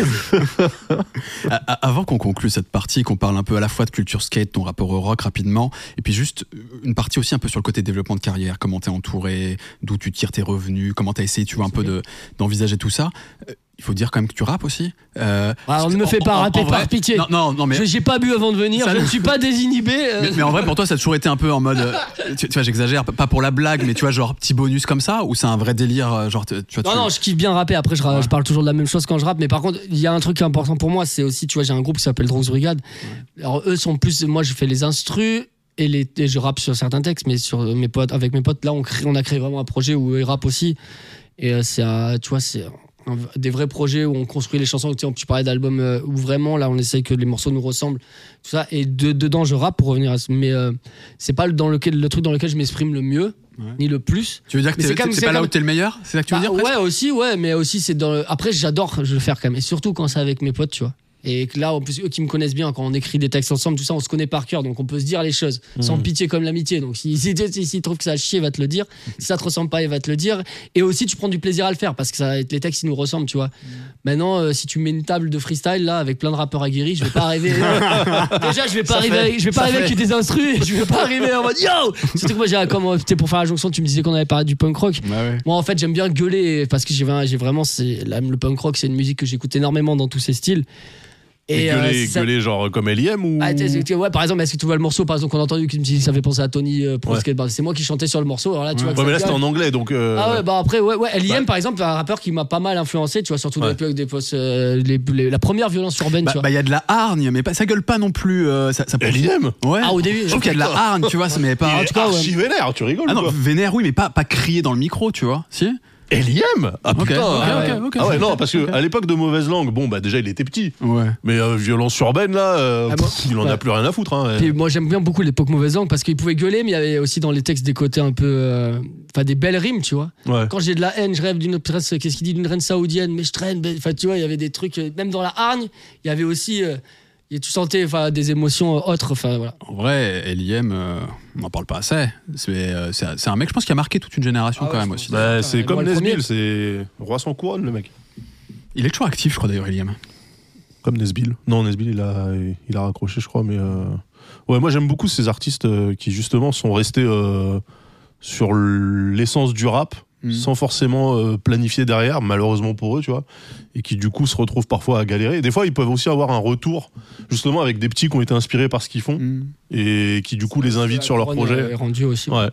Avant qu'on conclue cette partie, qu'on parle un peu à la fois de culture skate, ton rapport au rock rapidement, et puis juste une partie aussi un peu sur le côté développement de carrière, comment t'es entouré, d'où tu tires tes revenus, comment t'as essayé, tu vois, un peu de, d'envisager tout ça. Il faut dire quand même que tu rappes aussi. Euh, Alors ne me fais pas en, rapper en vrai, par pitié. Non, non, non mais je, j'ai pas bu avant de venir. Ça... Je ne suis pas désinhibé. Euh... Mais, mais en vrai, pour toi, ça a toujours été un peu en mode. Tu, tu vois, j'exagère, pas pour la blague, mais tu vois, genre petit bonus comme ça, ou c'est un vrai délire, genre. Tu vois, non, tu... non, je kiffe bien rapper. Après, je, ouais. je parle toujours de la même chose quand je rappe. Mais par contre, il y a un truc qui est important pour moi, c'est aussi, tu vois, j'ai un groupe qui s'appelle Drogues Brigade. Ouais. Alors eux sont plus, moi, je fais les instrus. Et, les, et je rappe sur certains textes, mais sur mes potes, avec mes potes, là, on, crée, on a créé vraiment un projet où ils rappent aussi. Et euh, c'est, euh, tu vois, c'est un, des vrais projets où on construit les chansons. Tu sais, tu parlais d'albums euh, où vraiment, là, on essaye que les morceaux nous ressemblent, tout ça. Et de, dedans, je rappe pour revenir à ce. Mais euh, c'est pas dans lequel, le truc dans lequel je m'exprime le mieux. Ouais. Ni le plus. Tu veux dire que c'est, c'est, c'est pas comme... là où t'es le meilleur? C'est ça que tu veux bah, dire? Ouais, aussi, ouais, mais aussi c'est dans. Le... Après, j'adore je le faire quand même, et surtout quand c'est avec mes potes, tu vois. Et que là, en plus, eux qui me connaissent bien, quand on écrit des textes ensemble, tout ça, on se connaît par cœur, donc on peut se dire les choses mmh. sans pitié comme l'amitié. Donc si si, si, si il trouve que ça a chier, il va te le dire. Si ça te ressemble pas, il va te le dire. Et aussi, tu prends du plaisir à le faire parce que ça, les textes, ils nous ressemblent, tu vois. Mmh. Maintenant, euh, si tu mets une table de freestyle là avec plein de rappeurs aguerris, je vais pas arriver. Déjà, je vais pas ça arriver, fait, avec, je vais pas arriver avec des instrus. Je vais pas arriver en mode yo. Surtout que moi, j'ai comme tu pour faire la jonction, tu me disais qu'on avait parlé du punk rock. Bah ouais. Moi, en fait, j'aime bien gueuler parce que j'ai, j'ai vraiment, c'est le punk rock, c'est une musique que j'écoute énormément dans tous ses styles. Et, et gueuler, euh, ça... gueuler genre comme L I M ou... ah, ouais, par exemple, est-ce que tu vois le morceau par exemple qu'on a entendu qui me dit ça fait penser à Tony euh, pour ouais. Skateboard. C'est moi qui chantais sur le morceau. Alors là, tu ouais. vois ouais, mais là c'était en anglais donc. Euh... Ah ouais, bah après ouais, ouais. L I M bah. par exemple, un rappeur qui m'a pas mal influencé, tu vois, surtout ouais. dans les, des postes, euh, les, les, la première violence urbaine. Bah, tu vois. Bah il y a de la hargne, mais pas, ça gueule pas non plus. Euh, ça, ça L I M. Ouais. Ah au début. Je trouve qu'il y a de la hargne, tu vois, ça mais pas. En tout cas, archi ouais. vénère, tu rigoles. Ah non, vénère oui, mais pas pas crier dans le micro, tu vois, si. L I M Ah putain okay, okay, ah, okay, ouais. Okay, ah ouais non okay, parce que okay. à l'époque de Mauvaise Langue bon bah déjà il était petit ouais. mais euh, violence urbaine là euh, ah, pff, moi, il en ouais. a plus rien à foutre hein, Puis moi j'aime bien beaucoup l'époque Mauvaise Langue parce qu'il pouvait gueuler mais il y avait aussi dans les textes des côtés un peu enfin euh, des belles rimes tu vois ouais. Quand j'ai de la haine je rêve d'une qu'est-ce qu'il dit d'une reine saoudienne mais je traîne enfin tu vois il y avait des trucs même dans la hargne il y avait aussi euh, et tu sentais enfin des émotions autres enfin voilà. En vrai L I M euh, on n'en parle pas assez c'est, euh, c'est, c'est un mec je pense qui a marqué toute une génération ah, quand ouais, même aussi bah, c'est comme Nesbill c'est roi sans couronne le mec il est toujours actif je crois d'ailleurs L I M comme Nesbill non Nesbill il a, il a raccroché je crois mais euh... ouais moi j'aime beaucoup ces artistes euh, qui justement sont restés euh, sur l'essence du rap Mmh. sans forcément euh, planifier derrière, malheureusement pour eux, tu vois, et qui du coup se retrouvent parfois à galérer. Des fois, ils peuvent aussi avoir un retour, justement, avec des petits qui ont été inspirés par ce qu'ils font, mmh. et qui du coup les invitent sur leur projet. Est rendu aussi. Ouais.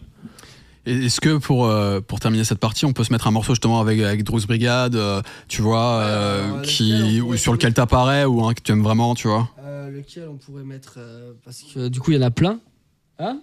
Et est-ce que pour, euh, pour terminer cette partie, on peut se mettre un morceau justement avec, avec Drogues Brigade, euh, tu vois, euh, qui, ou, sur lequel t'apparais, ou un que tu aimes vraiment, tu vois euh, lequel on pourrait mettre, euh, parce que du coup, il y en a plein. Hein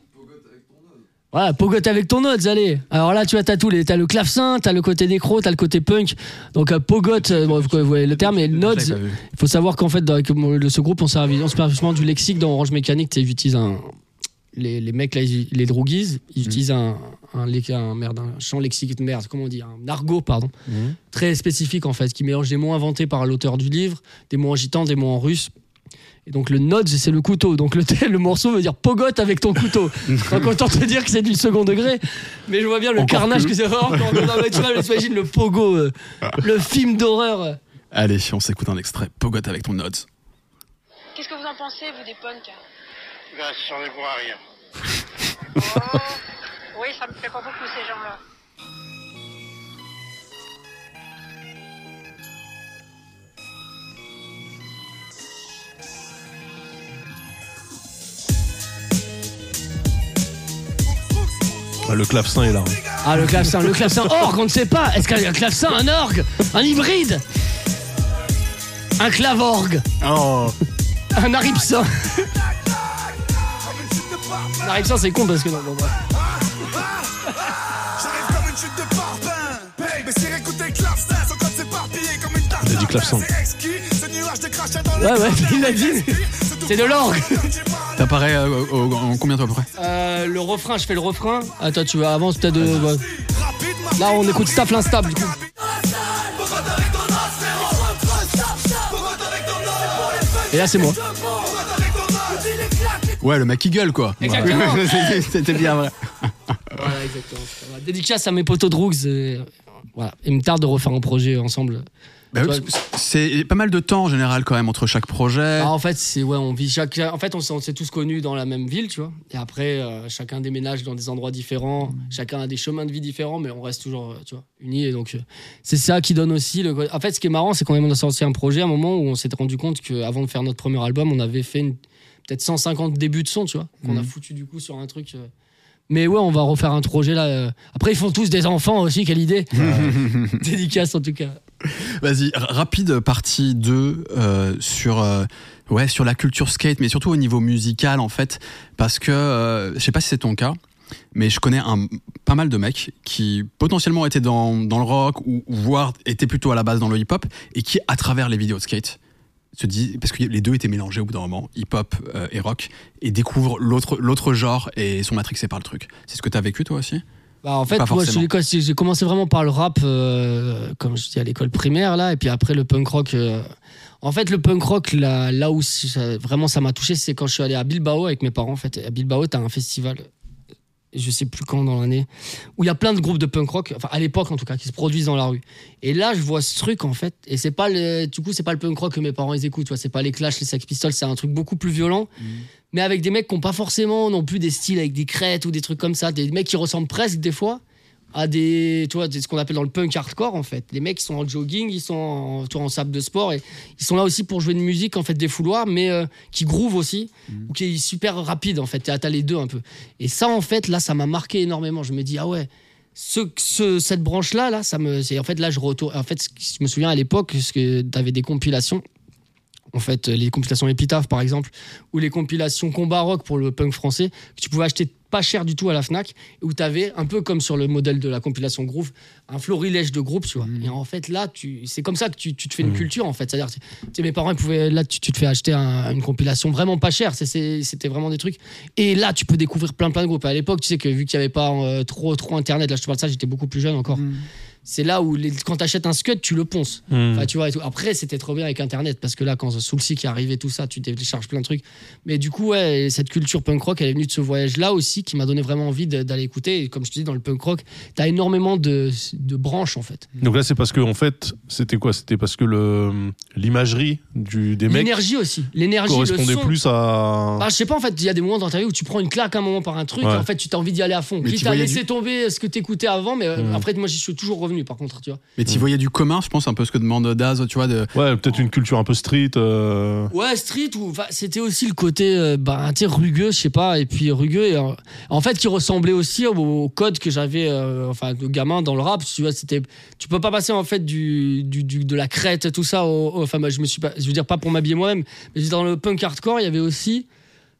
Voilà, pogote avec ton notes, allez. Alors là, tu vois, t'as tout, les, t'as le clavecin, t'as le côté nécro, t'as le côté punk. Donc euh, pogote, euh, bon, vous voyez le terme, et notes. Il faut savoir qu'en fait, dans de ce groupe, on sert justement du lexique dans Orange Mécanique. Tu sais, ils utilisent un, les, les mecs là, ils, les droguises, ils mmh. utilisent un, un, un, un merde, un champ lexique de merde, comment on dit, un argot, pardon, mmh. très spécifique en fait, qui mélange des mots inventés par l'auteur du livre, des mots en gitan, des mots en russe. Et donc le nod, c'est le couteau. Donc le, le morceau veut dire pogote avec ton couteau. Donc autant te dire que c'est du second degré. Mais je vois bien le Encore carnage plus. que c'est vraiment. Quand on a, tu vois, j'imagine le pogo, euh, le film d'horreur. Allez, on s'écoute un extrait. Pogote avec ton nods. Qu'est-ce que vous en pensez, vous, des punks? Ben, j'en ai pour rien. Oh, oui, ça me plaît pas beaucoup, ces gens-là. Ah, le clavecin est là. Ah, le clavecin, le clavecin orgue, on ne sait pas. Est-ce qu'un clavecin, un orgue, un hybride, un clavorgue, oh. un aripsin. Un aripsin, c'est con parce que non, bon, bref. Il a dit clavecin. Ouais, ouais, il l'a dit. C'est de l'orgue. T'apparais euh, au- au- en combien de temps à peu près? Euh, le refrain, je fais le refrain. Attends, tu vas avancer peut-être de. Ouais. Là, on écoute Staff l'instable du coup. Et là, c'est moi. Ouais, le mec qui gueule, quoi. Exactement. C'était- C'était bien vrai. Voilà, exactement. Voilà. Dédicace à mes potos de Rooks. Et, voilà. Il me tarde de refaire un projet ensemble. Bah oui, parce que c'est pas mal de temps en général quand même entre chaque projet. Ah, en fait, c'est ouais, on vit chaque. En fait, on s'est, on s'est tous connus dans la même ville, tu vois. Et après, euh, chacun déménage dans des endroits différents. Chacun a des chemins de vie différents, mais on reste toujours, euh, tu vois, unis. Et donc, euh, c'est ça qui donne aussi. Le... En fait, ce qui est marrant, c'est quand même on a sorti un projet à un moment où on s'était rendu compte qu'avant de faire notre premier album, on avait fait une... peut-être cent cinquante débuts de son, tu vois, qu'on Mhm. a foutu du coup sur un truc. Euh... Mais ouais, on va refaire un projet là. euh. Après, ils font tous des enfants aussi, quelle idée. Dédicace en tout cas. Vas-y, r- rapide partie deux euh, sur, euh, ouais, sur la culture skate, mais surtout au niveau musical en fait, parce que euh, je sais pas si c'est ton cas, mais je connais un, pas mal de mecs qui potentiellement étaient dans, dans le rock ou voire étaient plutôt à la base dans le hip-hop et qui, à travers les vidéos de skate, se disent, parce que les deux étaient mélangés au bout d'un moment, hip-hop euh, et rock, et découvrent l'autre, l'autre genre et sont matrixés par le truc. C'est ce que t'as vécu toi aussi? Bah en fait, Pas moi, forcément. j'ai, j'ai commencé vraiment par le rap, euh, comme je dis à l'école primaire là, et puis après le punk rock. Euh... En fait, le punk rock, là, là où ça, vraiment ça m'a touché, c'est quand je suis allé à Bilbao avec mes parents. En fait, à Bilbao, t'as un festival, je sais plus quand dans l'année, où il y a plein de groupes de punk rock, enfin à l'époque en tout cas, qui se produisent dans la rue. Et là, je vois ce truc en fait, et c'est pas le, du coup, c'est pas le punk rock que mes parents ils écoutent, tu vois, c'est pas les Clash, les Sex Pistols, c'est un truc beaucoup plus violent. Mmh. Mais avec des mecs qui n'ont pas forcément non plus des styles avec des crêtes ou des trucs comme ça, des mecs qui ressemblent presque des fois à des, tu vois, ce qu'on appelle dans le punk hardcore en fait. Les mecs qui sont en jogging, ils sont en, tu vois, en sable de sport et ils sont là aussi pour jouer de musique en fait, des fouloirs, mais euh, qui groove aussi, mmh. ou qui est super rapide en fait. T'as, t'as les deux un peu. Et ça en fait, là, ça m'a marqué énormément. Je me dis ah ouais. Ce, ce, cette branche là, là, ça me, c'est en fait là je retourne. En fait, je me souviens à l'époque parce que t'avais des compilations. En fait, les compilations Épitaphe, par exemple, ou les compilations Combat Rock pour le punk français, que tu pouvais acheter pas cher du tout à la Fnac, où tu avais, un peu comme sur le modèle de la compilation Groove, un florilège de groupes, tu vois. Mmh. Et en fait, là, tu, c'est comme ça que tu, tu te fais une mmh. culture, en fait. C'est-à-dire, tu sais, mes parents, ils pouvaient, là, tu, tu te fais acheter un, une compilation vraiment pas chère. C'est, c'est, c'était vraiment des trucs. Et là, tu peux découvrir plein, plein de groupes. À l'époque, tu sais que vu qu'il n'y avait pas euh, trop, trop Internet, là, je te parle de ça, j'étais beaucoup plus jeune encore. Mmh. C'est là où les, quand t'achètes un scud, tu le ponces. Mmh. Enfin, tu vois, et tout. Après, c'était trop bien avec Internet parce que là, quand Soulseek qui est arrivé, tout ça, tu télécharges plein de trucs. Mais du coup, ouais, cette culture punk rock, elle est venue de ce voyage-là aussi qui m'a donné vraiment envie de, d'aller écouter. Et comme je te dis, dans le punk rock, t'as énormément de, de branches en fait. Donc là, c'est parce que en fait, c'était quoi? C'était parce que le, l'imagerie du, des mecs. L'énergie aussi. L'énergie, correspondait le son. plus à. Ah, je sais pas, en fait, il y a des moments dans ta vie où tu prends une claque un moment par un truc, ouais. Et en fait, tu t'as envie d'y aller à fond. Mais Quitte à laisser du... tomber ce que t'écoutais avant, mais mmh. après, moi, j'y suis toujours revenu par contre, tu vois. Mais tu mmh. voyais du commun, je pense, un peu ce que demande Daz, tu vois. De... Ouais, peut-être une culture un peu street. Euh... Ouais, street, ou c'était aussi le côté, euh, bah, tu sais, rugueux, je sais pas, et puis rugueux, et, euh, en fait, qui ressemblait aussi au, au code que j'avais, euh, enfin, de gamin dans le rap, tu vois, c'était, tu peux pas passer, en fait, du, du, du de la crête, tout ça, au, au, enfin, bah, je me suis pas, je veux dire, pas pour m'habiller moi-même, mais dans le punk hardcore, il y avait aussi,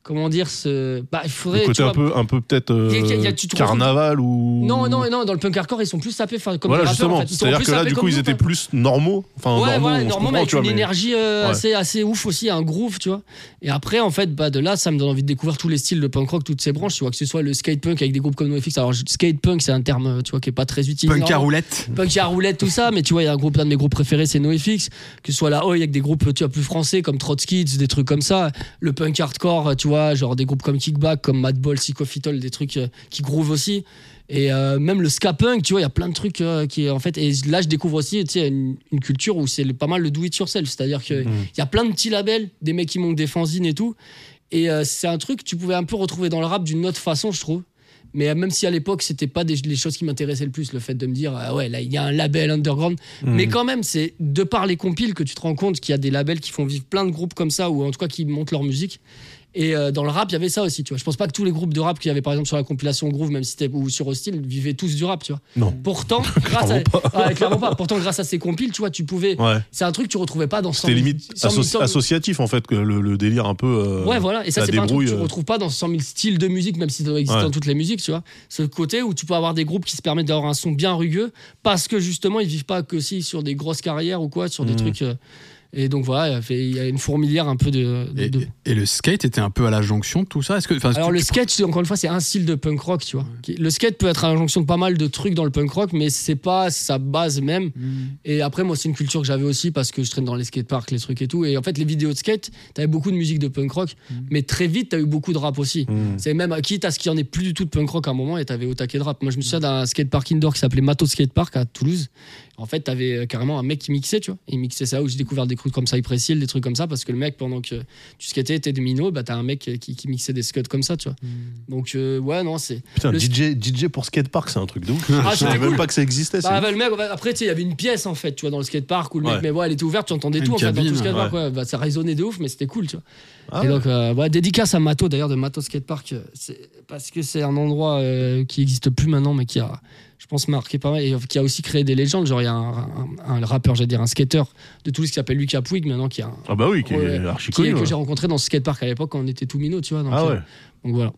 comment dire, ce. Bah, il faudrait. Le côté tu un, vois, peu, un peu peut-être euh, y a- y a- tu te carnaval ou. Non, non, non, dans le punk hardcore, ils sont plus sapés enfin, comme Voilà, des rappeurs, justement. en fait. Ils sont C'est-à-dire plus que là, sapés du coup, comme ils nous, étaient enfin. plus normaux. Enfin, Ouais, normaux, voilà, on se normalement, comprend, avec tu vois, une mais- énergie euh, Ouais. assez, assez ouf aussi, un groove, tu vois. Et après, en fait, bah, de là, ça me donne envie de découvrir tous les styles de punk rock, toutes ces branches, tu vois, que ce soit le skate punk avec des groupes comme NoFX. Alors, je- skate punk, c'est un terme, tu vois, qui est pas très utilisé. Punk à normalement. roulette. Punk à roulette, tout ça, mais tu vois, il y a un groupe, un de mes groupes préférés, c'est NoFX. Que ce soit la Oi avec des groupes, tu vois, plus français, comme Trotskids, des trucs comme ça. Le punk hardcore, tu vois, genre des groupes comme Kickback, comme Madball, Psychophytol, des trucs euh, qui groove aussi. Et euh, même le ska punk, tu vois, il y a plein de trucs euh, qui, en fait, et là, je découvre aussi, tu sais, une, une culture où c'est le- pas mal le do it yourself. C'est-à-dire qu'il Mmh. y a plein de petits labels, des mecs qui montent des fanzines et tout. Et euh, c'est un truc que tu pouvais un peu retrouver dans le rap d'une autre façon, je trouve. Mais euh, même si à l'époque, c'était pas des, les choses qui m'intéressaient le plus, le fait de me dire, ah ouais, là, il y a un label underground. Mhm. Mais quand même, c'est de par les compiles que tu te rends compte qu'il y a des labels qui font vivre plein de groupes comme ça, ou en tout cas qui montent leur musique. Et euh, dans le rap, il y avait ça aussi, tu vois. Je pense pas que tous les groupes de rap qu'il y avait par exemple sur la compilation Groove, même si c'était ou sur Hostile, vivaient tous du rap, tu vois. Non. Pourtant, grâce à, ouais, clairement pas. Pourtant, grâce à ces compiles, tu vois, tu pouvais. Ouais. C'est un truc que tu retrouvais pas dans cent C'était mille limite cent mille associ- songs. associatif, en fait, que le, le délire un peu. euh, Ouais, voilà. Et ça, la c'est pas un truc que tu débrouille, euh. retrouves pas dans cent mille styles de musique, même si ça doit exister Ouais. dans toutes les musiques, tu vois. Ce côté où tu peux avoir des groupes qui se permettent d'avoir un son bien rugueux parce que justement, ils vivent pas que si sur des grosses carrières ou quoi, sur des Mhm. trucs. euh, Et donc voilà, il y a fait- il y a une fourmilière un peu de. de- Et, de- et le skate était un peu à la jonction de tout ça. Est-ce que, enfin, Alors tu- le tu- skate, encore une fois, c'est un style de punk rock, tu vois. Qui- Le skate peut être à la jonction de pas mal de trucs dans le punk rock, mais c'est pas sa base même. Et après, moi, c'est une culture que j'avais aussi parce que je traîne dans les skateparks, les trucs et tout. Et en fait, les vidéos de skate, t'avais beaucoup de musique de punk rock, mais très vite, t'as eu beaucoup de rap aussi. Mm. C'est même quitte à ce qu'il y en ait plus du tout de punk rock à un moment, et t'avais au taquet de rap. Moi, je me souviens d'un skatepark indoor qui s'appelait Mato Skatepark à Toulouse. En fait, t'avais euh, carrément un mec qui mixait, tu vois. Il mixait ça où j'ai découvert des trucs comme Cypress Hill, des trucs comme ça, parce que le mec, pendant que tu skatais, t'es des minots, bah t'as un mec qui, qui mixait des scuds comme ça, tu vois. Donc, euh, ouais, non, c'est. Putain, le- D J, D J pour skatepark, c'est un truc de ouf. Ah, je savais c'était même cool. pas que ça existait. c'est Bah, ouf. bah, le mec, bah, après, tu sais, il y avait une pièce en fait, tu vois, dans le skatepark où le mec, Ouais. mais ouais, elle était ouverte, tu entendais Une tout en fait dans tout cabine, le skatepark, ouais. ouais. Bah, ça résonnait de ouf, mais c'était cool, tu vois. Ah et ouais. donc, euh, ouais, dédicace à Mato d'ailleurs, de Mato Skatepark, euh, c'est- parce que c'est un endroit euh, qui existe plus maintenant, mais qui a, je pense, marqué pas mal, et qui a aussi créé des légendes. Genre, il y a un, un, un rappeur, j'allais dire, un skater de Toulouse qui s'appelle Lucas Pouig, maintenant, qui a un. Ah bah oui, qui Ouais, est archi qui est- connu. que ouais. j'ai rencontré dans ce skatepark à l'époque quand on était tout minot, tu vois. Donc, Ah euh, ouais. donc voilà.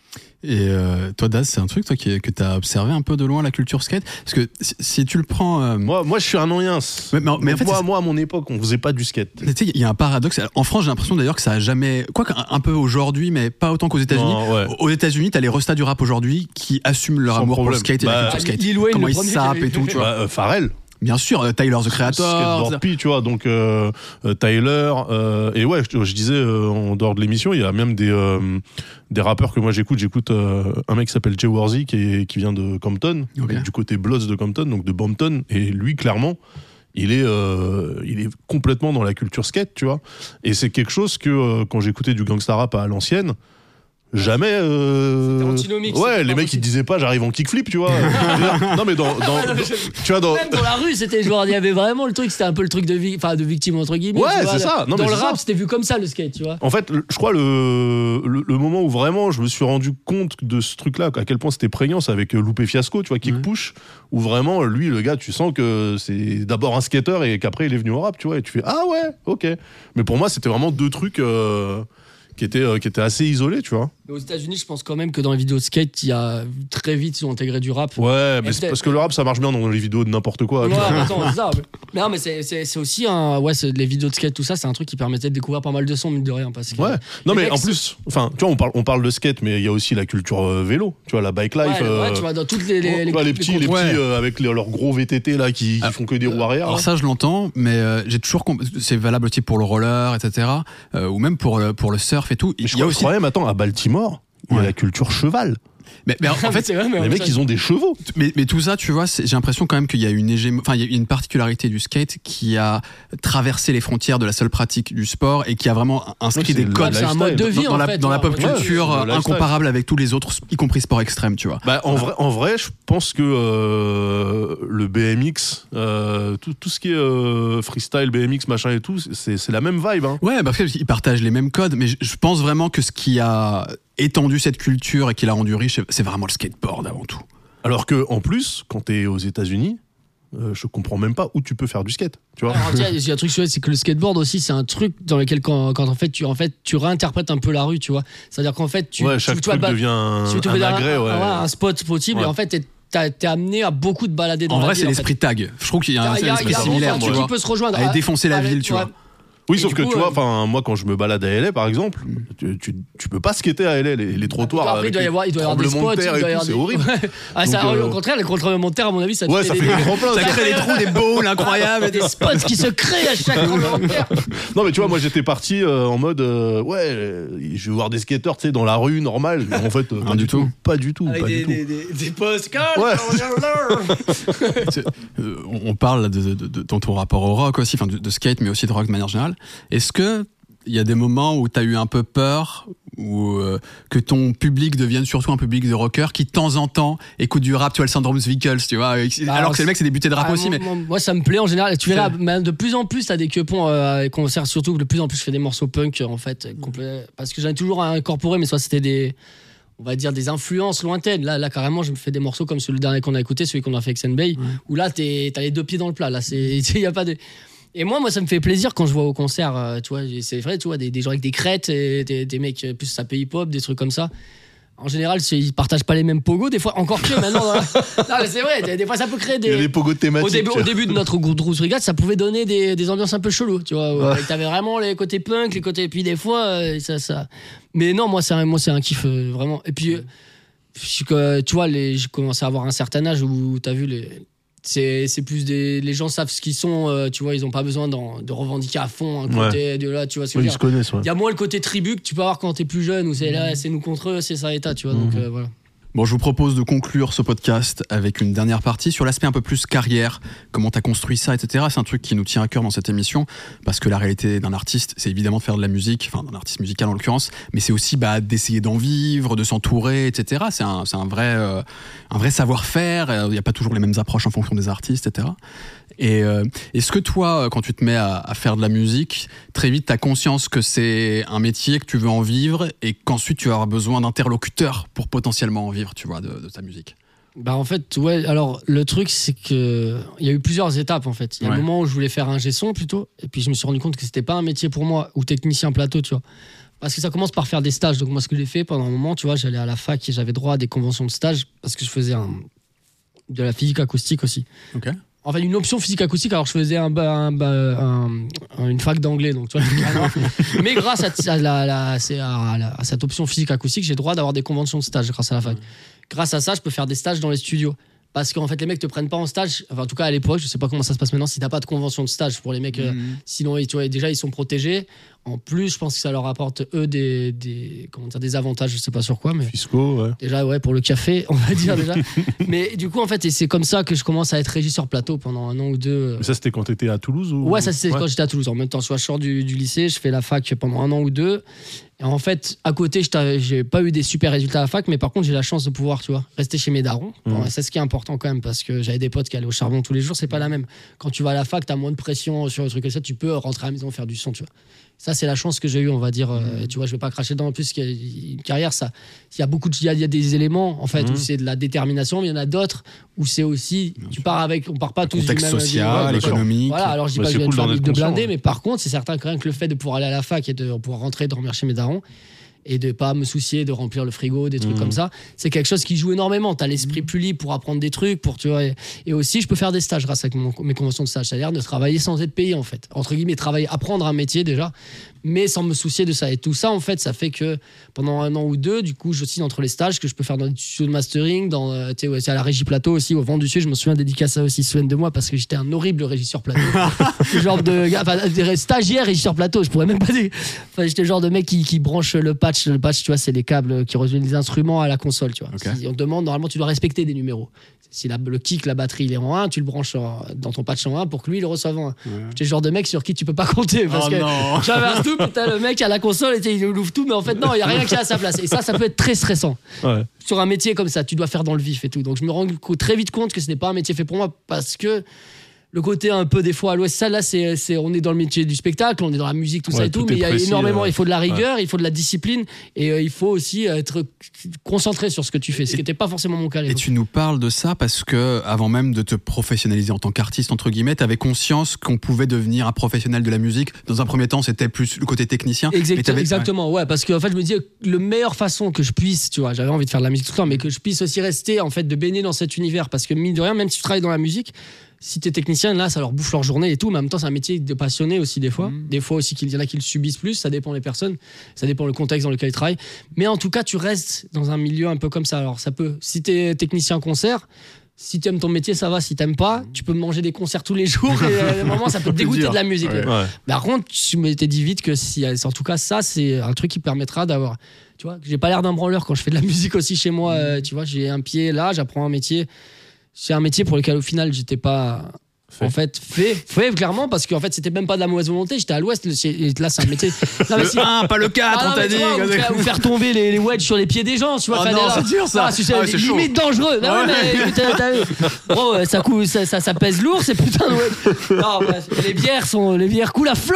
Et euh, toi, Daz, c'est un truc toi, qui, que tu as observé un peu de loin la culture skate. Parce que si, si tu le prends. euh, Moi, moi, je suis un noyens. Mais- mais en- mais en fait, moi, c'est- moi, à mon époque, on faisait pas du skate. Tu sais, il y a un paradoxe. En France, j'ai l'impression d'ailleurs que ça a jamais. Quoi qu'un un peu aujourd'hui, mais pas autant qu'aux États-Unis. Non, ouais. Aux États-Unis, t'as les restas du rap aujourd'hui qui assument leur Sans amour pour le problème. skate et Bah, la culture skate. Lil Wayne, Comment le ils premier qui sapent avait- et tout, tu vois. Bah, euh, Pharrell. Bien sûr, euh, Tyler the Creator. Skateboard P, tu vois, donc euh, euh, Tyler, euh, et ouais, je, je disais euh, en dehors de l'émission, il y a même des, euh, des rappeurs que moi j'écoute. J'écoute euh, un mec qui s'appelle Jay Warzy qui, est- qui vient de Compton, Ok. donc du côté Bloods de Compton, donc de Bampton, et lui, clairement, il est, euh, il est complètement dans la culture skate, tu vois. Et c'est quelque chose que euh, quand j'écoutais du gangsta rap à l'ancienne, jamais. Euh... C'était antinomique, Ouais, c'était les pas mecs possible. ils disaient pas j'arrive en kickflip, tu vois. non mais dans, dans, dans- tu vois dans. Même dans la rue, c'était genre, il y avait vraiment le truc, c'était un peu le truc de, vi- enfin, de victime entre guillemets. Ouais, tu vois, c'est ça. Non, dans mais le c'est rap, ça. c'était vu comme ça le skate, tu vois. En fait, le- je crois le, le, le moment où vraiment je me suis rendu compte de ce truc-là, à quel point c'était prégnant, c'est avec euh, Loupé Fiasco, tu vois, Kick Ouais. Push, où vraiment, lui, le gars, tu sens que c'est d'abord un skater et qu'après il est venu au rap, tu vois, et tu fais ah ouais, ok. Mais pour moi, c'était vraiment deux trucs euh, qui étaient euh, qui étaient assez isolés, tu vois. Mais aux États-Unis, je pense quand même que dans les vidéos de skate, il y a très vite, ils ont intégré du rap. Ouais, mais Et c'est peut-être- parce que le rap, ça marche bien dans les vidéos de n'importe quoi. tu Ouais, vois. mais attends, c'est ça. Mais non, mais c'est, c'est, c'est aussi un. Ouais, c'est- les vidéos de skate, tout ça, c'est un truc qui permettait de découvrir pas mal de sons, mine de rien. Parce que, Ouais. Non les mais mecs, en plus, enfin, tu vois, on parle, on parle de skate, mais il y a aussi la culture euh, vélo, tu vois, la bike life. Ouais, euh, ouais, tu vois, dans toutes les. les, tu vois, les petits, les Ouais. petits euh, avec les- leurs gros V T T là qui, qui Ah, font que des roues arrière. Alors là. ça, je l'entends, mais euh, j'ai toujours. comp- C'est valable aussi pour le roller, et cetera. euh, ou même pour le, pour le surf et tout. Mais je Il y a crois, aussi. je crois même, attends, à Baltimore, il y a Ouais. la culture cheval. Mais, mais en Ah, mais fait, c'est vrai, mais Les en mecs, fait, ils ont des chevaux. Mais, mais tout ça, tu vois, c'est- j'ai l'impression quand même qu'il y a une hégémo- enfin, il y a une particularité du skate qui a traversé les frontières de la seule pratique du sport et qui a vraiment inscrit Ouais, c'est des le codes c'est un mode de dans, vie dans en la, fait. dans la pop Ouais, culture c'est le euh, lifestyle. incomparable avec tous les autres, y compris sport extrême, tu vois. Bah, en, vrai, en vrai, je pense que euh, le B M X, euh, tout, tout ce qui est euh, freestyle, B M X, machin et tout, c'est c'est la même vibe. Hein. Ouais, parce qu'ils partagent les mêmes codes, mais je, je pense vraiment que ce qui a étendu cette culture et qui l'a rendue riche, c'est vraiment le skateboard avant tout. Alors que en plus, quand t'es aux États-Unis, euh, je comprends même pas où tu peux faire du skate, tu vois. Alors, il y a un truc, c'est que le skateboard aussi, c'est un truc dans lequel quand, quand en fait tu en fait tu réinterprètes un peu la rue, tu vois. C'est-à-dire qu'en fait tu ouais, chaque tu, truc tu devient un, tu un agrès, un, ouais. un, un spot possible ouais. Et en fait t'es T'as, t'es amené à beaucoup de balader dans en la vrai, ville. c'est l'esprit en fait. tag. Je trouve qu'il y a un Il y a, esprit il y a similaire, tu vois. Peut se rejoindre. Aller défoncer la Allez, ville, tu ouais. vois. Oui, et sauf que coup, tu vois, euh... enfin moi quand je me balade à L A par exemple, tu, tu, tu peux pas skater à L A, les, les trottoirs. Après, avec il doit y avoir, il doit y avoir des spots, de terre il doit y et tout, avoir c'est des... horrible. ah, ça, Donc, euh... au contraire, les tremblements de terre, à mon avis, ça ouais, fait ça des, fait des grands plans. Ça crée des trous, des bowls incroyables, des spots qui se créent à chaque tremblement de terre. Non mais tu vois, moi j'étais parti euh, en mode euh, ouais, euh, je vais voir des skateurs, tu sais, dans la rue normale. En fait, euh, pas du tout, pas du tout, avec pas des, du des, tout. Des, des, des posts. Ouais. euh, on parle de, de, de, de ton rapport au rock aussi, enfin de, de skate, mais aussi de rock de manière générale. Est-ce que il y a des moments où tu as eu un peu peur ou euh, que ton public devienne surtout un public de rockers qui de temps en temps écoute du rap, tu vois, le syndrome Zwickels, tu vois, bah, alors que c'est le mec c'est débuté de rap ah, aussi. Moi, mais moi ça me plaît en général. Tu verras, de plus en plus t'as des quepons euh, concerts, surtout de plus en plus je fais des morceaux punk en fait, complet, parce que j'en ai toujours incorporé, mais soit c'était des, on va dire des influences lointaines. Là, là carrément je me fais des morceaux comme celui le dernier qu'on a écouté, celui qu'on a fait avec Senbei, ouais. Où là t'es, t'as les deux pieds dans le plat. Là, c'est, y a pas de. Et moi, moi, ça me fait plaisir quand je vois au concert, euh, tu vois, c'est vrai, tu vois, des, des gens avec des crêtes, et des, des mecs plus sapé hip-hop, des trucs comme ça. En général, ils partagent pas les mêmes pogos, des fois, encore que maintenant. Dans la... Non, mais c'est vrai, des, des fois, ça peut créer des. Il y a des pogos thématiques. Au début, au début de notre groupe Rousse Brigade, ça pouvait donner des, des ambiances un peu cheloues, tu vois. Ouais. T'avais vraiment les côtés punk, les côtés. Et puis des fois, euh, ça, ça. Mais non, moi, c'est un, moi, c'est un kiff, euh, vraiment. Et puis, euh, tu vois, les, j'ai commencé à avoir un certain âge où t'as vu les. C'est, c'est plus des. Les gens savent ce qu'ils sont, euh, tu vois, ils ont pas besoin de revendiquer à fond un côté ouais. de là, tu vois ce que oui, je veux dire. Ils se connaissent, ouais. Il y a moins le côté tribu que tu peux avoir quand t'es plus jeune, où c'est là, c'est nous contre eux, c'est ça et ta, tu vois, mmh. donc euh, voilà. Bon, je vous propose de conclure ce podcast avec une dernière partie sur l'aspect un peu plus carrière, comment t'as construit ça, et cetera. C'est un truc qui nous tient à cœur dans cette émission, parce que la réalité d'un artiste, c'est évidemment de faire de la musique, enfin d'un artiste musical en l'occurrence, mais c'est aussi bah, d'essayer d'en vivre, de s'entourer, et cetera. C'est un, c'est un vrai, euh, un vrai savoir-faire. Il n'y a pas toujours les mêmes approches en fonction des artistes, et cetera. Et euh, est-ce que toi, quand tu te mets à, à faire de la musique, très vite, tu as conscience que c'est un métier, que tu veux en vivre et qu'ensuite tu vas avoir besoin d'interlocuteurs pour potentiellement en vivre, tu vois, de, de ta musique? Bah en fait, ouais, alors le truc, c'est que il y a eu plusieurs étapes en fait. Il y a ouais. un moment où je voulais faire un G-son plutôt, et puis je me suis rendu compte que c'était pas un métier pour moi, ou technicien plateau, tu vois. Parce que ça commence par faire des stages. Donc moi, ce que j'ai fait pendant un moment, tu vois, j'allais à la fac et j'avais droit à des conventions de stage parce que je faisais un, de la physique acoustique aussi. Ok. Enfin, une option physique acoustique, alors je faisais un, un, un, un, une fac d'anglais, donc tu vois. Mais grâce à, à, la, la, à, la, à cette option physique acoustique, j'ai le droit d'avoir des conventions de stage grâce à la fac. Grâce à ça, je peux faire des stages dans les studios. Parce qu'en fait, les mecs te prennent pas en stage. Enfin, en tout cas, à l'époque, je sais pas comment ça se passe maintenant, si t'as pas de convention de stage pour les mecs. Mmh. Euh, sinon, tu vois, déjà, ils sont protégés. En plus, je pense que ça leur apporte, eux, des, des, comment dire, des avantages, je sais pas sur quoi. Mais fiscaux, ouais. Déjà, ouais, pour le café, on va dire déjà. Mais du coup, en fait, et c'est comme ça que je commence à être régisseur plateau pendant un an ou deux. Mais ça, c'était quand t'étais à Toulouse ou... Ouais, ça, c'était ouais. quand j'étais à Toulouse. En même temps, soit je sors du, du lycée, je fais la fac pendant un an ou deux. Et en fait, à côté, j'ai pas eu des super résultats à la fac, mais par contre, j'ai la chance de pouvoir, tu vois, rester chez mes darons. Bon, mmh. C'est ce qui est important quand même, parce que j'avais des potes qui allaient au charbon tous les jours, c'est pas la même. Quand tu vas à la fac, t'as moins de pression sur le truc comme ça, tu peux rentrer à la maison faire du son, tu vois. Ça, c'est la chance que j'ai eue, on va dire. Euh, tu vois, je vais pas cracher dedans. En plus, qu'il y a une carrière, ça, il y a beaucoup de, il y a, il y a des éléments, en fait, mmh. où c'est de la détermination, mais il y en a d'autres où c'est aussi, tu pars avec, on part pas tous du même. Contexte social, économique. Voilà, alors je dis bah, pas que je vais cool être famille de blindés, ouais. mais par contre, c'est certain que rien que le fait de pouvoir aller à la fac et de pouvoir rentrer, dormir chez mes darons, et de pas me soucier de remplir le frigo, des trucs mmh. comme ça, c'est quelque chose qui joue énormément. T'as l'esprit plus libre pour apprendre des trucs, pour tu vois, et, et aussi je peux faire des stages grâce à mon, mes conventions de stage, c'est-à-dire de travailler sans être payé en fait, entre guillemets, travailler, apprendre un métier déjà, mais sans me soucier de ça. Et tout ça en fait, ça fait que pendant un an ou deux, du coup, je signe entre les stages que je peux faire dans des studios de mastering, dans, euh, tu sais, à la régie plateau aussi, au Vent du Sud. Je me souviens dédicace à aussi, se souviennent de moi parce que j'étais un horrible régisseur plateau. Le genre de gars, enfin, stagiaire régisseur plateau, je pourrais même pas dire. Enfin, j'étais le genre de mec qui, qui branche le patch, le patch, tu vois, c'est les câbles qui rejoignent les instruments à la console, tu vois. Okay. Si on te demande, normalement, tu dois respecter des numéros. Si la, le kick, la batterie, il est en un, tu le branches en, dans ton patch en un pour que lui, il le reçoive en un. Ouais. J'étais le genre de mec sur qui tu peux pas compter. Parce oh que non. J'inverse tout, t'as le mec à la console, et il ouvre tout, mais en fait, non, il y a rien qui est à sa place. Et ça, ça peut être très stressant. Ouais. Sur un métier comme ça, tu dois faire dans le vif et tout. Donc, je me rends très vite compte que ce n'est pas un métier fait pour moi parce que le côté un peu des fois à l'ouest, ça là c'est, c'est on est dans le métier du spectacle, on est dans la musique, tout ouais, ça et tout, tout mais il y a précis, énormément, euh... il faut de la rigueur, ouais. il faut de la discipline et euh, il faut aussi être concentré sur ce que tu fais, ce qui n'était pas forcément mon cas. Et tu nous parles de ça parce que avant même de te professionnaliser en tant qu'artiste entre guillemets, tu avais conscience qu'on pouvait devenir un professionnel de la musique. Dans un premier temps, c'était plus le côté technicien. Exact, exactement, ouais. ouais, parce qu'en fait, je me disais la meilleure façon que je puisse, tu vois, j'avais envie de faire de la musique tout le temps, mais que je puisse aussi rester en fait de baigner dans cet univers, parce que mine de rien, même si tu travailles dans la musique. Si t'es technicien, là, ça leur bouffe leur journée et tout, mais en même temps, c'est un métier de passionné aussi, des fois. Mmh. Des fois aussi, qu'il y en a qui le subissent plus, ça dépend des personnes, ça dépend le contexte dans lequel ils travaillent. Mais en tout cas, tu restes dans un milieu un peu comme ça. Alors, ça peut, si t'es technicien concert, si t'aimes ton métier, ça va. Si t'aimes pas, tu peux manger des concerts tous les jours et à un moment, ça peut te dégoûter de la musique. Ouais. Ouais. Par contre, je m'étais dit vite que si, en tout cas, ça, c'est un truc qui permettra d'avoir. Tu vois, j'ai pas l'air d'un branleur quand je fais de la musique aussi chez moi. Mmh. Euh, tu vois, j'ai un pied là, j'apprends un métier. C'est un métier pour lequel au final j'étais pas fait. en fait fait, fait clairement parce qu'en fait c'était même pas de la mauvaise volonté, j'étais à l'ouest, là c'est un métier non, mais le si... un pas le quatre ah, on t'a dit vois, ou, faire, ou faire tomber les, les wedges sur les pieds des gens, tu vois. Oh non, c'est dur ça, ah, c'est, ah, c'est limite chaud. Dangereux non, ouais. mais, t'as, t'as, bro, ça, coule, ça, ça, ça pèse lourd ces putains de wedges. Non, bref, les bières sont les bières coulent à flot.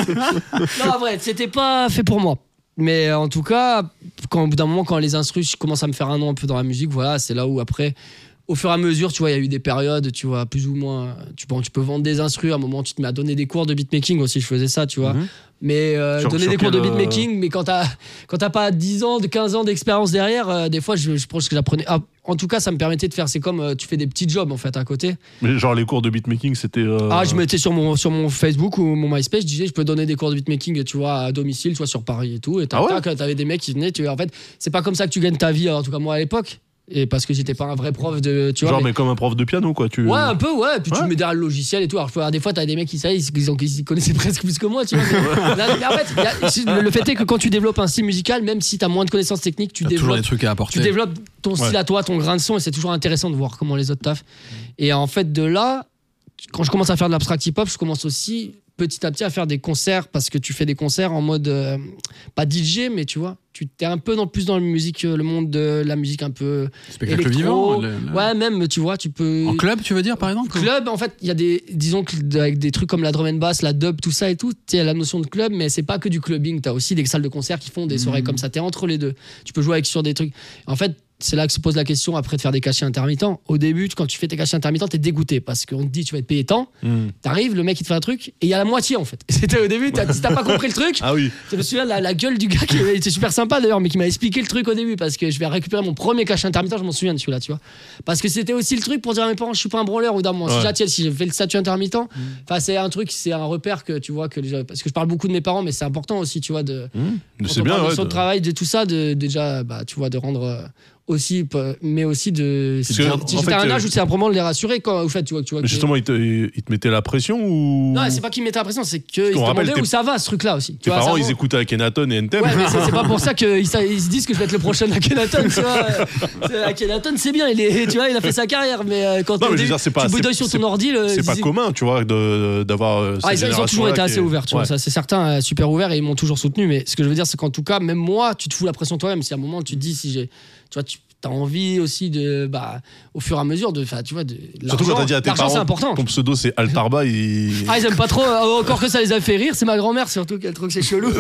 Non en vrai c'était pas fait pour moi. Mais en tout cas, quand, au bout d'un moment, quand les instrus commencent à me faire un nom un peu dans la musique, voilà, c'est là où après, au fur et à mesure, tu vois, il y a eu des périodes, tu vois, plus ou moins, tu, bon, tu peux vendre des instrus, à un moment, tu te mets à donner des cours de beatmaking aussi, je faisais ça, tu vois. Mm-hmm. Mais euh, sur, donner sur des cours de beatmaking, euh... mais quand t'as, quand t'as pas dix ans, quinze ans d'expérience derrière, euh, des fois, je, je pense que j'apprenais. Ah, en tout cas, ça me permettait de faire, c'est comme euh, tu fais des petits jobs en fait à côté. Mais genre les cours de beatmaking, c'était. Euh... Ah, je mettais sur mon, sur mon Facebook ou mon MySpace, je disais, je peux donner des cours de beatmaking, tu vois, à domicile, tu vois, sur Paris et tout. Et tac, ah ouais tac, t'avais des mecs qui venaient, tu vois, en fait, c'est pas comme ça que tu gagnes ta vie, en tout cas moi à l'époque. Et parce que j'étais pas un vrai prof de. Tu vois, genre, mais... mais comme un prof de piano, quoi. Tu... Ouais, un peu, ouais. Et puis ouais. tu mets derrière le logiciel et tout. Alors, alors des fois, t'as des mecs qui savent, ils, ils, ils connaissaient presque plus que moi, tu vois. Mais, mais en fait, y a, le fait est que quand tu développes un style musical, même si t'as moins de connaissances techniques, tu, développes, des trucs à apporter. tu développes ton style ouais. à toi, ton grain de son, et c'est toujours intéressant de voir comment les autres taffent. Et en fait, de là, quand je commence à faire de l'abstract hip-hop, je commence aussi petit à petit à faire des concerts, parce que tu fais des concerts en mode euh, pas D J, mais tu vois, tu t'es un peu dans plus dans la musique, le monde de la musique un peu spectacle électro. Vivant, le, le... Ouais, même tu vois, tu peux en club, tu veux dire par exemple. Club, en fait, il y a des, disons que avec des trucs comme la drum and bass, la dub, tout ça et tout, tu as la notion de club, mais c'est pas que du clubbing. T'as aussi des salles de concert qui font des soirées mmh. comme ça. T'es entre les deux. Tu peux jouer avec sur des trucs. En fait. C'est là que se pose la question après de faire des cachets intermittents. Au début, quand tu fais tes cachets intermittents, t'es dégoûté parce qu'on te dit tu vas être payé tant. Mm. T'arrives, le mec il te fait un truc et il y a la moitié en fait. C'était au début, t'as, si t'as pas compris le truc. Ah oui. Je me souviens la, la gueule du gars qui était super sympa d'ailleurs, mais qui m'a expliqué le truc au début parce que je vais récupérer mon premier cachet intermittent, je m'en souviens de celui-là, tu vois. Parce que c'était aussi le truc pour dire à mes parents, je suis pas un branleur ou d'un moment. Ouais. Si, si j'ai fait le statut intermittent, enfin mm. c'est un truc, c'est un repère que tu vois que les, parce que je parle beaucoup de mes parents, mais c'est important aussi, tu vois, de. Mm. C'est bien. Ouais, de de travail, de tout ça, de déjà, bah tu vois, de rendre. Euh, aussi mais aussi de si j'étais à un âge où c'est important de les rassurer quand au fait tu vois tu vois justement que... ils, te, ils te mettaient la pression ou non c'est pas qu'ils mettaient la pression c'est qu'ils se demandaient tes... où ça va ce truc là aussi tes parents ils écoutaient Akhenaton et N T M ouais mais c'est, c'est pas pour ça qu'ils ils se disent que je vais être le prochain Akhenaton tu vois Akhenaton c'est bien il est tu vois il a fait sa carrière mais quand non, mais dire, c'est pas, tu boudoilles sur ton ordi le, c'est pas c'est... commun tu vois de, d'avoir ah, ils, ils ont toujours été assez ouverts tu vois ça c'est certain super ouverts et ils m'ont toujours soutenu mais ce que je veux dire c'est qu'en tout cas même moi tu te fous la pression toi-même si à un moment tu te dis si j'ai tu vois tu t'as envie aussi de bah au fur et à mesure de enfin tu vois de surtout quand t'as dit à tes parents c'est important. Ton pseudo c'est Altarba et... ah ils aiment pas trop encore que ça les a fait rire c'est ma grand-mère surtout qu'elle trouve que c'est chelou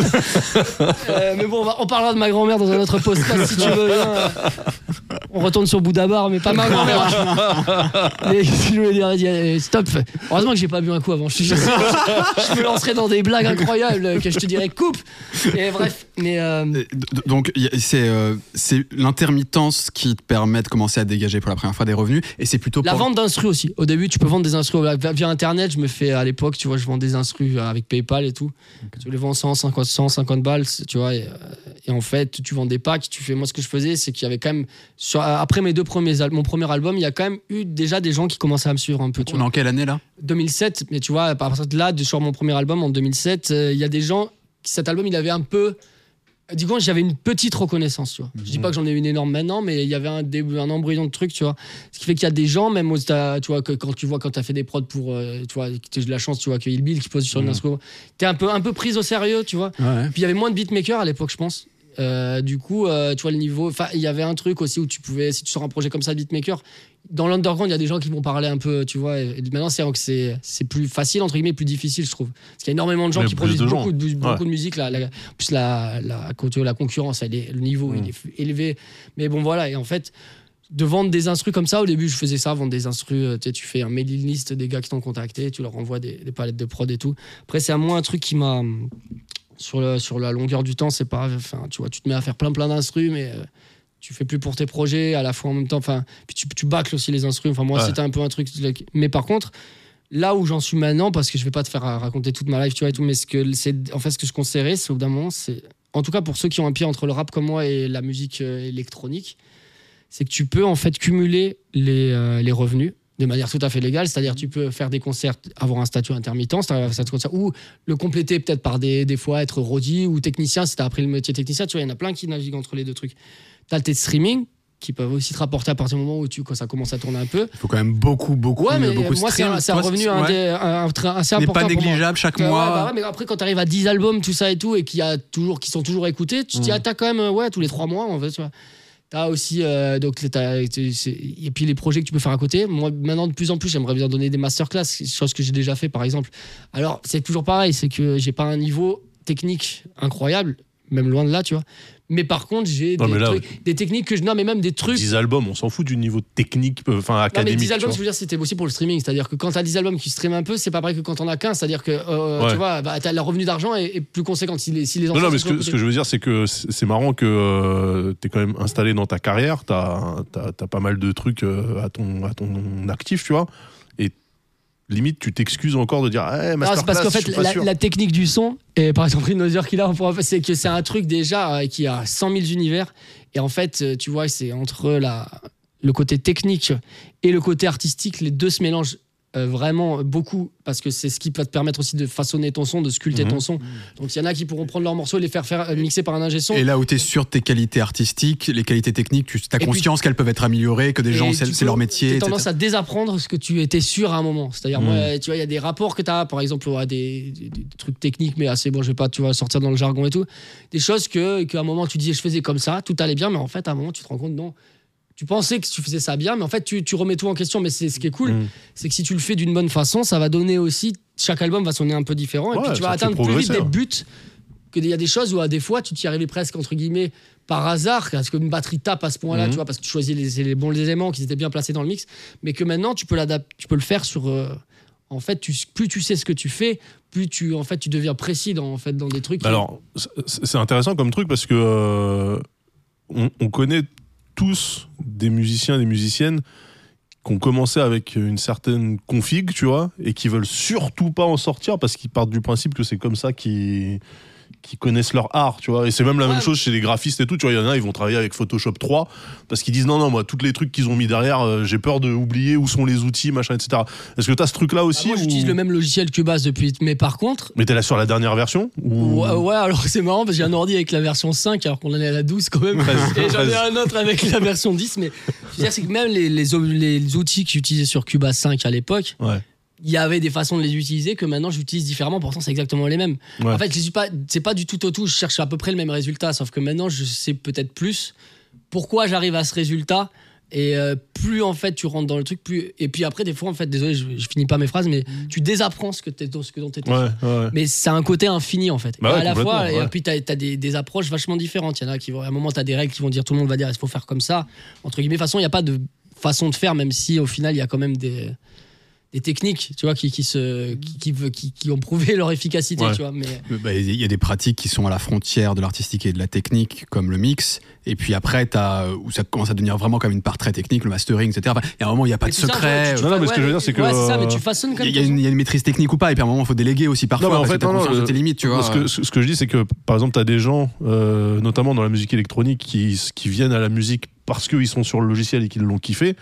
euh, mais bon on, va, on parlera de ma grand-mère dans un autre podcast si tu veux hein. On retourne sur Boudabar mais pas ma grand-mère mais si je voulais dire stop heureusement que j'ai pas bu un coup avant je, je, je me lancerais dans des blagues incroyables que je te dirais coupe et bref mais euh... donc c'est euh, c'est l'intermittence qui te permet de commencer à dégager pour la première fois des revenus et c'est plutôt la pour... vente d'instrus aussi au début tu peux vendre des instrus via internet je me fais à l'époque tu vois je vends des instrus avec PayPal et tout okay. Tu les vends cent cinquante, cent cinquante balles tu vois et, et en fait tu vends des packs tu fais moi ce que je faisais c'est qu'il y avait quand même sur, après mes deux premiers al- mon premier album il y a quand même eu déjà des gens qui commençaient à me suivre un peu tu on est en quelle année là deux mille sept mais tu vois à partir de là sur mon premier album en deux mille sept il euh, y a des gens cet album il avait un peu du coup, j'avais une petite reconnaissance, tu vois. Mmh. Je dis pas que j'en ai une énorme maintenant, mais il y avait un début, un embryon de trucs, tu vois. Ce qui fait qu'il y a des gens, même aux États, tu vois, que quand tu vois quand t'as fait des prods pour, euh, tu vois, j'ai de la chance, tu vois, que Bill qui pose sur mmh. une instru, t'es un peu, un peu prise au sérieux, tu vois. Ouais. Puis il y avait moins de beatmakers à l'époque, je pense. Euh, du coup, euh, tu vois le niveau. Enfin, il y avait un truc aussi où tu pouvais, si tu sors un projet comme ça de beatmaker, dans l'underground, il y a des gens qui vont parler un peu, tu vois. Et maintenant, c'est c'est c'est plus facile entre guillemets, plus difficile, je trouve. Parce qu'il y a énormément de gens Mais qui plus produisent de beaucoup, gens. de, beaucoup Ouais. de musique. La, la, plus la la, la, la concurrence, elle est, le niveau, Mm. il est élevé. Mais bon, voilà. Et en fait. De vendre des instrus comme ça, au début je faisais ça, vendre des instrus, euh, tu sais, tu fais un mailing list des gars qui t'ont contacté, tu leur envoies des, des palettes de prod et tout. Après c'est à moi un truc qui m'a, sur, le, sur la longueur du temps, c'est pas, enfin tu vois, tu te mets à faire plein plein d'instrus, mais euh, tu fais plus pour tes projets à la fois en même temps, enfin, puis tu, tu bâcles aussi les instrus, enfin moi Ouais. c'était un peu un truc, mais par contre, là où j'en suis maintenant, parce que je vais pas te faire raconter toute ma life, tu vois, et tout, mais ce que, c'est, en fait ce que je conseillerais, c'est au bout d'un moment, c'est, en tout cas pour ceux qui ont un pied entre le rap comme moi et la musique euh, électronique, c'est que tu peux en fait cumuler les, euh, les revenus de manière tout à fait légale, c'est-à-dire tu peux faire des concerts, avoir un statut intermittent, c'est-à-dire faire un statut concert, ou le compléter peut-être par des, des fois être roadie ou technicien, si tu as appris le métier technicien, tu vois, il y en a plein qui naviguent entre les deux trucs. Tu as le streaming, qui peuvent aussi te rapporter à partir du moment où tu, quand ça commence à tourner un peu. Il faut quand même beaucoup, beaucoup, ouais, mais beaucoup de moi, c'est un, streams. c'est un Toi, revenu c'est- un, ouais. des- un, un, très- assez N'est important pas pour moi. négligeable chaque Ouais, mois. bah ouais, mais après, quand tu arrives à dix albums, tout ça et tout, et qu'il y a toujours, qui sont toujours écoutés, tu te dis, Mm. ah, t'as quand même, ouais, tous les trois mois, en fait, tu vois. T'as aussi, euh, donc, t'as- c'est- c'est- et puis les projets que tu peux faire à côté. Moi, maintenant, de plus en plus, j'aimerais bien donner des masterclass, chose que j'ai déjà fait, par exemple. Alors, c'est toujours pareil, c'est que j'ai pas un niveau technique incroyable, même loin de là, tu vois. Mais par contre, j'ai Non, des, mais là, trucs- des techniques que je. Non, mais même des trucs. dix albums, on s'en fout du niveau technique, euh, enfin Non, mais académique. dix albums, tu je veux dire, c'était aussi pour le streaming. C'est-à-dire que quand t'as dix albums qui streament un peu, c'est pas pareil que quand t'en as quinze. C'est-à-dire que, euh, Ouais. tu vois, bah, t'as le revenu d'argent est, est plus conséquent. Si les, si les Non, enfants non, mais sont ce que, plus ce que je veux dire, c'est que c'est c'est marrant que euh, t'es quand même installé dans ta carrière, t'as as, pas mal de trucs euh, à, ton, à ton actif, tu vois, et limite, tu t'excuses encore de dire eh, Non, c'est parce masterclass, qu'en je fait, suis pas la, sûr. la technique du son, et par exemple, une Nozer qu'il a, on pourra- c'est que c'est un truc déjà euh, qui a cent mille univers. Et en fait, euh, tu vois, c'est entre la, le côté technique et le côté artistique, les deux se mélangent euh, vraiment beaucoup, parce que c'est ce qui peut te permettre aussi de façonner ton son, de sculpter Mhm. ton son. Donc, il y en a qui pourront prendre leurs morceaux et les faire, faire euh, mixer par un ingé son. Et là où tu es sûr de tes qualités artistiques, les qualités techniques, tu as puis- conscience qu'elles peuvent être améliorées, que des gens, Et c'est tu c'est peux- leur métier. T'as et cetera. tendance à désapprendre ce que tu étais sûr à un moment. C'est-à-dire, Mm. moi, tu vois, il y a des rapports que tu as, par exemple, ouais, des, des- des trucs techniques, mais assez bon, je vais pas, tu vois, sortir dans le jargon et tout. Des choses que, qu'à un moment, tu disais, je faisais comme ça, tout allait bien, mais en fait, à un moment, tu te rends compte, non. Tu pensais que tu faisais ça bien, mais en fait, tu, tu remets tout en question. Mais c'est ce qui est cool, Mm. c'est que si tu le fais d'une bonne façon, ça va donner aussi. Chaque album va sonner un peu différent, et Ouais, puis tu vas ça te fait atteindre plus vite progresser, des hein. buts. Que il y a des choses où à des fois tu t'y arrivais presque entre guillemets par hasard parce qu'une batterie tape à ce point-là, Mhm. tu vois, parce que tu choisis les, les bons éléments qui étaient bien placés dans le mix, mais que maintenant tu peux l'adapter, tu peux le faire sur. euh, en fait, tu, plus tu sais ce que tu fais, plus tu en fait tu deviens précis dans en fait dans des trucs. Alors, c'est c'est intéressant comme truc parce que euh, on, on connaît tous des musiciens, des musiciennes qui ont commencé avec une certaine config, tu vois, et qui veulent surtout pas en sortir parce qu'ils partent du principe que c'est comme ça qu'ils qui connaissent leur art, tu vois. Et c'est même la Ouais. même chose chez les graphistes et tout, tu vois. Il y en a, ils vont travailler avec Photoshop trois parce qu'ils disent non, non, moi, tous les trucs qu'ils ont mis derrière, euh, j'ai peur d'oublier où sont les outils, machin, et cetera. Est-ce que t'as ce truc-là aussi moi, ou- j'utilise le même logiciel Cubase depuis, mais par contre. Mais t'es là sur la dernière version ou... Ouais, ouais, alors c'est marrant parce que j'ai un ordi avec la version cinq alors qu'on en est à la douze quand même. treize, Et j'en ai treize. un autre avec la version dix. Mais je veux dire, c'est que même les, les, les outils que j'utilisais sur Cubase cinq à l'époque, Ouais. il y avait des façons de les utiliser que maintenant j'utilise différemment. Pourtant, c'est exactement les mêmes. Ouais. En fait, je suis pas, c'est pas du tout au tout. Je cherche à peu près le même résultat, sauf que maintenant, je sais peut-être plus pourquoi j'arrive à ce résultat. Et euh, plus en fait tu rentres dans le truc, plus et puis après des fois en fait, désolé, je, je finis pas mes phrases, mais tu désapprends ce que t'es, ce que dont t'étais. Ouais, ouais. Mais c'est un côté infini en fait. Bah Et ouais, à la fois, complètement, et ouais. puis t'as, t'as des, des approches vachement différentes. Il y en a qui vont, à un moment t'as des règles qui vont dire, tout le monde va dire, il faut faire comme ça. Entre guillemets, de toute façon, il y a pas de façon de faire, même si au final il y a quand même des des techniques, tu vois, qui qui se qui qui, qui, qui ont prouvé leur efficacité, Ouais. tu vois. Mais Bah, il y a des pratiques qui sont à la frontière de l'artistique et de la technique, comme le mix. Et puis après, t'as, où ça commence à devenir vraiment comme une part très technique, le mastering, et cetera. Enfin, il y a un moment, il n'y a pas Mais de tout ça, secret. tu- tu Non, non, fais- mais ce que je veux dire, c'est que, ouais, c'est ça, mais tu euh, façonnes comme Il y, a une- il y a une maîtrise technique ou pas. Et puis à un moment, il faut déléguer aussi parfois. Non, mais en parce fait, que t'as non, non, conscience de le- tes limites, tu vois. Ce que, ce ce que je dis, c'est que, par exemple, tu as des gens, euh, notamment dans la musique électronique, qui, qui viennent à la musique parce qu'ils sont sur le logiciel et qu'ils l'ont kiffé.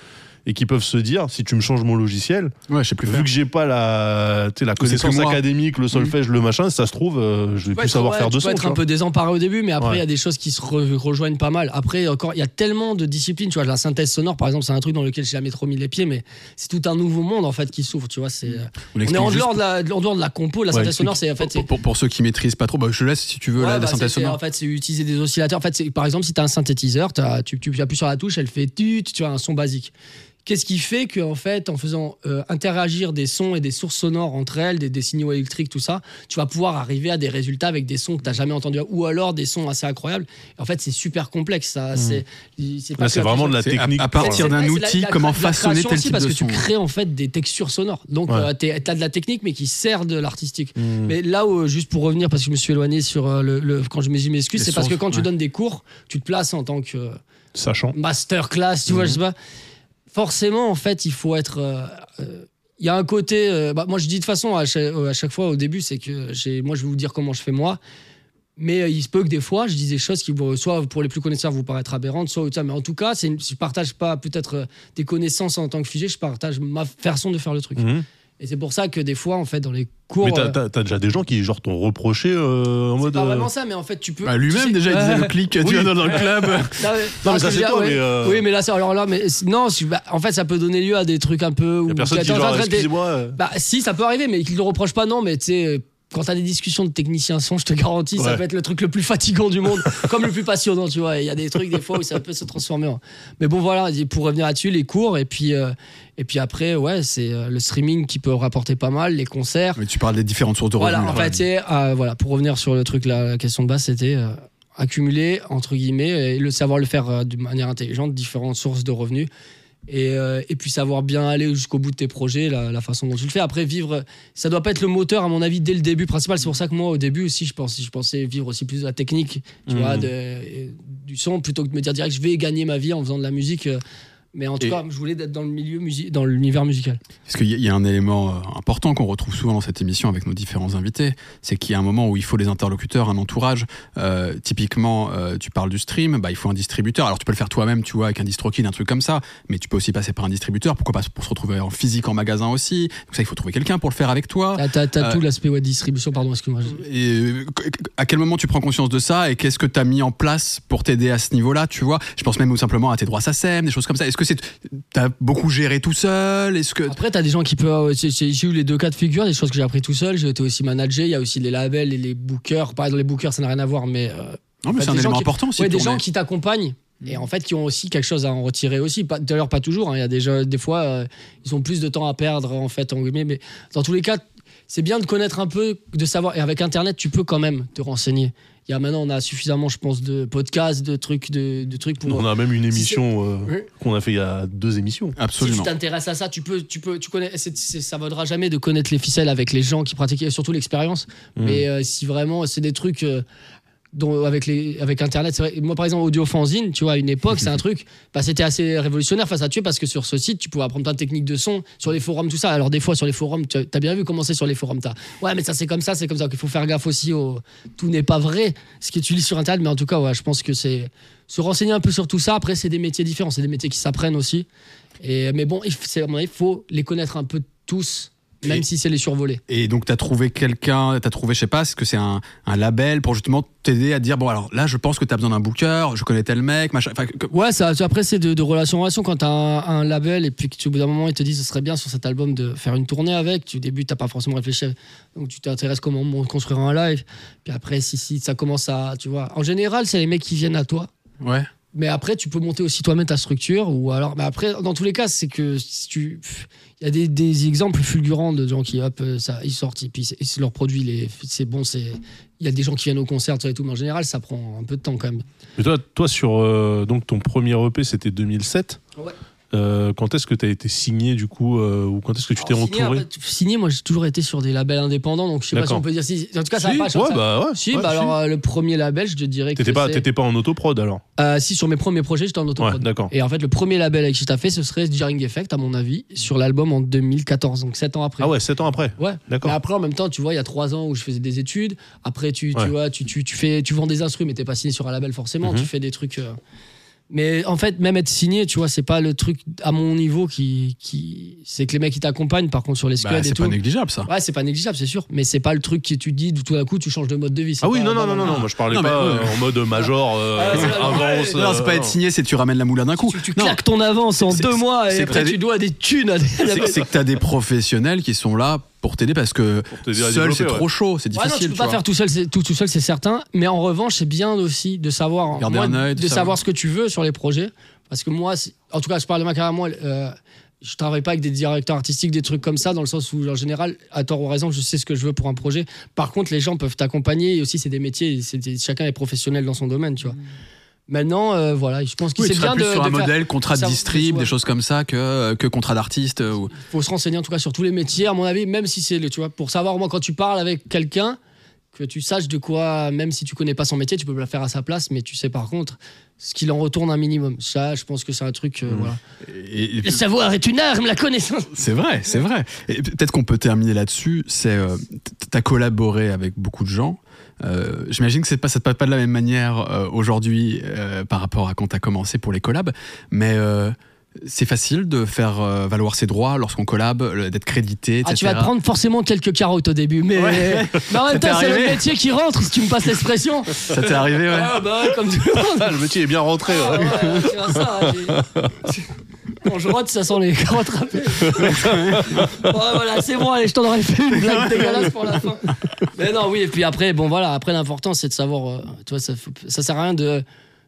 et qui peuvent se dire, si tu me changes mon logiciel, ouais, je sais plus vu faire. que j'ai pas la, la connaissance académique, le solfège, mmh. le machin, ça se trouve, euh, je vais ouais, plus savoir ouais, faire de son. Tu peux être un peu désemparé au début, mais après, il ouais. y a des choses qui se re- rejoignent pas mal. Après, encore, il y a tellement de disciplines, tu vois, la synthèse sonore, par exemple, c'est un truc dans lequel j'ai jamais trop mis les pieds, mais c'est tout un nouveau monde, en fait, qui s'ouvre, tu vois. C'est, on, on est en dehors, de la, en dehors de la compo, la ouais, synthèse sonore, c'est en fait. C'est... Pour, pour ceux qui maîtrisent pas trop, bah, je laisse si tu veux ouais, la, bah, la synthèse sonore. En fait, c'est utiliser des oscillateurs. En fait, c'est, par exemple, si tu as un synthétiseur, tu, tu appuies sur la touche, elle fait tu, tu as un son basique. Qu'est-ce qui fait qu'en fait, en faisant euh, interagir des sons et des sources sonores entre elles, des, des signaux électriques, tout ça, tu vas pouvoir arriver à des résultats avec des sons que tu n'as jamais entendus, ou alors des sons assez incroyables. Et en fait, c'est super complexe. Ça. Mmh. C'est, c'est, pas Là, c'est vraiment de la technique. À, à partir c'est, d'un c'est, outil, la, comment la, façonner tel type de son. Parce que tu crées en fait des textures sonores. Donc, ouais. euh, tu as de la technique, mais qui sert de l'artistique. Mmh. Mais là, où, juste pour revenir, parce que je me suis éloigné sur euh, le, le, quand je m'excuse, c'est parce que quand tu donnes des cours, tu te places en tant que sachant masterclass, tu vois, je sais pas. Forcément, en fait, il faut être. Il euh, euh, y a un côté. Euh, bah, moi, je dis de toute façon, à chaque, à chaque fois au début, c'est que j'ai, moi, je vais vous dire comment je fais moi. Mais euh, il se peut que des fois, je dise des choses qui, soit pour les plus connaisseurs, vous paraître aberrantes, soit ça. Mais en tout cas, c'est une, je ne partage pas peut-être euh, des connaissances en tant que figé, je partage ma façon de faire le truc. Mmh. Et c'est pour ça que des fois, en fait, dans les cours. Mais t'as, t'as, t'as déjà des gens qui, genre, t'ont reproché euh, en c'est mode. C'est pas vraiment ça, mais en fait, tu peux. Bah, lui-même, tu sais, déjà, il disait le clic, tu oui. vas dans le club. non, mais, non, mais ça, c'est toi, ouais. mais. Euh... Oui, mais là, c'est, alors là, mais non, bah, en fait, ça peut donner lieu à des trucs un peu. Il y a personne qui dit, genre, excusez-moi. Bah, si, ça peut arriver, mais qu'ils ne le reprochent pas, non, mais tu sais. Quand t'as des discussions de techniciens son, je te garantis, ouais. ça peut être le truc le plus fatigant du monde, comme le plus passionnant, tu vois. Il y a des trucs des fois où ça peut se transformer en... Mais bon, voilà, pour revenir là-dessus, les cours, et puis, euh, et puis après, ouais, c'est euh, le streaming qui peut rapporter pas mal, les concerts. Mais tu parles des différentes sources de revenus. Voilà, en fait, c'est, euh, voilà, pour revenir sur le truc, la, la question de base, c'était euh, accumuler, entre guillemets, et le savoir le faire euh, de manière intelligente, différentes sources de revenus. Et, euh, et puis savoir bien aller jusqu'au bout de tes projets, la, la façon dont tu le fais. Après, vivre, ça doit pas être le moteur, à mon avis, dès le début principal. C'est pour ça que moi, au début aussi, je pensais, je pensais vivre aussi plus de la technique, tu mmh. vois, de, du son, plutôt que de me dire direct, je vais gagner ma vie en faisant de la musique. Mais en tout et cas, je voulais être dans le milieu musi- dans l'univers musical. Parce qu'il y, y a un élément important qu'on retrouve souvent dans cette émission avec nos différents invités, c'est qu'il y a un moment où il faut des interlocuteurs, un entourage. Euh, typiquement, euh, tu parles du stream, bah, il faut un distributeur. Alors tu peux le faire toi-même, tu vois, avec un DistroKid, un truc comme ça, mais tu peux aussi passer par un distributeur. Pourquoi pas pour se retrouver en physique en magasin aussi. Donc ça, il faut trouver quelqu'un pour le faire avec toi. Ah, t'as t'as euh, tout l'aspect ouais, distribution, pardon, excuse-moi. Et à quel moment tu prends conscience de ça et qu'est-ce que tu as mis en place pour t'aider à ce niveau-là, tu vois? Je pense même tout simplement à tes droits S A C E M, des choses comme ça. Est-ce que c'est t'as beaucoup géré tout seul? Est-ce que... Après, t'as des gens qui peuvent. C'est, c'est, j'ai eu les deux cas de figure, des choses que j'ai appris tout seul. J'ai été aussi manager. Il y a aussi les labels et les bookers. Par exemple, les bookers, ça n'a rien à voir, mais. Euh, non, mais c'est un élément qui, important aussi. Ouais, des gens qui t'accompagnent et en fait qui ont aussi quelque chose à en retirer aussi. Pas, d'ailleurs, pas toujours. Hein. Il y a des gens, des fois, euh, ils ont plus de temps à perdre, en fait, en guillemets. Mais dans tous les cas, c'est bien de connaître un peu, de savoir. Et avec Internet, tu peux quand même te renseigner. Il y a maintenant, on a suffisamment, je pense, de podcasts, de trucs, de, de trucs pour. On a même une émission euh, oui. qu'on a fait il y a deux émissions. Absolument. Si tu t'intéresses à ça, tu peux, tu peux, tu connais. C'est, c'est, ça vaudra jamais de connaître les ficelles avec les gens qui pratiquent, surtout l'expérience. Mmh. Mais euh, si vraiment, c'est des trucs. Euh, dont, avec, les, avec Internet, c'est vrai. Moi par exemple, Audio Fanzine, tu vois, à une époque, c'est un truc, bah, c'était assez révolutionnaire face à tuer parce que sur ce site, tu pouvais apprendre plein de techniques de son, sur les forums, tout ça. Alors des fois, sur les forums, tu as bien vu comment c'est sur les forums. T'as, ouais, mais ça c'est comme ça, c'est comme ça. Il faut faire gaffe aussi, au, tout n'est pas vrai ce que tu lis sur Internet, mais en tout cas, ouais, je pense que c'est se renseigner un peu sur tout ça. Après, c'est des métiers différents, c'est des métiers qui s'apprennent aussi. Et, mais bon, il faut les connaître un peu tous. Même et, si c'est les survolés. Et donc, tu as trouvé quelqu'un, tu as trouvé, je sais pas, est-ce que c'est un, un label pour justement t'aider à dire, bon, alors là, je pense que tu as besoin d'un booker, je connais tel mec, machin. Que... Ouais, ça, après, c'est de, de relation en relation. Quand tu as un, un label et puis que tu, au bout d'un moment, ils te disent, ce serait bien sur cet album de faire une tournée avec, tu, au début, tu n'as pas forcément réfléchi. Donc, tu t'intéresses comment construire un live. Puis après, si, si ça commence à. Tu vois, en général, c'est les mecs qui viennent à toi. Ouais. Mais après, tu peux monter aussi toi-même ta structure. Ou alors, mais après, dans tous les cas, c'est que si tu. Il y a des, des exemples fulgurants de gens qui, hop, ça, ils sortent, et puis c'est, c'est leur produit, les, c'est bon, c'est. Il y a des gens qui viennent au concert, tout et tout, mais en général, ça prend un peu de temps quand même. Mais toi, toi sur euh, donc ton premier E P, c'était deux mille sept. Ouais. Euh, quand est-ce que tu as été signé du coup euh, ou quand est-ce que tu t'es Alors, entouré? Signé, signé, moi j'ai toujours été sur des labels indépendants, donc je sais D'accord. pas si on peut dire si. En tout cas, ça si, va pas. Ouais, ça. bah ouais. Si, ouais, bah si. alors euh, le premier label, je te dirais que. T'étais pas, c'est... t'étais pas en autoprod alors? Euh, si, sur mes premiers projets, j'étais en autoprod. Ouais, d'accord. Et en fait, le premier label avec qui je t'ai fait, ce serait Jarring Effect, à mon avis, sur l'album en deux mille quatorze, donc sept ans après. Ah ouais, sept ans après. Ouais. D'accord. Mais après, en même temps, tu vois, il y a trois ans où je faisais des études. Après, tu, ouais. tu vois, tu, tu, tu fais, tu vends des instruments, mais t'es pas signé sur un label forcément. Mm-hmm. Tu fais des trucs. Euh... Mais en fait, même être signé, tu vois, c'est pas le truc à mon niveau qui. qui... C'est que les mecs qui t'accompagnent, par contre, sur les scuds bah, et tout. C'est pas négligeable, ça. Ouais, c'est pas négligeable, c'est sûr. Mais c'est pas le truc que tu dis, tout d'un coup, tu changes de mode de vie. Ah oui, pas, non, non, non, non, non, moi je parlais non, pas mais, ouais. euh, en mode major, euh, Ah, c'est avance. Non, c'est pas euh, être signé, c'est que tu ramènes la moula d'un coup. Tu, tu Non. claques ton avance en C'est- deux mois et c'est après que t'as tu des- dois des thunes à des. C'est c'est que t'as des professionnels qui sont là pour t'aider parce que t'aider à seul développer, c'est ouais. trop chaud, c'est Ouais, difficile. non, tu peux tu pas vois. faire tout seul, c'est, tout, tout seul, c'est certain. Mais en revanche, c'est bien aussi de savoir, Garder moi, un œil, de de savoir savoir. ce que tu veux sur les projets. Parce que moi, c'est- en tout cas, je parle de ma carrière, moi, euh, je travaille pas avec des directeurs artistiques, des trucs comme ça, dans le sens où, en général, à tort ou à raison, je sais ce que je veux pour un projet. Par contre, les gens peuvent t'accompagner et aussi, c'est des métiers, c'est des- chacun est professionnel dans son domaine, tu vois. Maintenant, euh, voilà, je pense qu'il Oui, c'est tu seras bien plus de. sur un de faire- modèle contrat de ça- distrib, ouais. des choses comme ça que, que contrat d'artiste. euh, Ou... Faut se renseigner en tout cas sur tous les métiers, à mon avis, même si c'est le, tu vois, pour savoir au moins quand tu parles avec quelqu'un, que tu saches de quoi, même si tu connais pas son métier, tu peux le faire à sa place, mais tu sais par contre ce qu'il en retourne un minimum. Ça, je pense que c'est un truc. Euh, voilà. Et- et- Le savoir est une arme, la connaissance. C'est vrai, c'est vrai. Et peut-être qu'on peut terminer là-dessus. C'est, euh, t'as collaboré avec beaucoup de gens. Euh, j'imagine que c'est pas, ça te passe pas de la même manière euh, aujourd'hui euh, par rapport à quand t'as commencé pour les collabs, mais euh, c'est facile de faire euh, valoir ses droits lorsqu'on collab, le- d'être crédité, et cetera. Ah, tu vas te prendre forcément quelques carottes au début, mais, Ouais. mais en Ça même t'est temps, c'est le arrivé métier qui rentre, si tu me passes l'expression. Ça t'est arrivé, ouais. Ah, bah ouais, comme tout le monde. Ah, le métier est bien rentré. Ah, ouais. ouais, tu vois ça, j'ai- Quand je rote, ça sent les carottes râpées. Ouais, voilà, c'est bon, allez, je t'en aurais fait une blague dégueulasse pour la fin. Mais non, oui, et puis après, bon voilà, après l'important c'est de savoir, euh, tu vois, ça, faut- ça sert à rien de.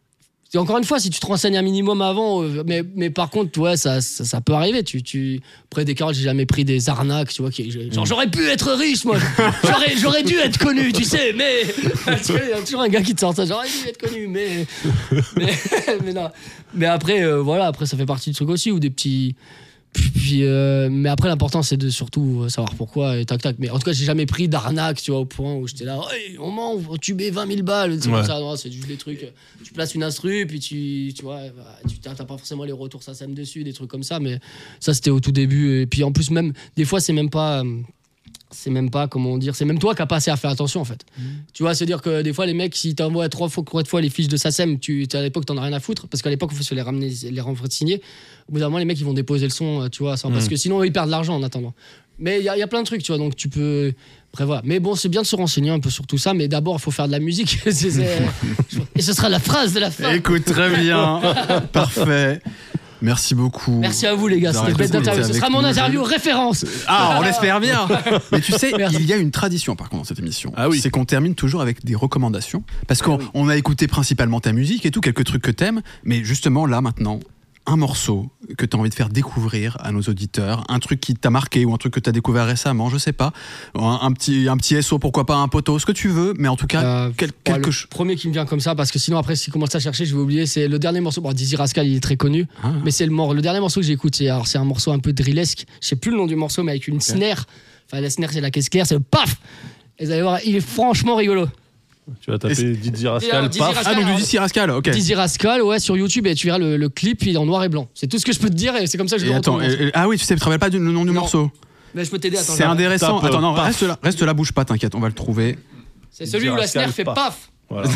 Et encore une fois, si tu te renseignes un minimum avant, euh, mais, mais par contre, ouais, ça, ça, ça peut arriver. Tu, tu... Après des carottes, j'ai jamais pris des arnaques, tu vois. Qui, genre, j'aurais pu être riche, moi. J'aurais, j'aurais dû être connu, tu sais, mais. Tu vois, il y a toujours un gars qui te sort ça. J'aurais dû être connu, mais. Mais, mais non. Mais après, euh, voilà, après, ça fait partie du truc aussi, ou des petits. Puis, euh, mais après, l'important, c'est de surtout savoir pourquoi et tac tac. Mais en tout cas, j'ai jamais pris d'arnaque, tu vois, au point où j'étais là, hey, on m'envoie, tu mets vingt mille balles. C'est Ouais. comme ça, non, c'est juste des trucs. Tu places une instru, puis tu, tu vois, bah, tu t'as t'as pas forcément les retours, ça sème dessus, des trucs comme ça. Mais ça, c'était au tout début. Et puis en plus, même, des fois, c'est même pas. euh, C'est même pas, comment dire, c'est même toi qui n'as pas assez à faire attention en fait. Tu vois, c'est-à-dire que des fois, les mecs, s'ils t'envoient trois fois, quatre fois les fiches de SACEM, tu, à l'époque, t'en as rien à foutre, parce qu'à l'époque, il faut se les ramener, les renvoyer signés. Au bout d'un moment, les mecs, ils vont déposer le son, euh, tu vois, sans, parce Mhm. que sinon, ils perdent de l'argent en attendant. Mais il y, a- il y a plein de trucs, tu vois, donc tu peux. Après, voilà. Mais bon, c'est bien de se renseigner un peu sur tout ça, mais d'abord, il faut faire de la musique. C'est- c'est- Et ce sera la phrase de la fin. Écoute, très bien. Parfait. Merci beaucoup. Merci à vous, les gars, c'était une bête d'interview. Ce sera mon interview référence. Ah, on l'espère bien. Mais tu sais, Merci. il y a une tradition par contre dans cette émission. Ah oui. C'est qu'on termine toujours avec des recommandations. Parce qu'on on a écouté principalement ta musique et tout, quelques trucs que t'aimes. Mais justement, là, maintenant, un morceau que t'as envie de faire découvrir à nos auditeurs, un truc qui t'a marqué ou un truc que t'as découvert récemment, je sais pas. Un, un petit, un petit S O, pourquoi pas un poteau, ce que tu veux. Mais en tout cas, Euh, quel- ouais, quelque le chose. premier qui me vient comme ça, parce que sinon après si je commence à chercher je vais oublier, c'est le dernier morceau. Bon, Dizzy Rascal il est très connu, Ah. mais c'est le, mor- le dernier morceau que j'écoute, c'est, alors, c'est un morceau un peu drillesque, je sais plus le nom du morceau, mais avec une snare, enfin la snare c'est la caisse claire, c'est le paf, et vous allez voir, il est franchement rigolo. Tu vas taper Dizzy Et alors, Rascal, Dizzy paf. Rascal, Ah, donc du alors, Dizzy Rascal, ok. Dizzy Rascal, ouais, sur YouTube, et tu verras le, le clip, il est en noir et blanc. C'est tout ce que je peux te dire, et c'est comme ça que je Et le attends, retrouve. et- et- ah oui, tu sais, tu te rappelles pas du le nom du Non. morceau. Mais je peux t'aider, attends. C'est je- intéressant. Tape, Attends, non, paf. reste là, reste là, bouge pas, t'inquiète, on va le trouver. C'est celui où la Rascal, snare fait paf. paf. Voilà.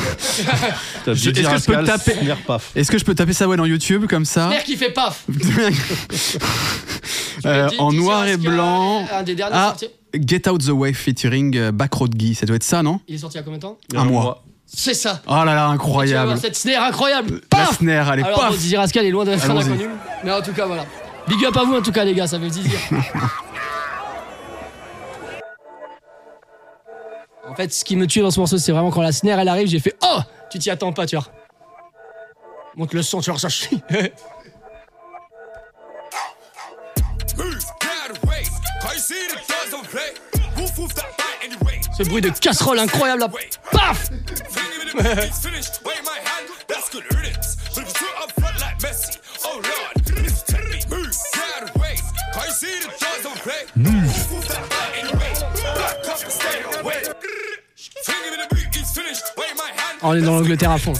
Tape Je- Dizzy est-ce que je peux Rascal, taper- snare, paf. Est-ce que je peux taper ça ouais, dans YouTube comme ça Snare qui fait paf. Euh, Dizzy En noir et Rascal, blanc. Un des derniers Ah, sortis. Get Out the Way featuring euh, Backroad Guy, ça doit être ça, non? Il est sorti il y a combien de temps? Un mois. C'est ça. Oh là là, Tu vas incroyable. voir cette snare incroyable. La Paf. snare, allez, Alors, bon, paf. Dizzy Rascal est loin d'être un Allons-y. inconnu. Mais en tout cas, voilà. Big up à vous, en tout cas, les gars, ça fait plaisir. En fait, ce qui me tue dans ce morceau, c'est vraiment quand la snare elle arrive, j'ai fait oh, tu t'y attends pas, tu vois. Monte le son, tu vois, ça chie. Ce bruit de casserole incroyable là. Paf. On est dans l'Angleterre à fond.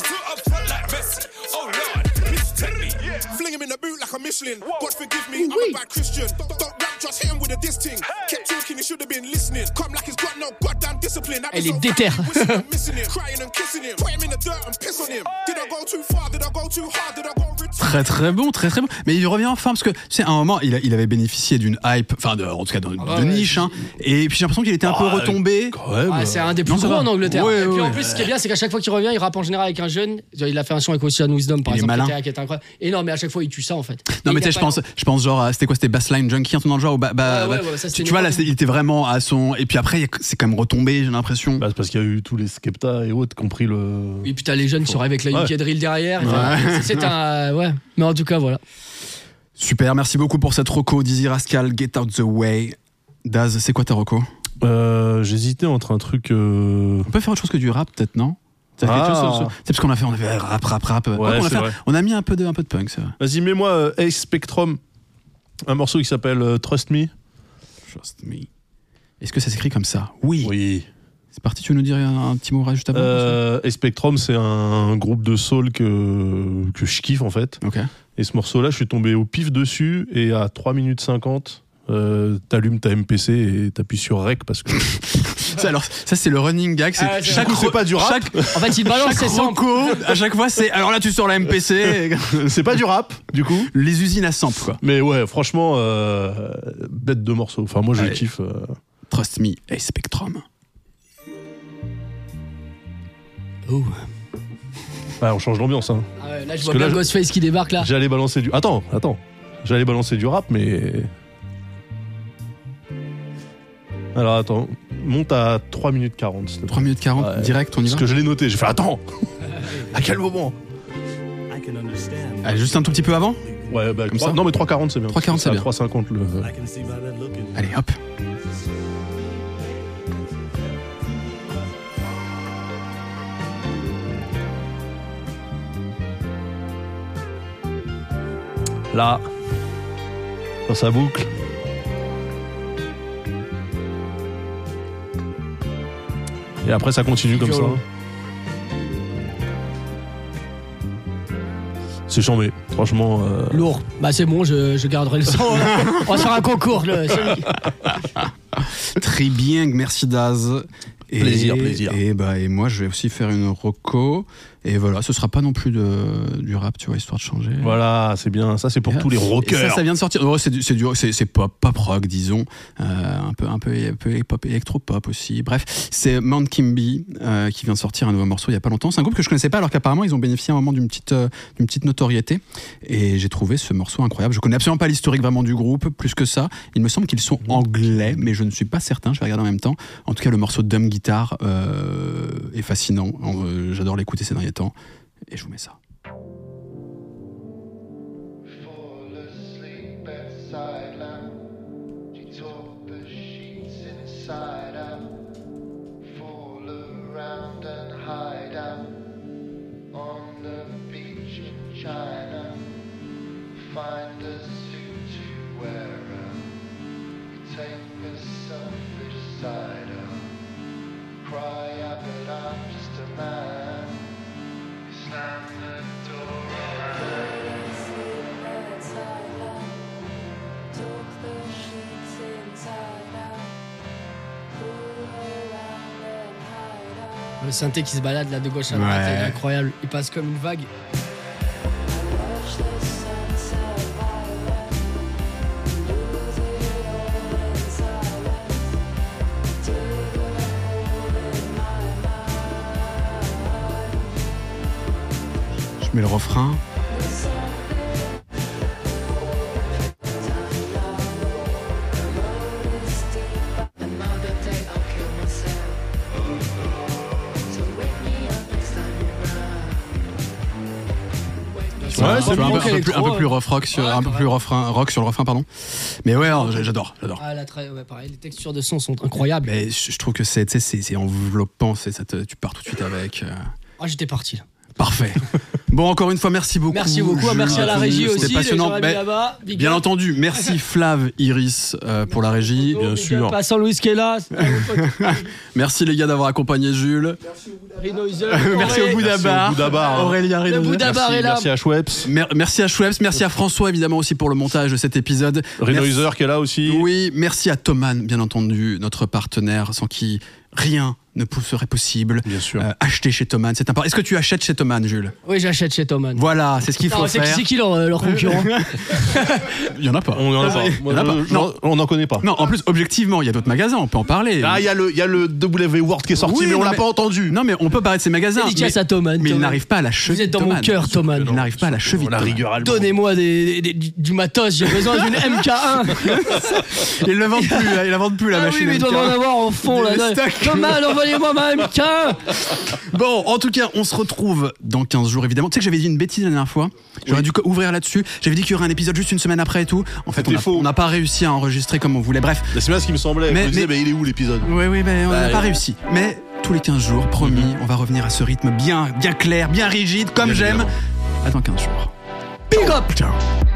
Fling him in the boot like a Michelin. God forgive me, I'm a bad Christian. Don't, don't rap, just hit him with a diss ting. Kept talking, he should have been listening. Come like he's got no goddamn discipline. That Elle was est so déter. funny, wishing and missing him, crying and kissing him, put him in the dirt and piss on him. Did I go too far? Did I go too hard? Did I go rich? Très très bon, très très bon. Mais il revient en forme parce que, tu sais, à un moment, il, a, il avait bénéficié d'une hype, enfin, de, en tout cas, de, Ah de ouais, niche, hein. Et puis j'ai l'impression qu'il était un peu Ah, retombé. Quand même. Ah, c'est un des plus Non, ça gros va. en Angleterre. Ouais, et puis ouais, en ouais. plus, ce qui est bien, c'est qu'à chaque fois qu'il revient, il rappe en général avec un jeune. Il a fait un son avec Ocean Wisdom, par Il est exemple, malin. qui était, qui était incroyable. Et non, mais à chaque fois, il tue ça en fait. Non, Et mais il tu a sais, je pas- pense, je pense genre, à- c'était quoi, c'était Bassline Junkie, un truc dans le genre, ou bah, bah, Ouais, ouais, bah, ouais, ça, tu, c'était tu vois, là, énorme. c'est- il était vraiment à son. Et puis après, il y a- c'est quand même retombé, j'ai l'impression. Bah, c'est parce qu'il y a eu tous les Skepta et autres qui ont pris le. Et puis t'as les jeunes qui sont arrivés avec la Ouais. U K Drill derrière. Ouais. Enfin, c'est- C'est un. Ouais. Mais en tout cas, voilà. Super, merci beaucoup pour cette reco, Dizzy Rascal, Get Out the Way. Daz, c'est quoi ta reco? Euh, J'hésitais entre un truc. euh, On peut faire autre chose que du rap, peut-être, non? T'as quelque Ah. chose sur- sur- C'est parce qu'on a fait, on a fait rap, rap, rap. Ouais, on, a c'est fait- vrai. on a mis un peu de, un peu de punk, c'est vrai. Vas-y, mets-moi euh, Ace Spectrum, un morceau qui s'appelle euh, Trust Me. Trust me. Est-ce que ça s'écrit comme ça? Oui. Oui. C'est parti, tu veux nous dire un, un petit mot juste avant? Euh, Ace Spectrum, c'est un groupe de soul que, que je kiffe en fait. Ok. Et ce morceau-là, je suis tombé au pif dessus et à trois minutes cinquante, euh, t'allumes ta M P C et t'appuies sur Rec parce que. Ça, alors, ça, c'est le running gag. C'est Ah, c'est chaque vrai. C'est pas du rap. Chaque, En fait, il balance ses chaque samples. reco, à chaque fois, c'est. Alors là, tu sors la M P C. C'est pas du rap, du coup. Les usines à sample, quoi. Mais ouais, franchement, euh, bête de morceau. Enfin, moi, je Allez. kiffe. euh. Trust me, Ace Spectrum. Oh. Ouais, on change d'ambiance. Hein. Ah ouais, là, je Parce vois que bien là, je- Ghostface qui débarque là. J'allais balancer du. Attends, attends. J'allais balancer du rap, mais. Alors attends, monte à trois minutes quarante. s'il te plaît. trois minutes quarante, Ouais. direct, on y Parce va. que je l'ai noté. J'ai fait attends. À quel moment? Allez, juste un tout petit peu avant. Ouais, bah, Comme trois- ça non, mais trois quarante, c'est bien. trois quarante, c'est à bien. trois cinquante le. Allez, hop. Là, dans sa boucle. Et après, ça continue comme ça. Violent. C'est chambé, franchement. euh, Lourd. Bah c'est bon, je, je garderai le son. On va faire un concours. Le, celui- Très bien, merci Daz. Et, Plaisir, plaisir. Et, bah, et moi, je vais aussi faire une reco. Et voilà, ce sera pas non plus de, du rap, tu vois, histoire de changer. Voilà, c'est bien. Ça, c'est pour Et, tous les et rockers. ça, ça vient de sortir. Oh, c'est du, c'est du, c'est, c'est pop, pop rock, disons, euh, un peu, un peu, un peu pop, électro-pop aussi. Bref, c'est Mount Kimby euh, qui vient de sortir un nouveau morceau il y a pas longtemps. C'est un groupe que je connaissais pas, alors qu'apparemment ils ont bénéficié à un moment d'une petite, euh, d'une petite notoriété. Et j'ai trouvé ce morceau incroyable. Je connais absolument pas l'historique vraiment du groupe, plus que ça. Il me semble qu'ils sont anglais, mais je ne suis pas certain. Je vais regarder en même temps. En tout cas, le morceau Dumb Guitar euh, est fascinant. Euh, j'adore l'écouter ces derniers temps. Et je vous mets ça. Fall asleep at sideline. She tore the sheets inside out. Fall around and hide out on the beach in China. Find a suit to wear out. Take a selfish side out. Cry out, but I'm just a man. Slam the door Le synthé qui se balade là de gauche à droite, Ouais. c'est incroyable. Il passe comme une vague. Je mets le refrain. Ouais, un, c'est peu, un, bon, peu, un peu plus, un peu plus rock, rock sur, Ouais, un peu quand plus même. refrain, rock sur le refrain, pardon. Mais ouais, alors, j'adore, j'adore. Ah, là, très, ouais, pareil, les textures de son sont incroyables. Mais je je trouve que c'est, tu sais, c'est, c'est enveloppant, c'est, ça te- tu pars tout de suite avec. euh. Ah, j'étais parti là. Parfait. Bon, encore une fois, merci beaucoup. Merci beaucoup, Jules. merci à la régie C'était aussi. passionnant. les gens Ben, là-bas. Big bien up. entendu, merci Flav, Iris euh, pour la régie. Bien sûr. Pas sans Louis qui est là. Merci les gars d'avoir accompagné Jules. Renoiser. Merci au Boudabar. Aurélien Le Boudabar est là. Merci à Schweppes. Mer- merci à Schweppes, merci à François évidemment aussi pour le montage de cet épisode. Renoiser Merci- qui est là aussi. Oui, merci à Thoman, bien entendu, notre partenaire, sans qui rien ne pou- serait possible. Bien sûr. Euh, acheter chez Thoman, c'est important. Est-ce que tu achètes chez Thoman, Jules? Oui, j'achète chez Thoman. Voilà, c'est ce qu'il faut Non, c'est qui, faire. c'est qui leur, leur concurrent? Il y en a pas. On en a pas. Il y en a pas. Je- Non. On n'en connaît pas. Non, en plus, objectivement, il y a d'autres magasins, on peut en parler. Ah, il y a le, il y a le W World qui est sorti, Oui, mais on non, l'a mais- pas entendu. Non, mais on peut parler de ces magasins. Dédicace mais, à Thoman. mais ils Thoman. n'arrivent pas à la cheville. Vous êtes dans Thoman. mon cœur, Thoman. Ils n'arrivent pas à la cheville. La Thoman. rigueur allemande. Donnez-moi des, des- du, du matos, j'ai besoin d'une M K un. Ils ne la vendent plus, là, ils la vendent plus la Ah oui, machine. mais ils M K. doivent en avoir en fond là. Des stacks. Thoman, envoyez-moi ma M K un. Bon, en tout cas, on se retrouve dans quinze jours, évidemment. Tu sais que j'avais dit une bêtise la dernière fois. J'aurais dû co- ouvrir là-dessus. J'avais dit qu'il y aurait un épisode juste une semaine après et tout. En fait, on C'était a- faux. on n'a pas réussi à enregistrer comme on voulait. Bref. C'est bien ce qui me semblait. Mais- je me disais, mais- bah, il est où l'épisode? Oui, oui, mais on n'a Bah, pas euh, réussi. Mais tous les quinze jours, promis, on va revenir à ce rythme bien, bien clair, bien rigide, comme Bien j'aime. évidemment. À dans quinze jours. Big up. Ciao.